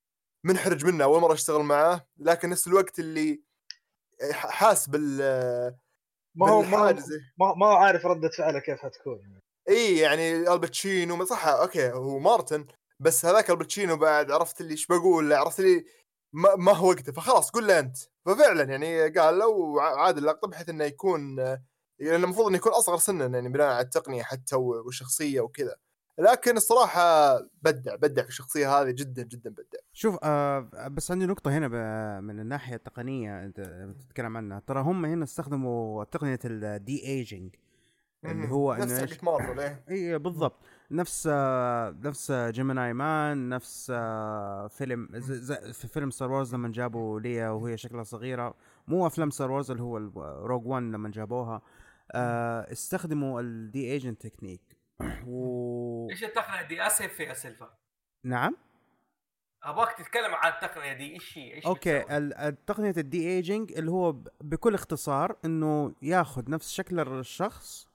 منحرج منه اول مره اشتغل معاه، لكن نفس الوقت اللي حاس بال ما هو ما هو بالحاجز. ما ما هو عارف ردة فعله كيف حتكون. اي يعني الباتشينو صح، اوكي هو مارتن، بس هذاك الباتشينو بعد عرفت اللي ايش بقول، عرفت اللي ما, ما هو وقته، فخلاص قول له انت. ففعلا يعني قال له وعاد اللقطه بحيث انه يكون يعني المفروض انه يكون اصغر سنا يعني بناء على التقنيه حتى والشخصيه وكذا، لكن الصراحه بدع بدع في الشخصيه هذه جدا جدا بدع. شوف آه بس عندي نقطة هنا من الناحية التقنية انت بتتكلم عنها، ترى هم هنا استخدموا تقنية الدي ايجينج اللي هو نفس انه ايش حقت مارفل. ايه اي بالضبط، نفس آه نفس جيميناي مان، نفس آه فيلم زي زي في فيلم ستار وورز لما جابوا ليا وهي شكلها صغيرة، مو افلام ستار وورز اللي هو روج وان لما جابوها آه استخدموا الدي ايجنت تكنيك و ايش التقنيه دي؟ اسف يا سيلفا. نعم ابغاك تتكلم عن التقنيه دي، ايش هي؟ ايش اوكي بتسوي؟ ال- التقنية الدي ايجينج اللي هو ب- بكل اختصار انه ياخذ نفس شكل الشخص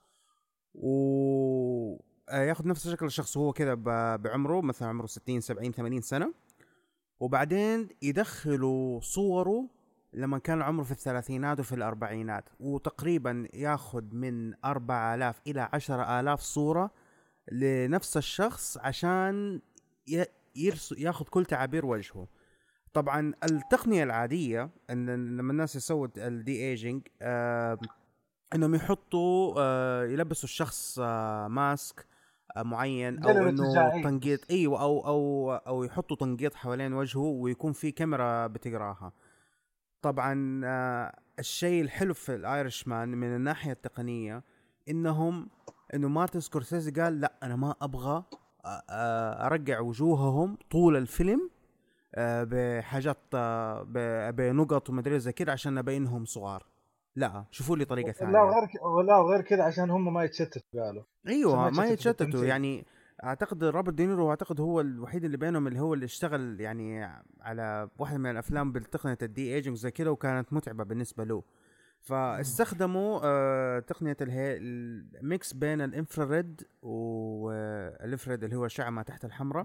و آه، ياخذ نفس شكل الشخص وهو كذا ب- بعمره مثلا عمره ستين سبعين ثمانين سنة، وبعدين يدخلوا صوره لما كان عمره في الثلاثينات وفي الأربعينات، وتقريبا ياخذ من أربعة آلاف إلى عشرة آلاف صورة لنفس الشخص عشان ي- يرس ياخذ كل تعابير وجهه. طبعا التقنية العادية ان لما الناس يسووا الدي ايجينج آه انهم يحطوا آه يلبسوا الشخص آه ماسك آه معين، او قللوا انه تجاعيد. تنقيط ايوه او او او يحطوا تنقيط حوالين وجهه ويكون في كاميرا بتقراها. طبعا آه الشيء الحلو في الايرش مان من الناحية التقنية انهم انه مارتن سكورسيزي قال لا انا ما ابغى آه، آه، ارجع وجوههم طول الفيلم آه، بحاجات آه، ب- بنقط ومدري زي كده عشان ابينهم صغار، لا شوفوا لي طريقه لا ثانيه. غير ك... ولا غير كذا عشان هم ما يتشتتوا قالوا. عشان ايوه ما يتشتتوا في يتشتتوا التمثيل. يعني. اعتقد روبرت دينيرو اعتقد هو الوحيد اللي بينهم اللي هو اللي اشتغل يعني على واحده من الافلام بالتقنيه الدي ايجنج زي كده وكانت متعبه بالنسبه له، فاستخدموا آه تقنيه الهي الميكس بين الانفراريد والانفراريد اللي هو الشعه ما تحت الحمراء،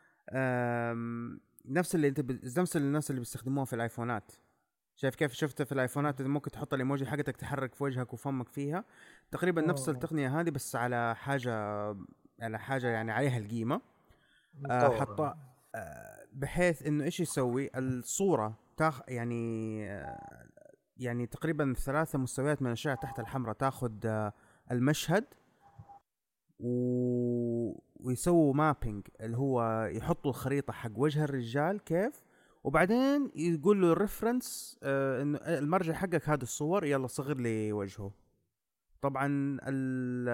آم، نفس اللي انت ب... نفس الناس اللي بيستخدموها في الايفونات. شايف كيف شفت في الايفونات إذا ممكن تحط الايموجي حقتك تحرك في وجهك وفمك فيها، تقريبا نفس آه. التقنيه هذه بس على حاجه على حاجه يعني عليها القيمه. آه مطورة. حط آه بحيث انه ايش يسوي الصوره تاخ يعني آه يعني تقريبا ثلاثة مستويات من الاشعه تحت الحمراء تاخذ آه المشهد و... ويسووا مابينج اللي هو يحطوا الخريطة حق وجه الرجال كيف، وبعدين يقول له الريفرنس آه انه المرجع حقك هذه الصور يلا صغر لي وجهه. طبعا ال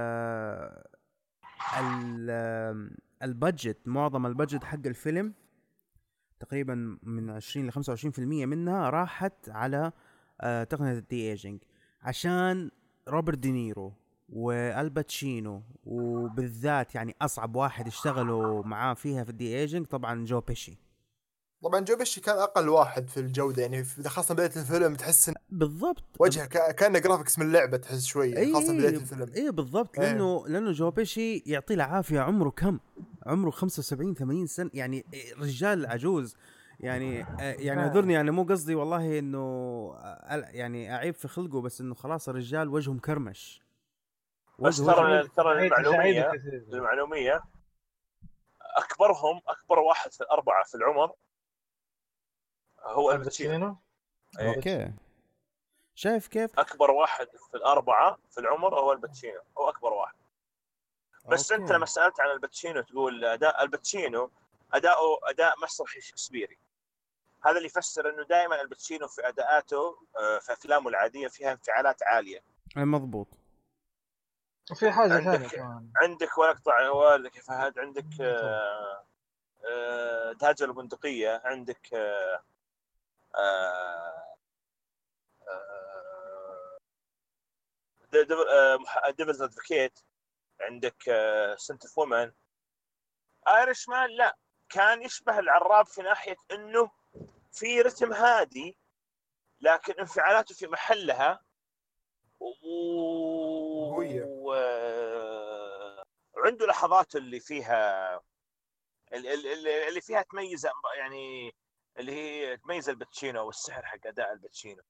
ال البادجت معظم البادجت حق الفيلم تقريبا من عشرين ل خمسة وعشرين بالمية منها راحت على آه تقنية الدي ايجينج عشان روبرت دينيرو والباتشينو، وبالذات يعني اصعب واحد اشتغلوا معاه فيها في الدي ايجينج طبعا جو بيشي. طبعا جو بيشي كان اقل واحد في الجوده، يعني في- خاصه بدايه الفيلم تحس ان بالضبط وجهه كا- كانه جرافيكس من لعبه، تحس شويه اي خاصه في بدايه اي الفيلم. اي بالضبط إيه. لانه لانه جو بيشي يعطيه العافيه عمره كم؟ عمره خمسة وسبعين ثمانين سنه يعني رجال عجوز يعني آه، يعني اعذرني يعني مو قصدي والله انه آه، يعني اعيب في خلقه، بس انه خلاص الرجال وجهه مكرمش. بس وجه ترى وجه ترى هي تجاعيد المعلوميه كثير. المعلوميه اكبرهم اكبر واحد في الاربعه في العمر هو الباتشينو. الباتشينو. إيه. اوكي شايف كيف؟ اكبر واحد في الاربعه في العمر هو الباتشينو، هو اكبر واحد. بس أوكي. انت لما سالت عن الباتشينو تقول اداء الباتشينو اداؤه اداء مسرحي شكسبيري، هذا اللي يفسر انه دائما الباتشينو في اداءاته في افلامه العاديه فيها انفعالات عاليه. مضبوط. وفي حاجه ثانيه عندك كمان. عندك ولا اقطع والك يا فهد، عندك آه آه دهجه البندقيه، عندك آه آه ديفلز ادفوكيت، عندك سنت اوف وومن. ايرش مان لا كان يشبه العراب في ناحيه انه في رتم هادي لكن انفعالاته في محلها و... قوية. وعنده لحظات اللي فيها اللي فيها تميز يعني اللي هي تميز الباتشينو والسحر حق اداء الباتشينو.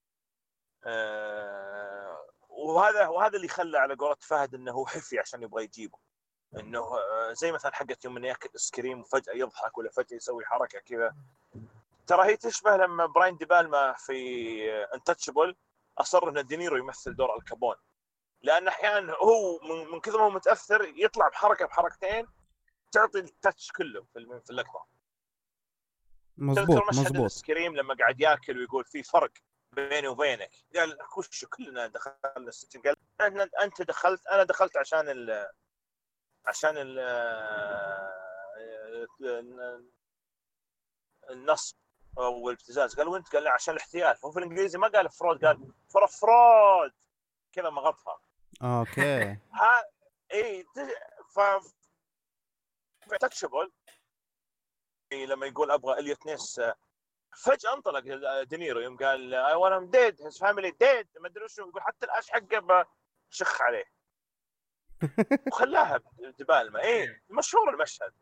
آه وهذا وهذا اللي خلى على قولة فهد انه هو حفي عشان يبغى يجيبه، انه آه زي مثلا حقت يوم انه ياكل ايس كريم وفجاه يضحك ولا فجاه يسوي حركه كذا. ترى هي تشبه لما براين دي بالما في انتشبل اصر ان دينيرو يمثل دور الكابون، لان احيانا هو من كثر ما هو متاثر يطلع بحركه بحركتين تعطي التاتش كله في اللقطه. مزبوط مشهد مزبوط. الايسكريم لما قاعد ياكل ويقول في فرق بيني وبينك، قال وش كلنا دخلنا السجن، قال انت انت دخلت انا دخلت عشان ال عشان ال النصب او الابتزاز، قال وانت قال عشان الاحتيال. هو في الانجليزي ما قال فرود، قال فور فرود كذا مغطها. اوكي ها اي ف تكشبل لما يقول ابغى اليوت نيس فجأة انطلق دينيرو يوم قال I want him dead his family dead ما ادري وش يقول، حتى الأش حقه بشخ عليه وخلاها دبالمة. ايه مشهور المشهد.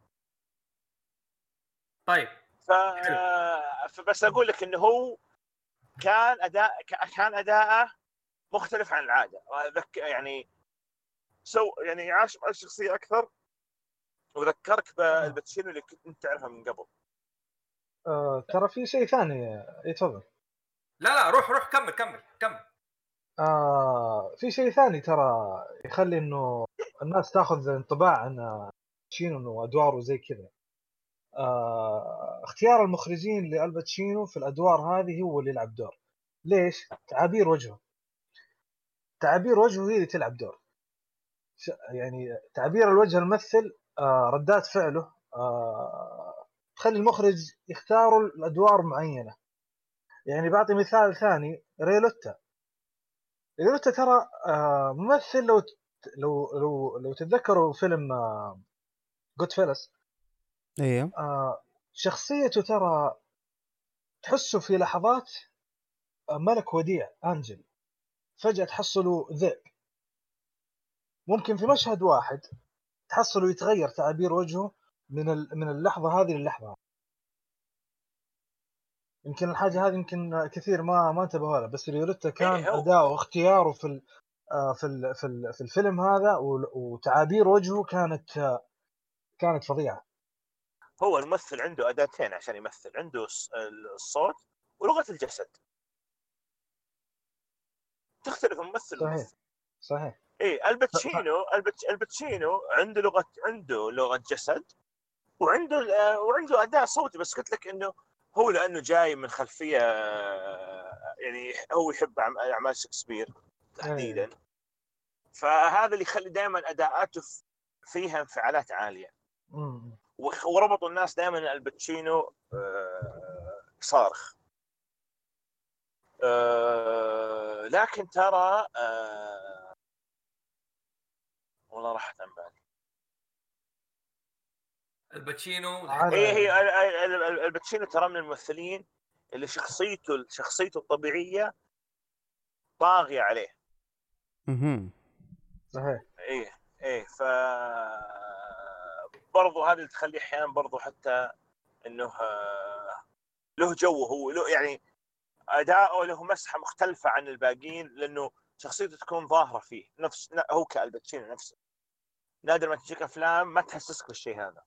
طيب ف... فبس اقول لك انه هو كان اداء كان اداءه مختلف عن العاده، يعني سو يعني عاش مع الشخصيه اكثر وذكرك بالباتشينو اللي كنت تعرفها من قبل. آه، ترى في شيء ثاني يتفضل. لا لا روح روح كمل كمل كمل. آه في شيء ثاني ترى يخلي انه الناس تاخذ انطباع عن باتشينو انه ادواره زي كذا. آه اختيار المخرجين لالباتشينو في الادوار هذه هو اللي يلعب دور. ليش؟ تعابير وجهه تعابير وجهه هي اللي تلعب دور. يعني تعابير الوجه الممثل، آه ردات فعله، آه تخلي المخرج يختاروا الادوار معينه. يعني بعطي مثال ثاني، ريلوتا ريلوتا ترى آه ممثل، لو لو لو لو تتذكروا فيلم آه جود فيلس، ايوه آه شخصيته ترى تحسه في لحظات آه ملك وديع انجل، فجأة تحصله ذئب. ممكن في مشهد واحد تحصله يتغير تعابير وجهه من من اللحظة هذه للحظة. يمكن الحاجة هذه يمكن كثير ما ما انتبهوا لها، بس ريوليتا كان إيه أداؤه واختياره في ال في ال في, ال في الفيلم هذا وتعابير وجهه كانت كانت فظيعة. هو الممثل عنده أداتين عشان يمثل، عنده الصوت ولغة الجسد، تختلف الممثل صحيح الممثل. صحيح. ايه الباتشينو الباتشينو عنده لغة عنده لغة جسد وعنده وعنده أداء صوتي، بس قلت لك إنه هو لأنه جاي من خلفية يعني هو يحب أعمال شكسبير تحديدا، أيه. فهذا اللي يخلي دائما أداءاته فيها انفعالات عالية. مم. وربطوا الناس دائما الباتشينو صارخ. أه لكن ترى أه والله راحت عن بالي. الباتشينو اي هي الباتشينو ترى من الممثلين اللي شخصيته شخصيته الطبيعيه طاغيه عليه. اها صحيح. ايه ايه ف برضو هذا اللي تخليه احيانا برضو حتى انه له جو، هو له يعني اداؤه له مسحه مختلفه عن الباقيين، لانه شخصيته تكون ظاهره فيه نفس هو كالباتشينو نفسه. نادر ما تجيك افلام ما تحسسك بالشيء هذا.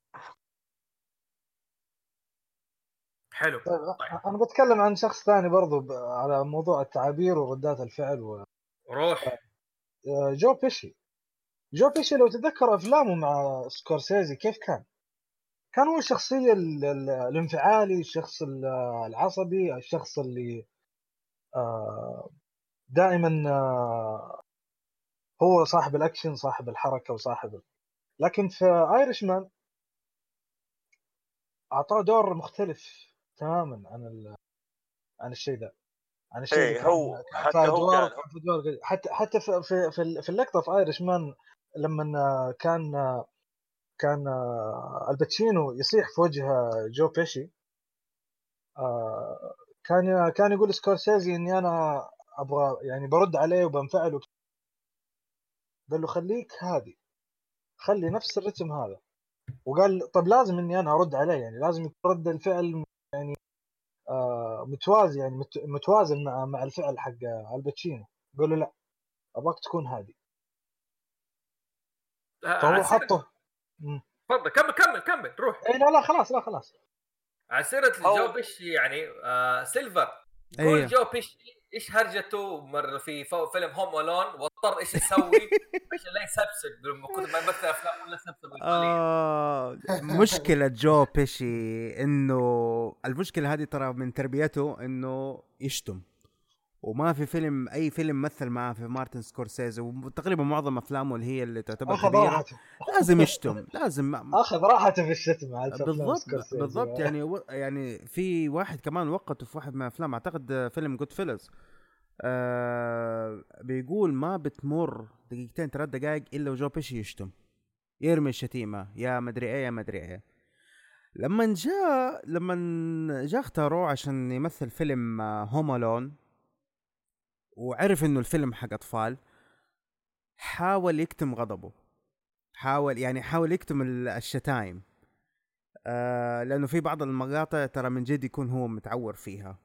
حلو. طيب. طيب انا بتكلم عن شخص ثاني برضو على موضوع التعابير وردات الفعل و... روح. جو بيشي جو بيشي لو تذكر افلامه مع سكورسيزي كيف كان كان هو الشخصية الانفعالي، الشخص العصبي، الشخص اللي دائما هو صاحب الاكشن، صاحب الحركة وصاحب. لكن في ايرش مان اعطاه دور مختلف تماما عن عن الشيء ذا عن الشيء اللي ايه كان هو كان في حتى هو ادوار قال في ادوار حتى حتى في في في اللقطه في ايرش مان لما كان كان الباتشينو يصيح في وجه جو بيشي، كان كان يقول سكورسيزي اني انا ابغى يعني برد عليه وبنفعله. قال له خليك هادي، خلي نفس الرتم هذا. وقال طب لازم اني انا ارد عليه، يعني لازم يكون رد الفعل يعني متوازي يعني مت... متوازن مع مع الفعل حق الباتشينو، يقول له لا ابغاك تكون هادي، فهو حطه. تفضل كمل كمل كمل روح. اي لا لا خلاص لا خلاص. على سيرة أو- جو بيشي يعني آه سيلفر قول أيه. جو بيشي ايش هرجته مر في فو- فيلم هوم ألون واضطر ايش يسوي عشان لا يسبسب من كثر ما يمثل افلام ولا يسبسب ايطاليا. آه مشكلة جو بيشي انه المشكلة هذه ترى من تربيته انه يشتم، وما في فيلم اي فيلم مثل معاه في مارتن سكورسيزي وتقريبا معظم افلامه اللي هي اللي تعتبر اخذ كبيرة راحته لازم يشتم لازم اخذ راحته في الشتم على افلام بالضبط سكورسيزي. بالضبط يعني و... يعني في واحد كمان وقته في واحد من افلام اعتقد فيلم جود فيلز آه بيقول ما بتمر دقيقتين ثلاث دقائق الا وجو بيشي يشتم يرمي الشتيمة يا مدري ايه يا مدري ايه. لما جاء لما جاء اختاروه عشان يمثل فيلم هوم ألون وعرف انه الفيلم حق اطفال حاول يكتم غضبه، حاول يعني حاول يكتم ال- الشتايم آه لانه في بعض المقاطع ترى من جد يكون هو متعور فيها،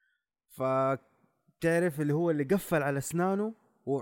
فتعرف اللي هو اللي قفل على اسنانه و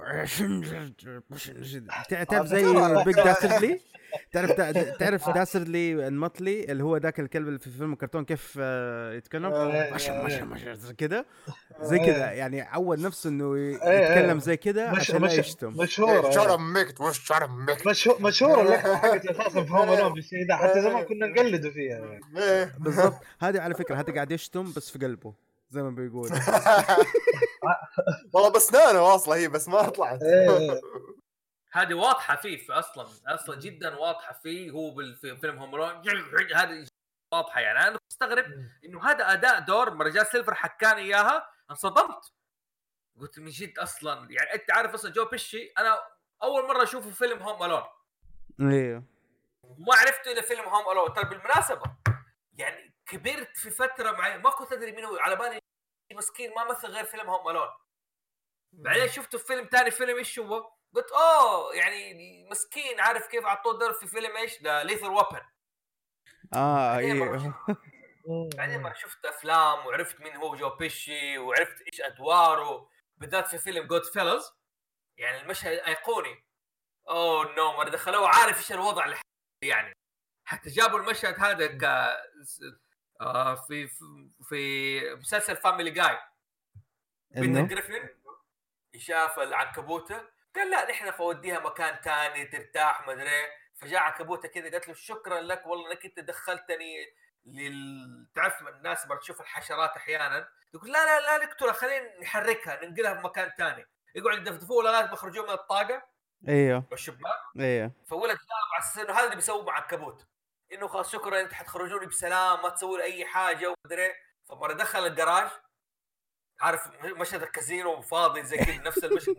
تعرف زي بيج داسردلي، تعرف دا تعرف داسردلي المطلي اللي هو ذاك الكلب اللي في فيلم الكرتون كيف آه يتكلم مش مش مش كده زي كذا، يعني عود نفسه انه يتكلم زي كده عشان لا يشتم. مشهور شرم ميكت مش شرم ميكت مشهور مشهور اللقطه حقت اساسا في هوم ألون بالشيء ده، حتى زمان كنا نقلده فيها يعني. بالضبط هذه على فكره هذا قاعد يشتم بس في قلبه زي ما بيقول والله بس نانه واصله هي بس ما طلعت. هذه واضحه فيه في اصلا اصلا جدا واضحه فيه هو بالفيلم هوم ألون هذه واضحه يعني. انا مستغرب انه هذا اداء دور مرجان سيلفر حكاني اياها انصدمت قلت من جد اصلا يعني انت عارف اصلا جو بيشي انا اول مره اشوفه فيلم هوم ألون ايوه ما عرفته الا فيلم هوم ألون. ترى بالمناسبه يعني كبرت في فتره معينه ما كنت ادري منه على بالي مسكين ما مثل غير فيلم هوم ألون. بعدين شفته في فيلم تاني فيلم ايش هو قلت اوه يعني مسكين عارف كيف عطوه دور في فيلم ايش ذا ليثر وابن. اه ايوه بعدين ما شفت افلام وعرفت مين هو جو بيشي وعرفت ايش ادواره بالذات في فيلم جود فيلز يعني المشهد ايقوني. اوه نو ما دخلوه عارف ايش الوضع يعني حتى جابوا المشهد هذا ك آه في في مسلسل فاميلي جاي بين جريفن شاف العنكبوته قال لا نحن فوديها مكان تاني ترتاح ما ادري، فجاء عنكبوته كذا قالت له شكرا لك والله انك انت دخلتني لل تعرف الناس ما تشوف الحشرات احيانا يقول لا لا لا نقتلها خلينا نحركها ننقلها في مكان تاني يقعد يدفدفوه لغايه ما يخرجوه من الطاقه ايوه والشباك ايوه فولد جاب على اساس انه هذا اللي بيسوي مع عنكبوت انه خلاص شكرا انت حتخرجوني بسلام ما تسوي اي حاجه ومدري. فمره دخل الجراج عارف مشهد الكازينو فاضي زي كذا نفس المشهد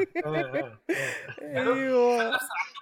ايوه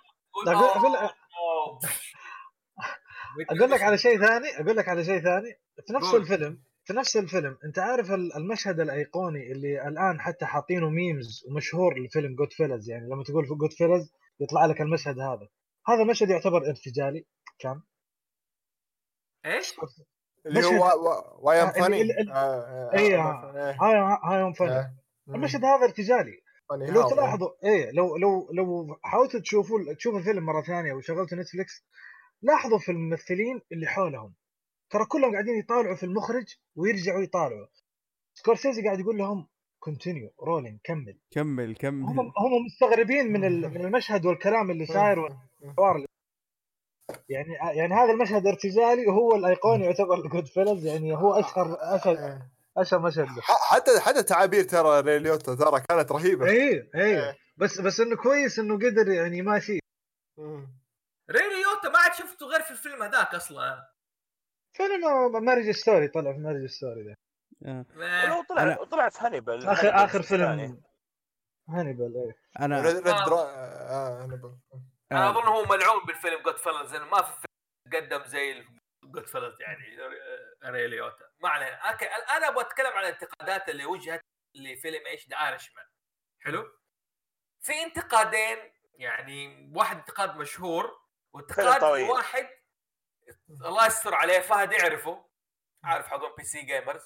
اقول لك على شيء ثاني اقول لك على شيء ثاني في نفس الفيلم في نفس الفيلم انت عارف المشهد الايقوني اللي الان حتى حاطينه ميمز ومشهور لفيلم جود فيلز، يعني لما تقول في جود فيلز يطلع لك المشهد هذا هذا مشهد يعتبر ارتجالي كان ايش اللي هو واي ام فاني اي هاي هاي ام فاني المشهد هذا ارتجالي. لو تلاحظوا ايه لو لو لو حاولتوا تشوفوا تشوفوا الفيلم مره ثانيه وشغلتوا نتفليكس لاحظوا في الممثلين اللي حولهم ترى كلهم قاعدين يطالعوا في المخرج ويرجعوا يطالعوا. سكورسيزي قاعد يقول لهم كونتينيو رولينج كمل كمل كمل هم هم مستغربين من من المشهد والكلام اللي صاير والحوار يعني يعني هذا المشهد ارتجالي وهو الايقوني يعتبر جود فيلز يعني هو اشهر اشهر اشهر مشهد حتى حتى تعابير ترى ري ليوتا ترى كانت رهيبه. اي اي بس بس انه كويس انه قدر يعني ماشي. ري ليوتا ما عاد شفته غير في الفيلم هذاك اصلا فيلم مارج ستوري طلع في مارج ستوري ده ولو طلع أنا... طلع في هانيبال اخر هانيبال اخر فيلم هانيبال ايه انا ريد درا... آه هانيبال انا اظن هو ملعون بالفيلم جود فيلز لانه ما في فيلم قدم زي جود فيلز يعني ري ليوتا. ما علينا اوكي انا ابغى اتكلم عن الانتقادات اللي وجهت لفيلم ايش ذا ايرشمان. حلو في انتقادين يعني واحد انتقاد مشهور وانتقاد واحد الله يستر عليه فهد يعرفه عارف حقون بي سي جيمرز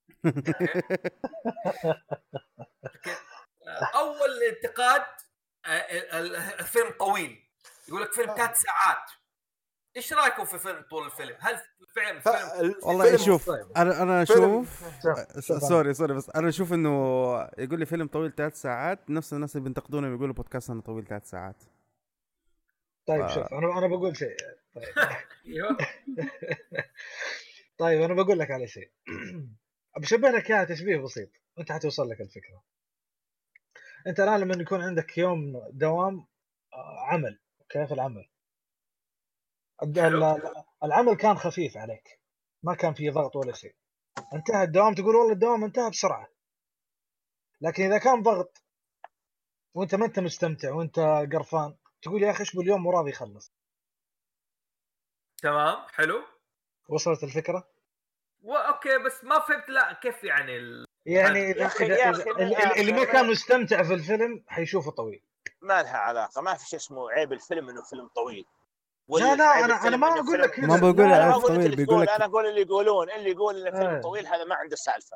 اول انتقاد الفيلم طويل، يقول لك فيلم ثلاث ساعات. ايش رايكم في فيلم طول الفيلم؟ هل فعلا فيلم والله شوف انا انا اشوف شوف. سوري سوري بس انا اشوف انه يقول لي فيلم طويل ثلاث ساعات نفس الناس اللي بينتقدونه بيقولوا بودكاست انا طويل ثلاث ساعات. طيب ف... شوف انا انا بقول شيء. طيب طيب انا بقول لك على شيء. بشبه لك اياها تشبيه بسيط انت حتوصل لك الفكره. انت الان لما يكون عندك يوم دوام عمل كيف العمل العمل كان خفيف عليك، ما كان فيه ضغط ولا شيء، انتهى الدوام تقول والله الدوام انتهى بسرعه. لكن اذا كان ضغط وانت ما انت مستمتع وانت قرفان تقول يا اخي ايش باليوم وراضي يخلص. تمام حلو وصلت الفكره؟ اوكي بس ما فهمت لا كيف يعني ال... يعني إذا أخي إذا يا إذا أخي اللي, أخي اللي ما كان مستمتع في الفيلم حيشوفه طويل. ما لها علاقه، ما في شيء اسمه عيب الفيلم انه فيلم طويل. لا لا انا انا ما اقول لك ما بقول انا عيب طويل بيقول لك انا اقول اللي يقولون اللي يقول ان فيلم آه. طويل هذا ما عنده سالفه.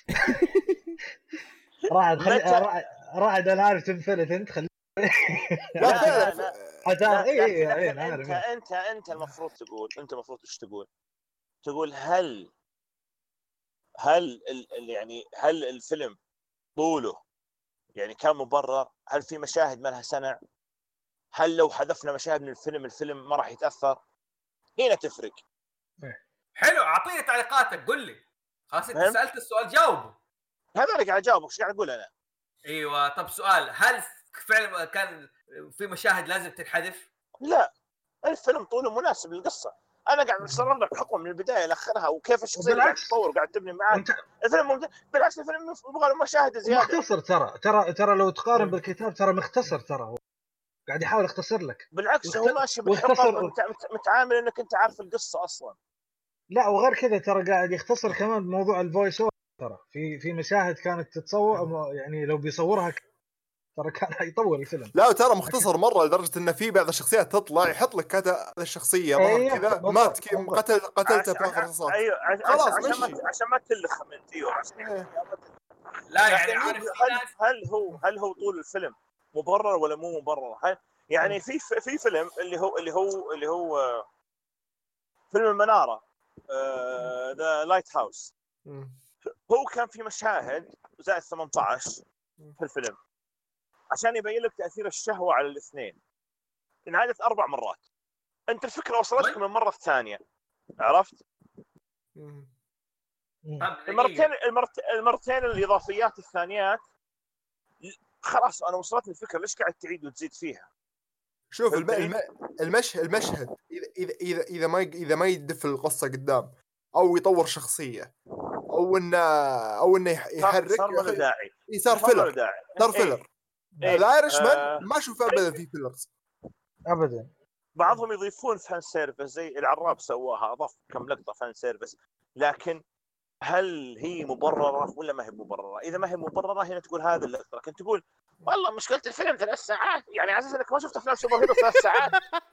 راعد خلي راعد راعد انا عارف تنفلت انت خلي لا لا لا حتى اي اي انت انت انت انت المفروض تقول انت المفروض ايش تقول؟ تقول هل هل ال يعني هل الفيلم طوله يعني كان مبرر؟ هل في مشاهد ما لها سنع؟ هل لو حذفنا مشاهد من الفيلم الفيلم ما راح يتاثر؟ هنا تفرق. حلو اعطيني تعليقاتك قل لي. خلاص انت سالت السؤال جاوبه. هذا اللي قاعد اجاوبك ايش قاعد اقول انا. ايوه طب سؤال هل فعلا كان في مشاهد لازم تنحذف؟ لا الفيلم طوله مناسب للقصه. انا قاعد اصرر لك حكم من البدايه لاخرها وكيف الشخصيه قاعد تتطور قاعد تبني معاك. انت... الفيلم ممتاز بالعكس الفيلم يبغى له مشاهد زياده. مختصر ترى ترى ترى لو تقارن بالكتاب ترى مختصر ترى هو قاعد يحاول يختصر لك. بالعكس ويخت... هو ماشي بالحقب متعامل انك انت عارف القصه اصلا. لا وغير كذا ترى قاعد يختصر كمان بموضوع الفويس اوفر. ترى في في مشاهد كانت تتصور يعني لو بيصورها ترى كان حيطول الفيلم. لا ترى مختصر مره لدرجه ان في بعض الشخصيات تطلع يحط لك هذا الشخصيه ظهر أيوة كذا مات كذا قتل قتلته في اخر رصاص. ايوه خلاص عشان ما عشان ما تلخ من ايوه عشان لا يعني عارف هل, هل هو هل هو طول الفيلم مبرر ولا مو مبرر؟ هل يعني في في فيلم اللي هو اللي هو اللي هو فيلم المناره ذا لايت هاوس هو كان في مشاهد زائد ثمانية عشر في الفيلم عشان يبين لك تاثير الشهوه على الاثنين. انعادت اربع مرات. انت الفكره وصلتك من المره الثانيه عرفت؟ المرتين المرتين المرتين الاضافيات الثانيات خلاص انا وصلتني الفكره ليش قاعد تعيد وتزيد فيها؟ شوف الم... الم... المش... المشهد اذا اذا اذا ما اذا ما يدف القصه قدام او يطور شخصيه او انه او انه يحرك صار ما له داعي صار فيلر صار فيلر الايرش مان آه ما اشوف ابدا في فيلرز ابدا. بعضهم يضيفون فان سيرفيس زي العراب سواها اضاف كم لقطه فان سيرفيس لكن هل هي مبرره ولا ما هي مبرره؟ اذا ما هي مبرره هنا تقول هذا اللقطه لكن تقول والله مشكله الفيلم ثلاث ساعات يعني على اساس انك ما شفت افلام سوبر هيرو ثلاث ساعات.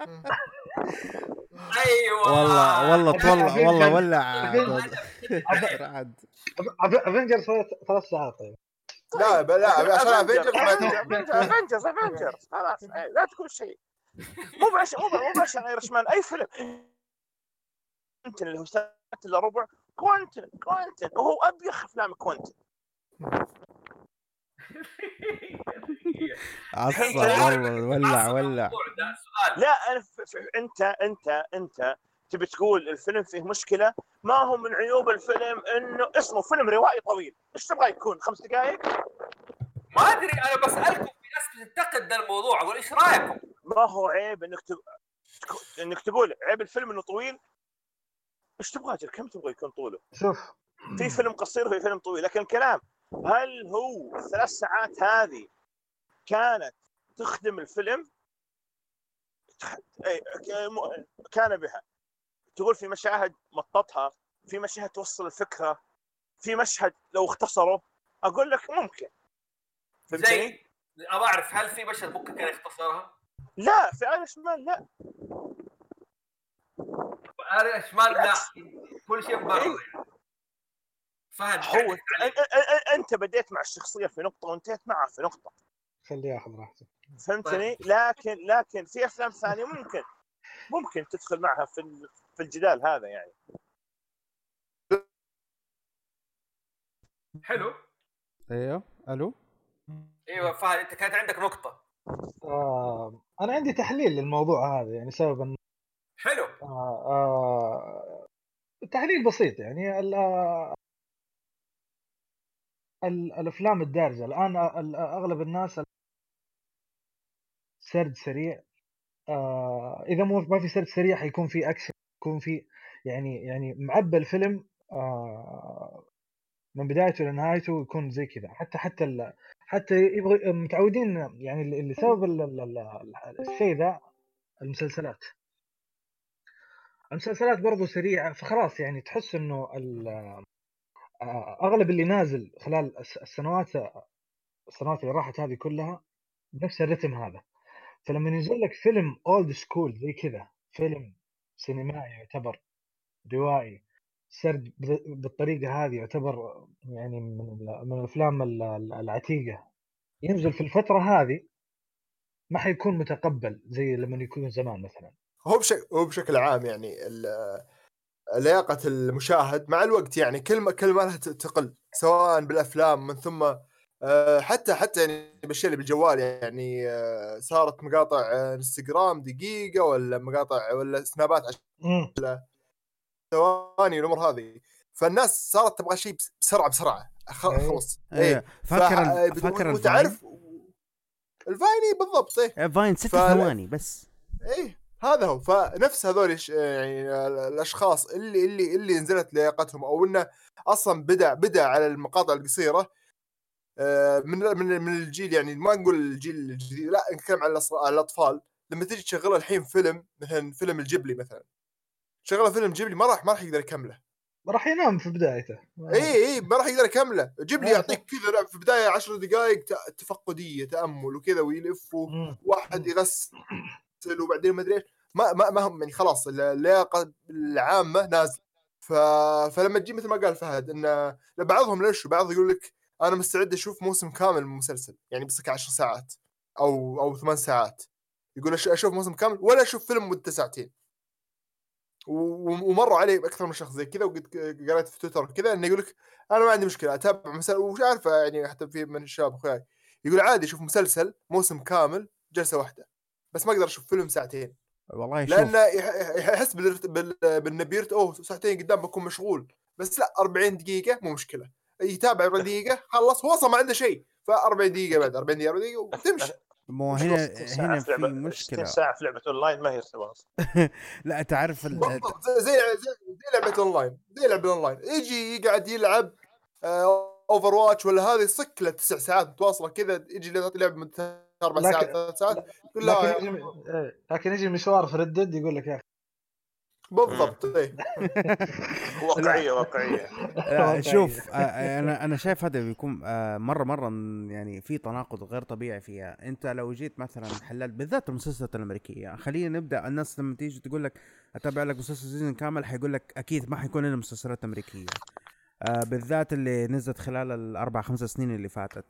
ايوه والله والله والله والله ولع رعد افنجرز ثلاث ساعات. طيب لا لا عشان افنجرز افنجرز افنجرز خلاص لا تقول شيء مو بعشان مو بعشان ايرشمان اي فيلم انت اللي هو ساعه الا ربع كوينتن كوينتن وهو ابيخ افلام كوينتن. عصب والله ولع ولع. لا أنا انت انت انت تبي تقول الفيلم فيه مشكله ما هو من عيوب الفيلم انه اسمه فيلم روائي طويل. ايش تبغى يكون خمس دقائق؟ ما ادري انا بسالكم في ناس بتنتقد ده الموضوع اقول ايش رايكم؟ ما هو عيب انك تب... انك تقول عيب الفيلم انه طويل. ايش تبغى اجل كم تبغى يكون طوله؟ شوف في فيلم قصير وفي فيلم طويل لكن الكلام هل هو الثلاث ساعات هذه كانت تخدم الفيلم؟ كان بها تقول في مشاهد مططها في مشاهد توصل الفكره في مشهد لو اختصروا اقول لك ممكن زي ابى اعرف هل في مشهد ممكن كان يختصرها؟ لا في ايرش مان لا ايرش مان لا كل شيء مبرر. فهد هو انت بديت مع الشخصيه في نقطه وانتهيت معها في نقطه، خليه ياخذ راحته. فهمتني؟ لكن لكن في افلام ثانيه ممكن ممكن تدخل معها في في الجدال هذا يعني. حلو. ايوه الو. ايوه فهد انت كانت عندك نقطه. آه انا عندي تحليل للموضوع هذا، يعني سبب حلو. آه آه تحليل بسيط. يعني ال ال الافلام الدارجه الان، اغلب الناس سرد سريع. آه اذا مو ما في سرد سريع حيكون في اكشن، يكون في يعني يعني معبى الفيلم آه من بدايته لنهايته يكون زي كذا. حتى حتى ال حتى يبغى متعودين يعني اللي سبب الشيء ذا المسلسلات. المسلسلات برضو سريعة، فخلاص يعني تحس انه اغلب اللي نازل خلال السنوات السنوات اللي راحت هذه كلها بنفس الرتم هذا. فلما ينزل لك فيلم اولد سكول زي كذا، فيلم سينمائي يعتبر روائي سرد بالطريقة هذه، يعتبر يعني من من الافلام العتيقة، ينزل في الفترة هذه ما حيكون متقبل زي لما يكون زمان مثلا. هو بشكل هو بشكل عام يعني لياقة المشاهد مع الوقت يعني كل ما كل ما لها تقل، سواء بالافلام من ثم حتى حتى يعني بالشيء اللي بالجوال. يعني صارت مقاطع انستغرام دقيقة ولا مقاطع ولا سنابات على ثواني الامور هذه، فالناس صارت تبغى شيء بسرعة بسرعة خلص. ايه فاكر فاكر وتعرف الفايني بالضبط. ايه فاين ست ثواني بس. ايه هذا هو. فنفس هذول يعني الاشخاص اللي اللي اللي نزلت لياقتهم او انه اصلا بدا بدا على المقاطع القصيره من من من الجيل، يعني ما نقول الجيل الجديد، لا نتكلم على الاطفال. لما تيجي تشغله الحين فيلم مثلا فيلم الجبلي مثلا، شغله فيلم جبلي ما راح ما راح يقدر يكمله، راح ينام في بدايته. اي اي ما راح يقدر يكمله. جبلي يعطيك كذا في بدايه عشر دقائق تفقديه تامل وكذا ويلف واحد يغسل وبعدين ما ادري ايش، ما ما ما هم يعني خلاص اللياقه العامه نازله. ف... فلما تجي مثل ما قال فهد ان بعضهم ليش بعض يقول لك انا مستعد اشوف موسم كامل من مسلسل، يعني بس عشر ساعات او او ثمان ساعات، يقول اشوف موسم كامل ولا اشوف فيلم مدته ساعتين. ومروا علي اكثر من شخص زي كذا، وقد قرأت في تويتر كذا انه يقول لك انا ما عندي مشكله اتابع مسلسل، وش عارفه يعني حتى في من الشباب اخوياي يقول عادي اشوف مسلسل موسم كامل جلسه واحده، بس ما اقدر اشوف فيلم ساعتين. والله شوف لانه يحس بالنبيرت اوه ساعتين قدام بكون مشغول، بس لا أربعين دقيقه مو مشكله، يتابع أربعين دقيقه خلص هو اصلا ما عنده شيء، فأربعين دقيقه بعد أربعين دقيقه أربعين دقيقه وتمشي. مو هنا هنا في مشكله ستين ساعه في لعبه اونلاين ما هي سوا. لا تعرف ال... زي زي زي لعبه اونلاين زي لعبه اونلاين يجي يقعد يلعب اوفر واتش ولا هذه صك له تسع ساعات متواصله كذا، يجي لعبه من اربع ساعات ثلاث ساعات يقول لكن يجي م... لكن يجي مشوار في ردد يقول لك يا اخي بالضبط. ايه واقعيه واقعيه. لا شوف انا انا شايف هذا بيكون مره مره يعني في تناقض غير طبيعي فيها. انت لو جيت مثلا حلال بالذات المسلسلات الامريكيه، خلينا نبدا. الناس لما تيجي تقول لك اتابع لك مسلسل سيزون كامل حيقول لك اكيد ما حيكون لنا مسلسلات امريكيه بالذات اللي نزلت خلال الاربع خمس سنين اللي فاتت.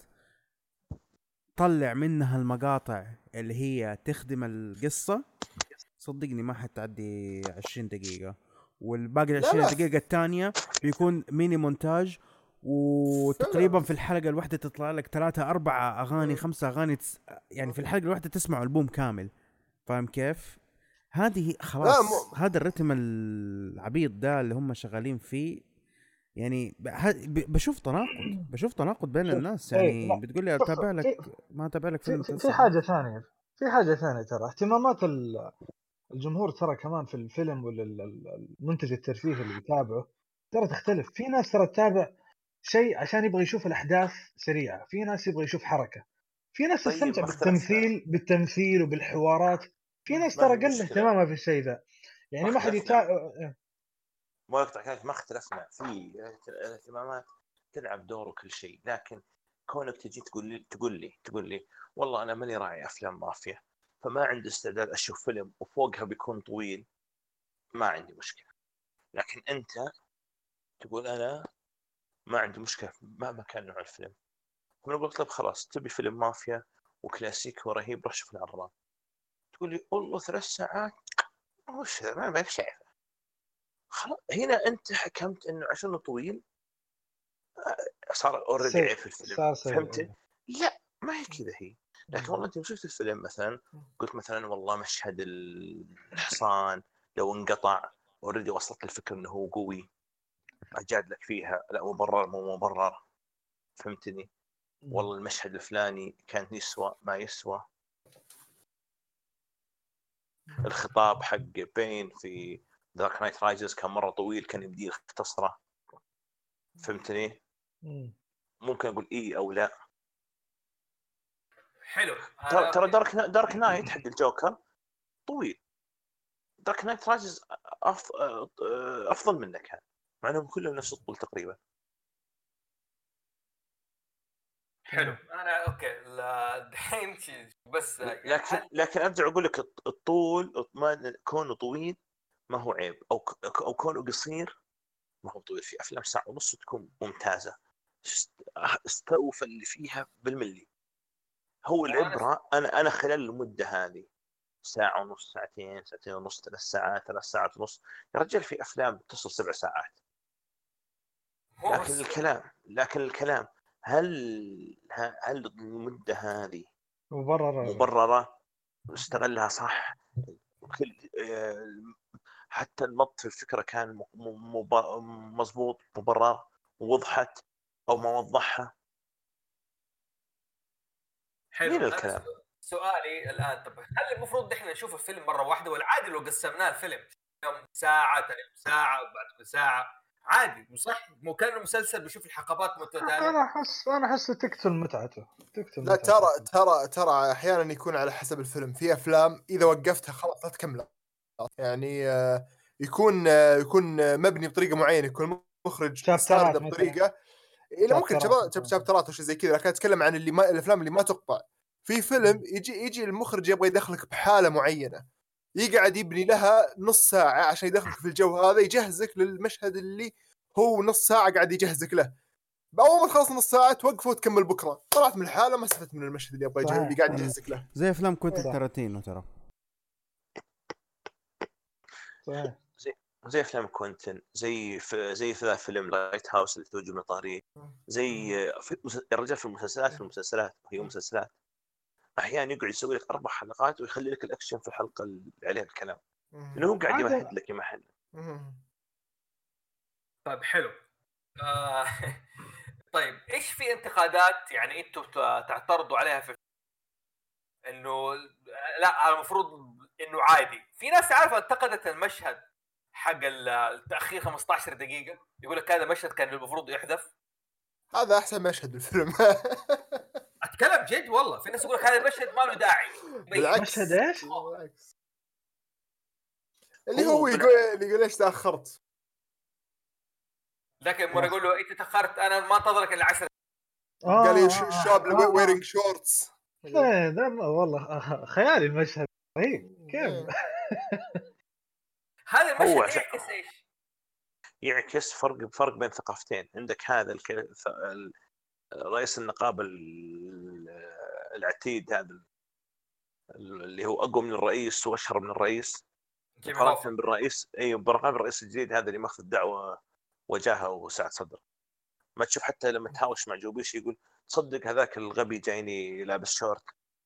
طلع منها المقاطع اللي هي تخدم القصه، صدقني ما حتعدي عشرين دقيقة، والباقي العشرين دقيقة الثانية بيكون ميني مونتاج، وتقريبا في الحلقة الواحدة تطلع لك ثلاثة أربعة أغاني خمسة أغاني تس... يعني في الحلقة الواحدة تسمع ألبوم كامل. فاهم كيف؟ هذه خلاص م... هذا الرتم العبيط ده اللي هم شغالين فيه. يعني ب... بشوف تناقض بشوف تناقض بين الناس. يعني بتقول لي أتابع لك ما أتابع لك فيلم. في, في حاجة ثانية في حاجة ثانية ترى اهتمامات ال... الجمهور ترى كمان في الفيلم والمنتج الترفيهي اللي يتابعه ترى تختلف. في ناس ترى تتابع شيء عشان يبغى يشوف الأحداث سريعة، في ناس يبغى يشوف حركة، في ناس طيب تستمتع بالتمثيل بالتمثيل وبالحوارات، في ناس ترى قل اهتمامها في الشيء ذا. يعني ما حد يتابع. ما يقطع كلامك، ما اختلفنا في اهتمامات تلعب دور وكل شيء، لكن كونك تجي تقول لي تقول لي تقول لي والله أنا ماني راعي أفلام مافيا فما عندي استعداد أشوف فيلم وفوقها بيكون طويل، ما عندي مشكلة. لكن أنت تقول أنا ما عندي مشكله مهما كان نوع الفيلم. انا قلت له خلاص تبي فيلم مافيا وكلاسيكي ورهيب رش في العرام، تقول لي والله ثلاث ساعات وش ما ما شايفه. خلاص هنا انت حكمت انه عشان طويل صار اوريدي عيب في الفيلم، فهمت؟ لا ما هي كذا هي. لكن والله انت شفت الفيلم مثلا قلت مثلا والله مشهد الحصان لو انقطع اوريدي وصلت الفكره انه هو قوي، اجاد لك فيها لا مبرر مو مبرر، فهمتني؟ والله المشهد الفلاني كان يسوى ما يسوى. الخطاب حق بين في دارك نايت رايزز كان مره طويل كان يبدي يختصره، فهمتني؟ ممكن اقول اي او لا. حلو. ترى ترى دارك دارك نايت حق الجوكر طويل، دارك نايت رايزز افضل منه كان مع انهم كلهم نفس الطول تقريبا. حلو. انا اوكي الحين بس لكن هل... لكن ارجع اقول لك الطول ما كونه طويل ما هو عيب، او او كونه قصير ما هو طويل. في افلام ساعه ونص تكون ممتازه استوفى اللي فيها بالملي. هو العبره انا انا خلال المده هذه ساعه ونص ساعتين ساعتين ونص ثلاث ساعات ثلاث ساعات ونص يا رجال في افلام تصل سبع ساعات. لكن الكلام لكن الكلام هل هل المده هذه مبرره مبرره استغلها صح؟ كل حتى المط في الفكره كان مضبوط مبرر ووضحت او ما وضحها. حلو. مين الكلام؟ سؤالي الان طب هل المفروض احنا نشوف الفيلم مره واحده ولا عادي لو قسمناه الفيلم ساعه ساعه وبعد ساعه عادي؟ مو صح؟ مو كان مسلسل بيشوف الحلقات متتاليه. انا احس انا احس تقتل متعته تقتل لا متعته. ترى ترى ترى احيانا يكون على حسب الفيلم. في افلام اذا وقفتها خلاص لا تكمل يعني يكون يكون مبني بطريقه معينه، يكون المخرج سارده بطريقه الى ممكن شابترات وشيء زي كذا. لكن اتكلم عن اللي ما الافلام اللي ما تقطع. في فيلم يجي يجي المخرج يبغى يدخلك بحاله معينه، يقعد يبني لها نص ساعه عشان يدخلك في الجو هذا، يجهزك للمشهد اللي هو نص ساعه قاعد يجهزك له. باول ما تخلص نص ساعه توقف وتكمل بكره، طلعت من الحاله ما استفدت من المشهد اللي يبغى اللي قاعد يجهزك له. زي افلام كوينتين تارانتينو ترى صحيح. زي زي افلام كوينتين زي في زي في فيلم لايت هاوس اللي توجه من طاري، زي في الرجال في المسلسلات في المسلسلات وهي مسلسلات احيانا يقعد يسوي لك اربع حلقات ويخلي لك الاكشن في الحلقه اللي عليها الكلام لانه هو قاعد يمهد لك يمهد. طيب حلو. آه طيب ايش في انتقادات يعني انتم تعترضوا عليها في انه لا المفروض انه عادي؟ في ناس عارفه انتقدت المشهد حق التاخير خمسة عشر دقيقه، يقول لك هذا مشهد كان المفروض يحذف. هذا احسن مشهد بالفيلم. اتكلم جد والله، في ناس يقول لك هذا المشهد ما له داعي. بالعكس مشهد ايش؟ بالعكس اللي هو, هو يقول اللي يقول ليش تاخرت، لكن مره يقول له انت تاخرت انا ما انتظرك الا عشر. آه قال لي الشاب اللي ويرينج شورتس. ايه ده والله خيالي المشهد رهيب. كيف هذا المشهد يعكس ايش؟ يعكس فرق فرق بين ثقافتين. عندك هذا رئيس النقابه العتيد هذا اللي هو اقوى من الرئيس واشهر من الرئيس مقارنه بالرئيس اي برقم الرئيس الجديد هذا اللي ماخذ الدعوه وجاهه وسعد صدر. ما تشوف حتى لما تهاوش مع جوبيش يقول تصدق هذاك الغبي جايني لابس شورت.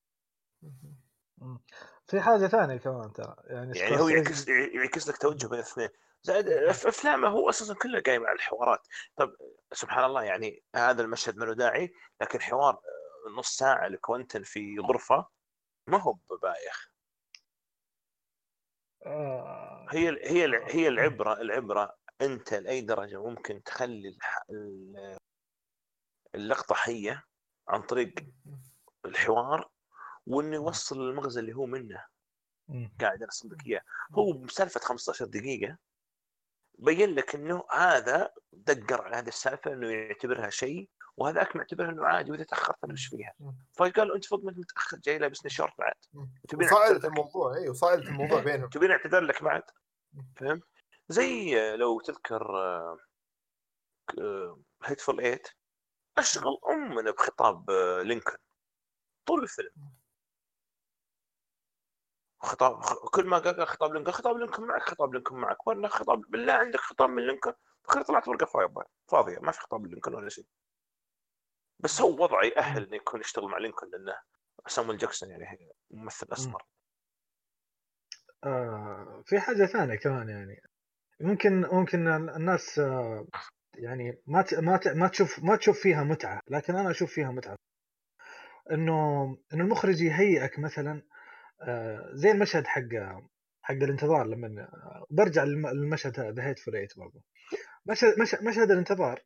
في حاجه ثانيه كمان ترى يعني يعني هو يعكس يعكس لك توجه بين الاثنين. زائد افلامه هو اساسا كله قايم على الحوارات. طب سبحان الله يعني هذا المشهد ما له داعي لكن حوار نص ساعه لكوينتين في غرفه ما هو بايخ. هي هي هي العبره العبره انت لاي درجه ممكن تخلي اللقطه حيه عن طريق الحوار وانه يوصل المغزى اللي هو منه قاعد ارسم لك اياه. هو بسالفه خمسة عشر دقيقه بين لك انه هذا دقر على هذه السالفه انه يعتبرها شيء وهذاك معتبرها انه عادي واذا تاخرت انا ايش فيها. فقال انت فوق ما متاخر جاي لابسني شورت بعد تبين صعدت الموضوع. ايوه صعدت الموضوع بينهم تبين اعتذر لك بعد. فهم؟ زي لو تذكر هيتفول إيت اشغل امنا بخطاب آه، لينكولن طول الفيلم. خطاب خ- كل ما قال خطاب لينكولن خطاب لينكولن معك خطاب لينكولن معك ولا خطاب بالله عندك خطاب من لينكولن. اخيرا طلعت ورقه فاضيه فاضيه ما في خطاب لينكولن ولا شيء. بس هو وضعه يأهل انه يكون يشتغل مع لينكولن لانه سامويل جاكسون يعني ممثل اسمر. آه في حاجة ثانية كمان يعني ممكن ممكن الناس آه يعني ما ت- ما ت- ما تشوف ما تشوف فيها متعة، لكن أنا أشوف فيها متعة. إنه إنه المخرج يهيئك مثلا آه زي المشهد حق حق الانتظار لما آه، برجع للم- للمشهد ذا هيتفول إيت برضه. مشهد مشهد, مشهد الانتظار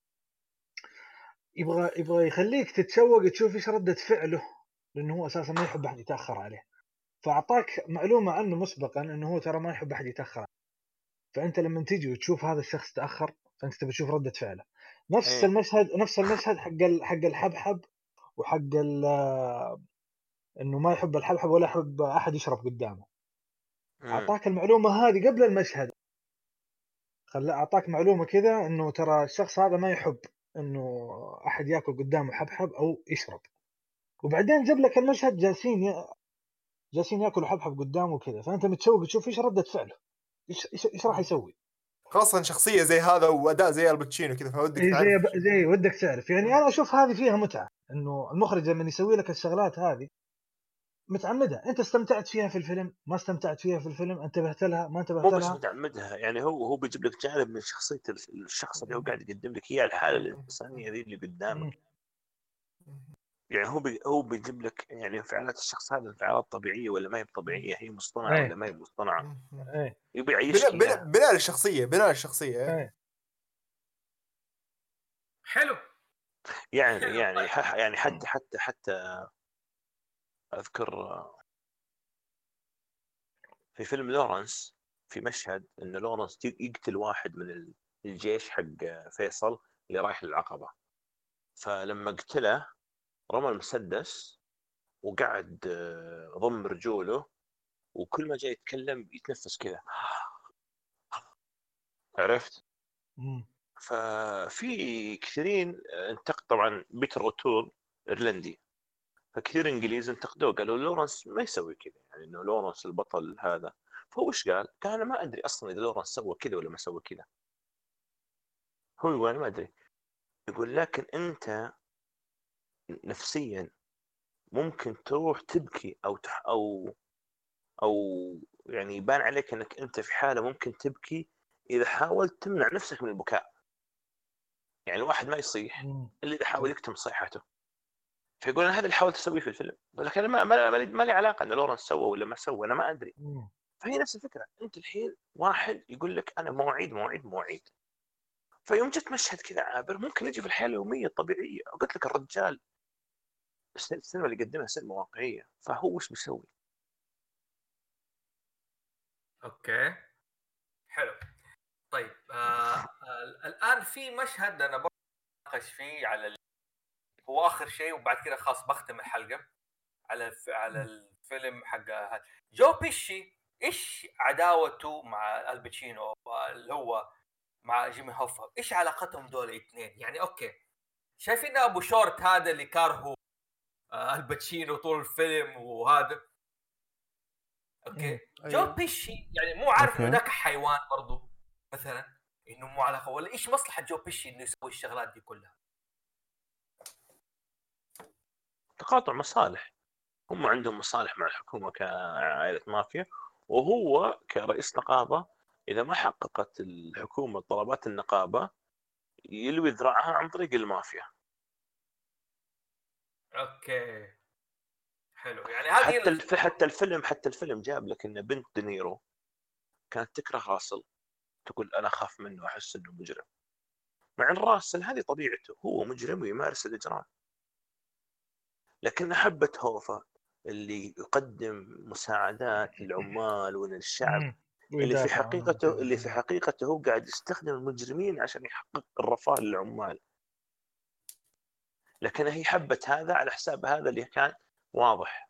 يبغى يبغى يخليك تتشوق تشوف ايش ردة فعله، لانه هو اساسا ما يحب احد يتاخر عليه. فاعطاك معلومه عنه مسبقا انه هو ترى ما يحب احد يتاخر عليه. فانت لما تيجي وتشوف هذا الشخص تاخر فانت تبي تشوف ردة فعله. نفس إيه. المشهد نفس المشهد حق ال- حق الحبحب وحق ال- انه ما يحب الحبحب ولا يحب احد يشرب قدامه. مم. اعطاك المعلومه هذه قبل المشهد، خلى اعطاك معلومه كذا انه ترى الشخص هذا ما يحب انه احد ياكل قدامه حبحب او يشرب. وبعدين جاب لك المشهد جالسين ي... جالسين ياكلوا حبحب قدامه كذا، فانت متشوق تشوف ايش رده فعله، ايش ايش, إيش راح يسوي. خاصة شخصية زي هذا وأداء زي الباتشينو كذا فودك إيه تعرف. زي ب... زي ودك تعرف يعني. انا اشوف هذه فيها متعه، انه المخرج لما يسوي لك الشغلات هذه متعمدها، انت استمتعت فيها في الفيلم ما استمتعت فيها في الفيلم، انتبهت لها ما انتبهت مو بس لها. متعمدها يعني هو هو بيجيب لك جانب من شخصيه الشخص اللي هو قاعد يقدم لك هي الحاله الانسانيه ذي اللي قدامك. يعني هو بي هو بيجيب لك يعني انفعالات الشخص هذا انفعالات طبيعيه ولا ما هي طبيعيه، هي مصطنعه ايه ولا ما هي مصطنعه. ايه يبي بناء يعيشك بناء اياها. بناء الشخصية بناء الشخصية إيه. ايه حلو. يعني يعني ح- يعني حتى حتى حتى اذكر في فيلم لورنس في مشهد ان لورنس يقتل واحد من الجيش حق فيصل اللي رايح للعقبه. فلما قتله رمى المسدس وقعد آه، ضم رجوله وكل ما جاي يتكلم يتنفس كذا عرفت. مم. ففي كثيرين انتقد طبعا بيتر اوتول ايرلندي، فكثير انجليز انتقدوه قالوا لورنس ما يسوي كذا يعني انه لورنس البطل هذا. فهو ايش قال؟ قال انا ما ادري اصلا اذا لورنس سوى كذا ولا ما سوى كذا. هو يقول انا ما ادري. يقول لكن انت نفسيا ممكن تروح تبكي او تح او او يعني يبان عليك انك انت في حاله ممكن تبكي اذا حاولت تمنع نفسك من البكاء. يعني الواحد ما يصيح مم. الا اذا حاول يكتم صيحته. فيقول انا هذا اللي حاولت اسويه في الفيلم، لكن انا ما, ما, ما, ما لي علاقه ان لورنس سوى ولا ما سوى انا ما ادري. مم. فهي نفس الفكره. انت الحين واحد يقول لك انا مواعيد مواعيد مواعيد، فيوم جت مشهد كذا عابر ممكن يجي في الحياه اليوميه الطبيعيه. قلت لك الرجال السينما اللي يقدمها سينما واقعيه، فهو وش بيسوي؟ اوكي حلو. طيب آه آه الان في مشهد انا بناقش فيه على ال... هو اخر شيء وبعد كده خلاص بختم الحلقه على الف... على الفيلم حق هذا. جو بيشي ايش عداوته مع الباتشينو اللي هو مع جيمي هوفر؟ ايش علاقتهم دول الاثنين يعني؟ اوكي شايفين ابو شورت هذا اللي كارهه آه الباتشينو طول الفيلم وهذا اوكي. جو أيوه. بيشي يعني مو عارف انه أوكي. ذاك حيوان برضو مثلا، انه مو علاقه ولا ايش مصلحه جو بيشي انه يسوي الشغلات دي كلها؟ تقاطع مصالح. هم عندهم مصالح مع الحكومه كعائله مافيا، وهو كرئيس نقابه اذا ما حققت الحكومه طلبات النقابه يلوي ذراعها عن طريق المافيا. اوكي حلو. يعني هذه حتى ال... الف... حتى الفيلم حتى الفيلم جاب لك ان بنت دينيرو كانت تكره راسل، تقول انا اخاف منه احس انه مجرم، مع ان راسل هذه طبيعته هو مجرم ويمارس الاجرام. لكن حبت هوفا اللي يقدم مساعدات للعمال وللشعب، مم. اللي في ويدافع عنهم حقيقته كذا. اللي في حقيقته هو قاعد يستخدم المجرمين عشان يحقق الرفاه للعمال. لكن هي حبت هذا على حساب هذا اللي كان واضح.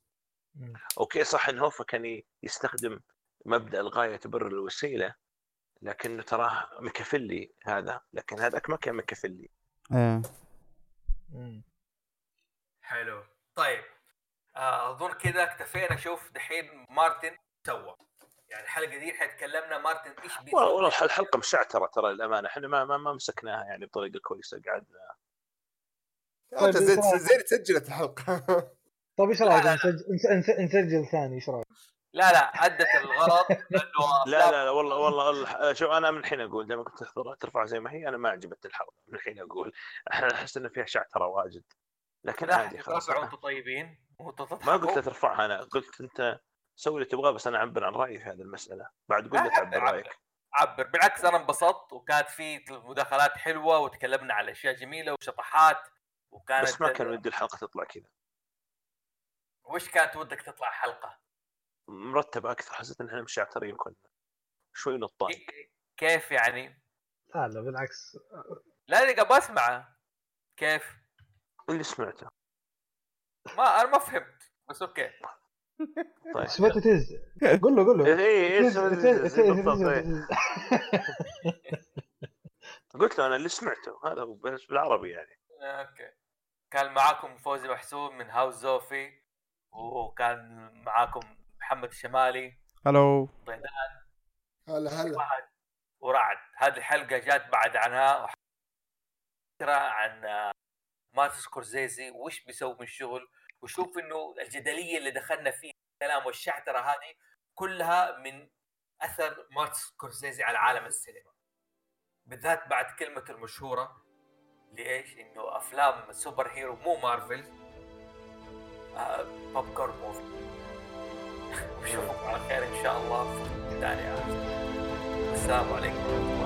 مم. اوكي صح ان هوفا كان يستخدم مبدأ الغاية تبرر الوسيلة، لكن تراه مكفلي هذا، لكن هذاك ما كان مكفلي. ايه مم. حلو. طيب آه، اظن كذا اكتفينا. شوف دحين مارتن سوى يعني الحلقه دي احنا تكلمنا مارتن ايش بيسوي. والله والله الحلقه مشعتره ترى الامانه، احنا ما ما, ما مسكناها يعني بطريقه كويسه، قعدنا طيب، طيب زين إيش رأيك؟ زين تسجلت الحلقه. طيب ايش لا، رايك لا، نسجل نس- نس- نسجل ثاني؟ ايش رايك؟ لا لا ادت الغرض لانه لا لا, افلام لا والله والله والله شوف انا من الحين اقول لما كنت تحضر ترفع زي ما هي، انا ما عجبت الحلقه من الحين اقول، احس ان فيها شعتره واجد، لكن لا عادي خلاص. ترفعوا وانتم طيبين وانتم ما تضحكوا. قلت لا ترفعها، انا قلت انت سوي اللي تبغاه، بس انا اعبر عن رايي في هذه المساله، بعد قول لا، لي تعبر عبر رايك. عبر بالعكس انا انبسطت وكانت في مداخلات حلوه وتكلمنا على اشياء جميله وشطحات وكانت بس ما كان ودي الحلقه تطلع كذا، وش كانت ودك تطلع حلقه مرتبه اكثر، حسيت ان احنا مشعترين كنا شوي نطاق. ك- كيف يعني؟ لا لا بالعكس. لا دقيقه بسمعه كيف اللي سمعته ما انا ما فهمت بس اوكي. طيب اثبت تز قول له قول له ايه ايه تز- اسمه تز- تز- بالضبط، إيه. تز- قلت له انا اللي سمعته هذا هو بس بالعربي يعني. اوكي. كان معاكم فوزي محسوب من هاوس زوفي، وكان معاكم محمد الشمالي هلو. طيدان هلا هلا. فهد ورعد. هذه الحلقه جات بعد عنها عن مارتن سكورسيزي وش بيسوي من الشغل، وشوف انه الجدليه اللي دخلنا فيه الكلام والشعتره هذه كلها من اثر مارتن سكورسيزي على عالم السينما، بالذات بعد كلمته المشهوره ليش انه افلام سوبر هيرو مو مارفل آه بوب كورن موفي. وشوفكم على خير ان شاء الله في ثاني. السلام عليكم.